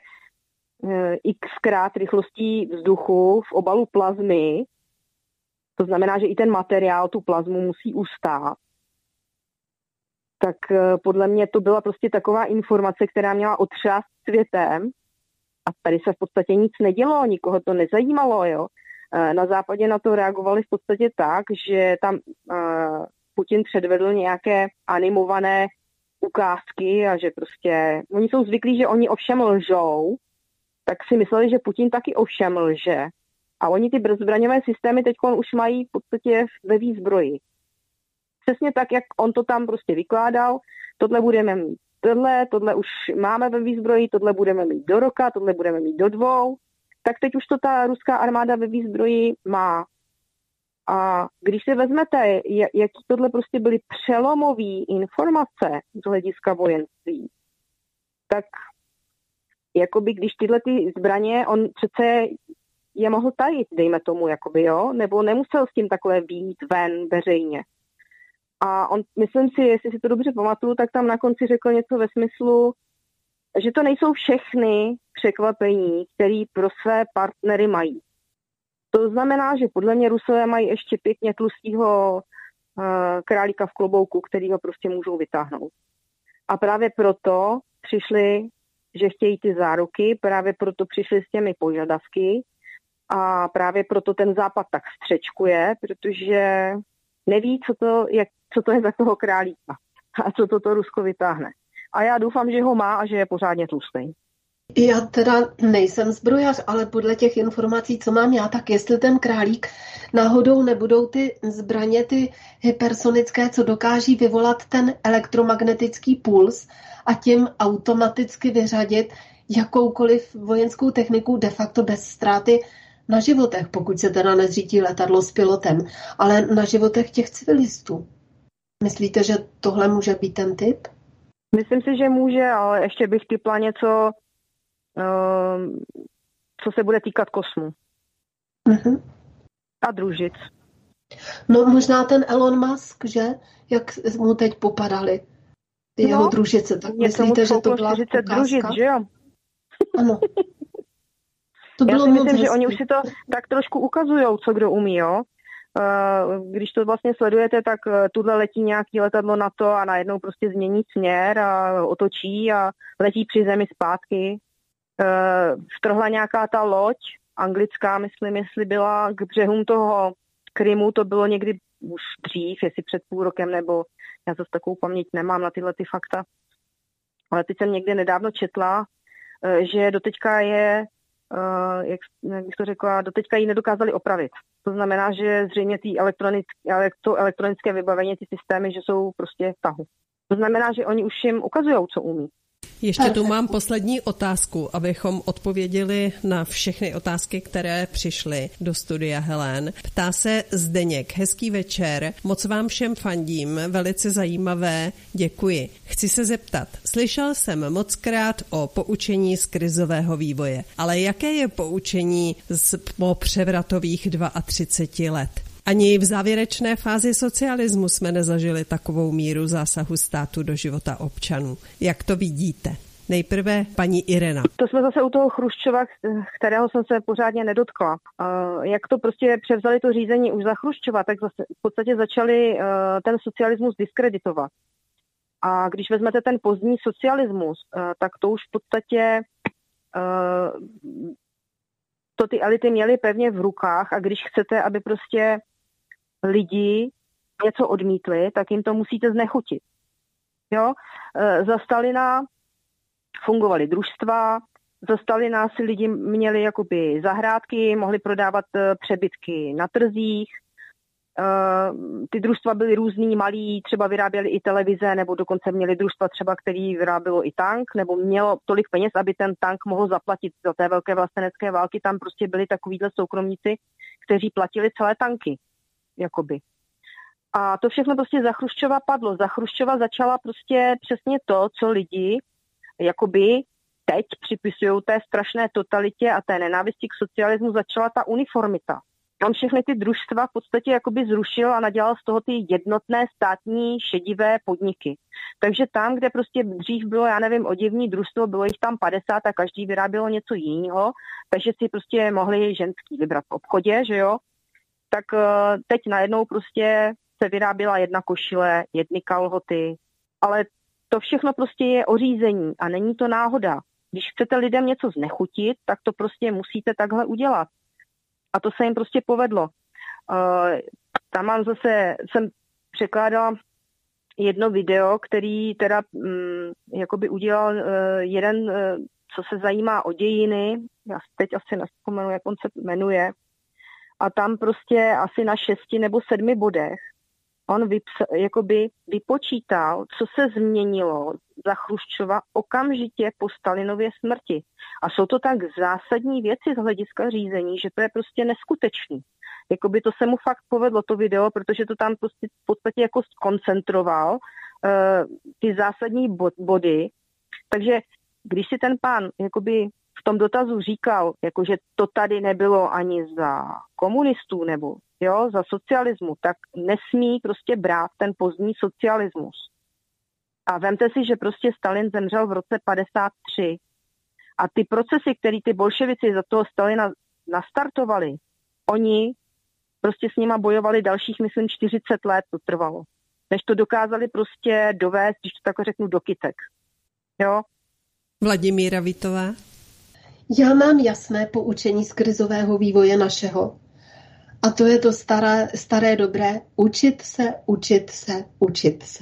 xkrát rychlostí vzduchu v obalu plazmy, to znamená, že i ten materiál, tu plazmu musí ustát, tak podle mě to byla prostě taková informace, která měla otřást světem a tady se v podstatě nic nedělo, nikoho to nezajímalo, jo. Na západě na to reagovali v podstatě tak, že tam Putin předvedl nějaké animované ukázky a že prostě, oni jsou zvyklí, že oni ovšem lžou, tak si mysleli, že Putin taky ovšem lže. A oni ty zbraňové systémy teď už mají v podstatě ve výzbroji. Přesně tak, jak on to tam prostě vykládal, tohle budeme mít tohle už máme ve výzbroji, tohle budeme mít do roka, tohle budeme mít do 2, tak teď už to ta ruská armáda ve výzbroji má. A když si vezmete, jaký tohle prostě byly přelomové informace z hlediska vojenství, tak jakoby když tyhle ty zbraně, on přece je mohl tajit, dejme tomu, jakoby, jo, nebo nemusel s tím takhle být ven veřejně. A on, myslím si, jestli si to dobře pamatuju, tak tam na konci řekl něco ve smyslu, že to nejsou všechny překvapení, které pro své partnery mají. To znamená, že podle mě Rusové mají ještě pěkně tlustýho králíka v klobouku, který ho prostě můžou vytáhnout. A právě proto přišli, že chtějí ty záruky, právě proto přišli s těmi požadavky a právě proto ten Západ tak střečkuje, protože neví, co to je za toho králíka a co to Rusko vytáhne. A já doufám, že ho má a že je pořádně tlustý. Já teda nejsem zbrojař, ale podle těch informací, co mám já, tak jestli ten králík náhodou nebudou ty zbraně, ty hypersonické, co dokáží vyvolat ten elektromagnetický puls a tím automaticky vyřadit jakoukoliv vojenskou techniku de facto bez ztráty na životech, pokud se teda nezřítí letadlo s pilotem, ale na životech těch civilistů. Myslíte, že tohle může být ten typ? Myslím si, že může, ale ještě bych typla něco, co se bude týkat kosmu. Uh-huh. A družic. No možná ten Elon Musk, že? Jak mu teď popadaly ty jeho družice. Tak myslíte, že to byla 40 družic, že jo? Ano. To já bylo si myslím, moc že oni už si to tak trošku ukazujou, co kdo umí, jo? Když to vlastně sledujete, tak tuhle letí nějaký letadlo na to a najednou prostě změní směr a otočí a letí při zemi zpátky. Vtrhla nějaká ta loď, anglická, myslím, jestli byla k břehům toho Krymu, to bylo někdy už dřív, jestli před půl rokem, nebo já zase takovou paměť nemám na tyhle ty fakta. Ale teď jsem někde nedávno četla, že doteďka jak bych to řekla, doteďka ji nedokázali opravit. To znamená, že zřejmě to elektronické vybavení, ty systémy, že jsou prostě v tahu. To znamená, že oni už jim ukazujou, co umí. Ještě tu mám poslední otázku, abychom odpověděli na všechny otázky, které přišly do studia Helen. Ptá se Zdeněk. Hezký večer, moc vám všem fandím, velice zajímavé, děkuji. Chci se zeptat, slyšel jsem mockrát o poučení z krizového vývoje, ale jaké je poučení po převratových 32 let? Ani v závěrečné fázi socialismu jsme nezažili takovou míru zásahu státu do života občanů. Jak to vidíte? Nejprve paní Irena. To jsme zase u toho Chruščova, kterého jsem se pořádně nedotkla. Jak to prostě převzali to řízení už za Chruščova, tak zase v podstatě začali ten socialismus diskreditovat. A když vezmete ten pozdní socialismus, tak to už v podstatě to ty elity měly pevně v rukách a když chcete, aby prostě lidi něco odmítli, tak jim to musíte znechutit. Jo? Za Stalina fungovaly družstva, za Stalina si lidi měli jakoby zahrádky, mohli prodávat přebytky na trzích, ty družstva byly různý, malí, třeba vyráběli i televize, nebo dokonce měli družstva třeba, který vyrábělo i tank, nebo mělo tolik peněz, aby ten tank mohl zaplatit za té velké vlastenecké války. Tam prostě byli takovýhle soukromníci, kteří platili celé tanky, jakoby. A to všechno prostě za Chruščova padlo. Za Chruščova začala prostě přesně to, co lidi jakoby teď připisují té strašné totalitě a té nenávisti k socialismu, začala ta uniformita. On všechny ty družstva v podstatě jakoby zrušil a nadělal z toho ty jednotné státní šedivé podniky. Takže tam, kde prostě dřív bylo, já nevím, oděvní družstvo, bylo jich tam 50 a každý vyrábělo něco jiného, takže si prostě mohli ženský vybrat v obchodě, že jo, tak teď najednou prostě se vyráběla jedna košile, jedny kalhoty, ale to všechno prostě je o řízení a není to náhoda. Když chcete lidem něco znechutit, tak to prostě musíte takhle udělat. A to se jim prostě povedlo. Tam mám jsem překládala jedno video, který teda jakoby udělal jeden, co se zajímá o dějiny, já teď asi nevzpomenu, jak on se jmenuje, a tam prostě asi na 6 nebo 7 bodech on jakoby vypočítal, co se změnilo za Chruščova okamžitě po Stalinově smrti. A jsou to tak zásadní věci z hlediska řízení, že to je prostě neskutečný. Jakoby to se mu fakt povedlo, to video, protože to tam prostě v podstatě jako skoncentroval ty zásadní body. Takže když si ten pán jakoby v tom dotazu říkal, jako že to tady nebylo ani za komunistů nebo jo, za socialismu, tak nesmí prostě brát ten pozdní socialismus. A vemte si, že prostě Stalin zemřel v roce 53 a ty procesy, které ty bolševici za toho Stalina nastartovali, oni prostě s nima bojovali dalších, myslím, 40 let to trvalo, než to dokázali prostě dovést, když to tak řeknu, do kytek. Jo? Vladimíra Vítová? Já mám jasné poučení z krizového vývoje našeho. A to je to staré dobré, učit se, učit se, učit se.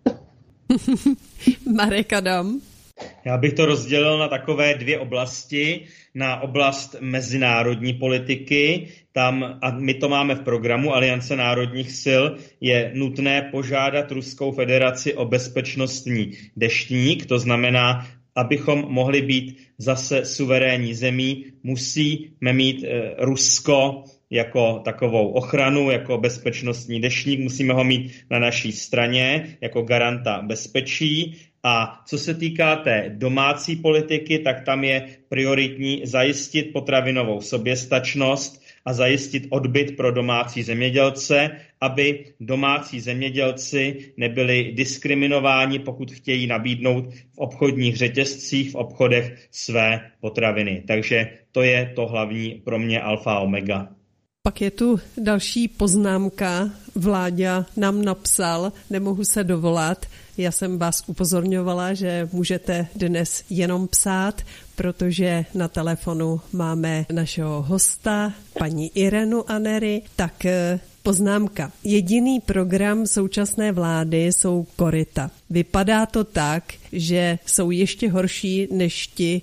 Marek Adam? Já bych to rozdělil na takové 2 oblasti. Na oblast mezinárodní politiky, tam, a my to máme v programu Aliance národních sil, je nutné požádat Ruskou federaci o bezpečnostní deštník, to znamená, abychom mohli být zase suverénní zemí, musíme mít Rusko jako takovou ochranu, jako bezpečnostní deštník, musíme ho mít na naší straně jako garanta bezpečí. A co se týká té domácí politiky, tak tam je prioritní zajistit potravinovou soběstačnost a zajistit odbyt pro domácí zemědělce, aby domácí zemědělci nebyli diskriminováni, pokud chtějí nabídnout v obchodních řetězcích, v obchodech své potraviny. Takže to je to hlavní pro mě alfa a omega. Pak je tu další poznámka. Vláďa nám napsal, nemohu se dovolat. Já jsem vás upozorňovala, že můžete dnes jenom psát, protože na telefonu máme našeho hosta, paní Irenu Anery. Tak poznámka. Jediný program současné vlády jsou koryta. Vypadá to tak, že jsou ještě horší než ti,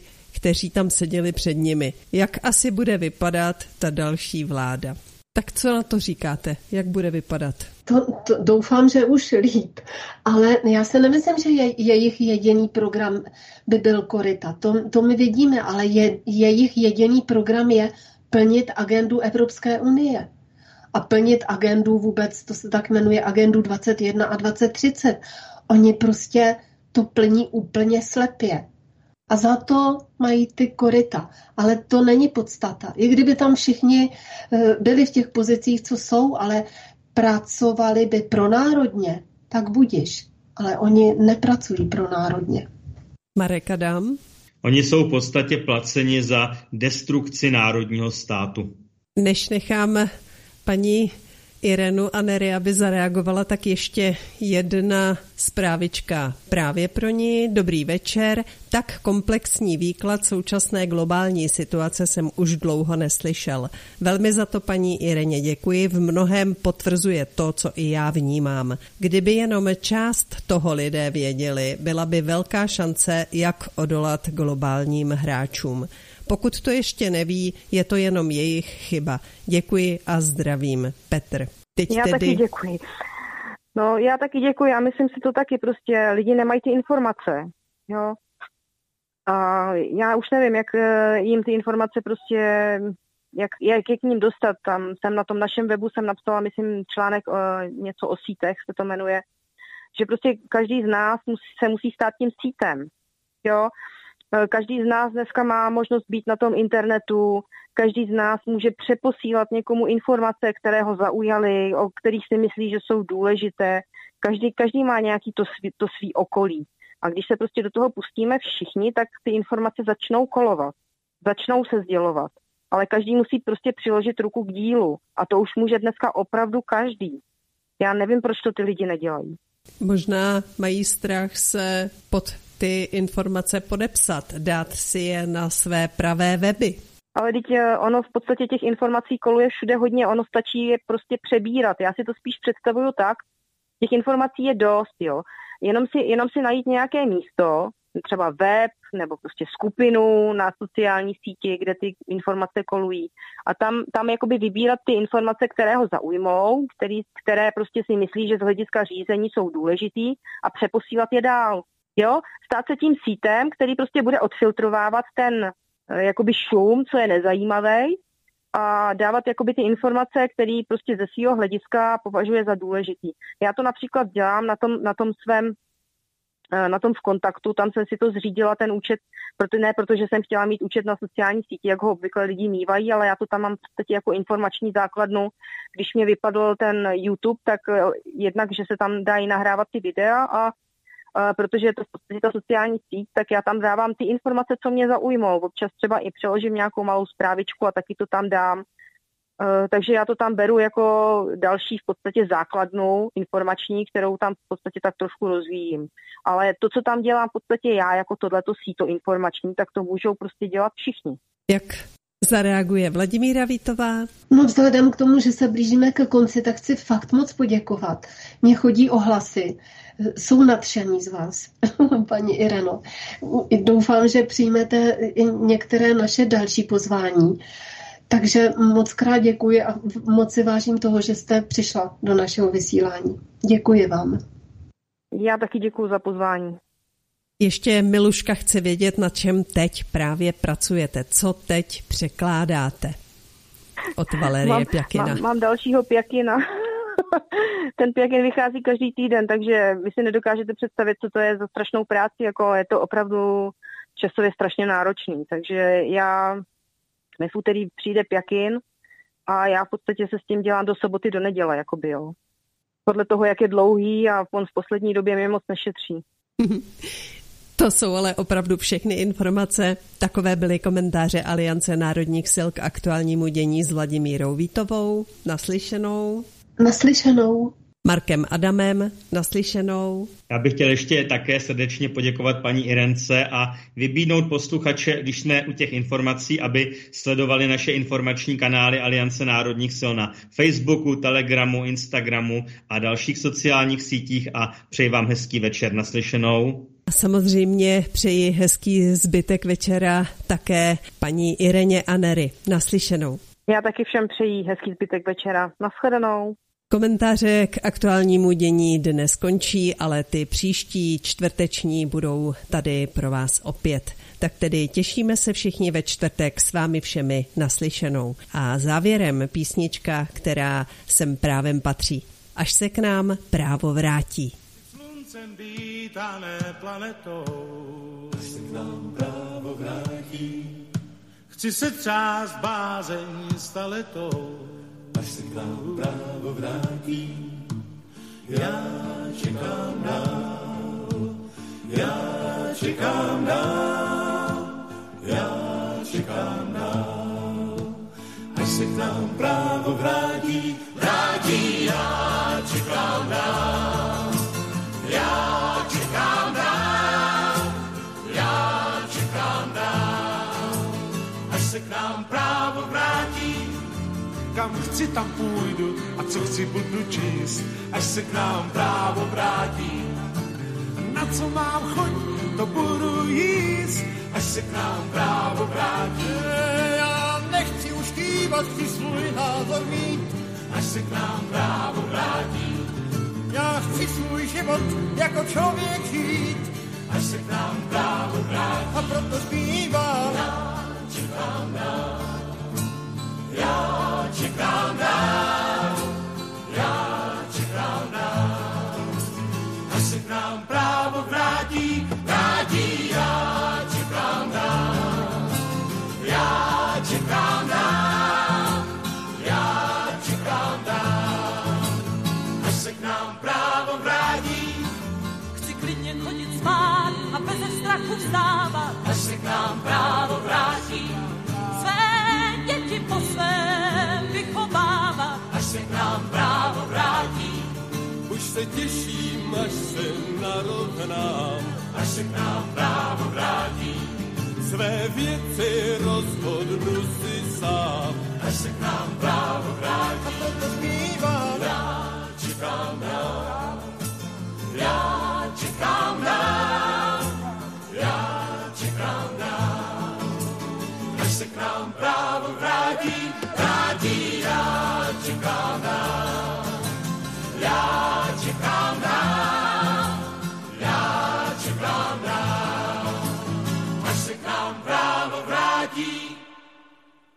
kteří tam seděli před nimi. Jak asi bude vypadat ta další vláda? Tak co na to říkáte? Jak bude vypadat? To doufám, že už líp, ale já se nemyslím, že jejich jediný program by byl koryta. To my vidíme, ale jejich jediný program je plnit agendu Evropské unie. A plnit agendu vůbec, to se tak jmenuje agendu 21 a 2030. Oni prostě to plní úplně slepě. A za to mají ty koryta. Ale to není podstata. I kdyby tam všichni byli v těch pozicích, co jsou, ale pracovali by pronárodně, tak budiš. Ale oni nepracují pronárodně. Marek Adam? Oni jsou v podstatě placeni za destrukci národního státu. Než nechám paní Irenu a Nery, aby zareagovala, tak ještě jedna zprávička právě pro ní. Dobrý večer. Tak komplexní výklad současné globální situace jsem už dlouho neslyšel. Velmi za to paní Ireně děkuji. V mnohém potvrzuje to, co i já vnímám. Kdyby jenom část toho lidé věděli, byla by velká šance, jak odolat globálním hráčům. Pokud to ještě neví, je to jenom jejich chyba. Děkuji a zdravím. Petr. Taky děkuji. No, já taky děkuji a myslím si to taky, prostě lidi nemají ty informace, jo. A já už nevím, jak jim ty informace prostě, jak je k ním dostat. Tam jsem na tom našem webu jsem napsala, myslím, článek něco o sítech, se to jmenuje, že prostě každý z nás se musí stát tím sítem, jo. Každý z nás dneska má možnost být na tom internetu, každý z nás může přeposílat někomu informace, které ho zaujaly, o kterých si myslí, že jsou důležité. Každý má nějaký to svý okolí. A když se prostě do toho pustíme všichni, tak ty informace začnou kolovat, začnou se sdělovat. Ale každý musí prostě přiložit ruku k dílu. A to už může dneska opravdu každý. Já nevím, proč to ty lidi nedělají. Možná mají strach se pod ty informace podepsat, dát si je na své pravé weby. Ale teď ono v podstatě těch informací koluje všude hodně, ono stačí je prostě přebírat. Já si to spíš představuju tak, těch informací je dost, jo. Jenom si najít nějaké místo, třeba web nebo prostě skupinu na sociální síti, kde ty informace kolují. A tam jakoby vybírat ty informace, které ho zaujmou, které prostě si myslí, že z hlediska řízení jsou důležitý a přeposílat je dál. Jo, stát se tím sítem, který prostě bude odfiltrovávat ten jakoby šum, co je nezajímavý, a dávat jakoby ty informace, které prostě ze svého hlediska považuje za důležitý. Já to například dělám na tom v kontaktu, tam jsem si to zřídila ten účet, protože jsem chtěla mít účet na sociální síti, jak ho obvykle lidi mívají, ale já to tam mám v podstatě jako informační základnu. Když mě vypadl ten YouTube, tak jednak, že se tam dají nahrávat ty videa a protože je to v podstatě ta sociální síť, tak já tam dávám ty informace, co mě zaujmou. Občas třeba i přeložím nějakou malou zprávičku a taky to tam dám. Takže já to tam beru jako další v podstatě základnu informační, kterou tam v podstatě tak trošku rozvíjím. Ale to, co tam dělám v podstatě já, jako tohleto síto informační, tak to můžou prostě dělat všichni. Jak zareaguje Vladimíra Vítová? No vzhledem k tomu, že se blížíme ke konci, tak chci fakt moc poděkovat. Mně chodí ohlasy. Jsou nadšení z vás, paní Ireno. Doufám, že přijmete i některé naše další pozvání. Takže moc krát děkuji a moc si vážím toho, že jste přišla do našeho vysílání. Děkuji vám. Já taky děkuji za pozvání. Ještě Miluška chce vědět, na čem teď právě pracujete. Co teď překládáte od Valerie Pjakina? Mám dalšího Pjakina. Ten Pjakin vychází každý týden, takže vy si nedokážete představit, co to je za strašnou práci. Jako je to opravdu časově strašně náročný. Takže mi v úterý přijde Pjakin a já v podstatě se s tím dělám do soboty, do neděle, jakoby, jo. Podle toho, jak je dlouhý a on v poslední době mě moc nešetří. To jsou ale opravdu všechny informace. Takové byly komentáře Aliance národních sil k aktuálnímu dění s Vladimírou Vítovou. Naslyšenou. Naslyšenou. Markem Adamem, naslyšenou. Já bych chtěl ještě také srdečně poděkovat paní Irence a vybídnout posluchače, když jsme u těch informací, aby sledovali naše informační kanály Aliance národních sil na Facebooku, Telegramu, Instagramu a dalších sociálních sítích a přeji vám hezký večer. Naslyšenou. A samozřejmě přeji hezký zbytek večera také paní Ireně a Nery. Naslyšenou. Já taky všem přeji hezký zbytek večera. Nashledanou. Komentáře k aktuálnímu dění dnes končí, ale ty příští čtvrteční budou tady pro vás opět. Tak tedy těšíme se všichni ve čtvrtek s vámi všemi naslyšenou. A závěrem písnička, která sem právem patří. Až se k nám právo vrátí. Sluncem vítané planetou, až se k nám právo vrátí. Chci se třást bázení staletou, až se k nám právo vrátí. Já čekám dál, já čekám dál, já čekám dál. Až se k nám právo vrátí, vrátí, já čekám dál. Já čekám dál, já čekám dál. Až se k nám právo vrátí, kam chci, tam půjdu a co chci, budu číst, až se k nám právo vrátí. Na co mám chuť, to budu jíst, až se k nám právo vrátí. Já nechci už kývat, chci svůj názor mít, až se k nám právo vrátí. Já chci svůj život jako člověk žít, až se k nám právo vrátí. A proto zpívám, já čekám dál, já čekám dál, já čekám dál. Až se k nám právo vrátí, vrátí, já čekám dál, já čekám dál, já čekám dál. Až se k nám právo vrátí, chci klidně chodit spát a bez strachu vstávat, až se k nám právo vrátí. Své děti po svém vychovávat, až se k nám právo vrátí. Už se těším, až se narovnám, až se k nám právo vrátí. Své věci rozhodnu si sám, až se k nám právo vrátí. A proto zpívám, já čekám dál, já čekám dál, já čekám dál. Až se k nám právo vrátí, vrátí, já čekám dál.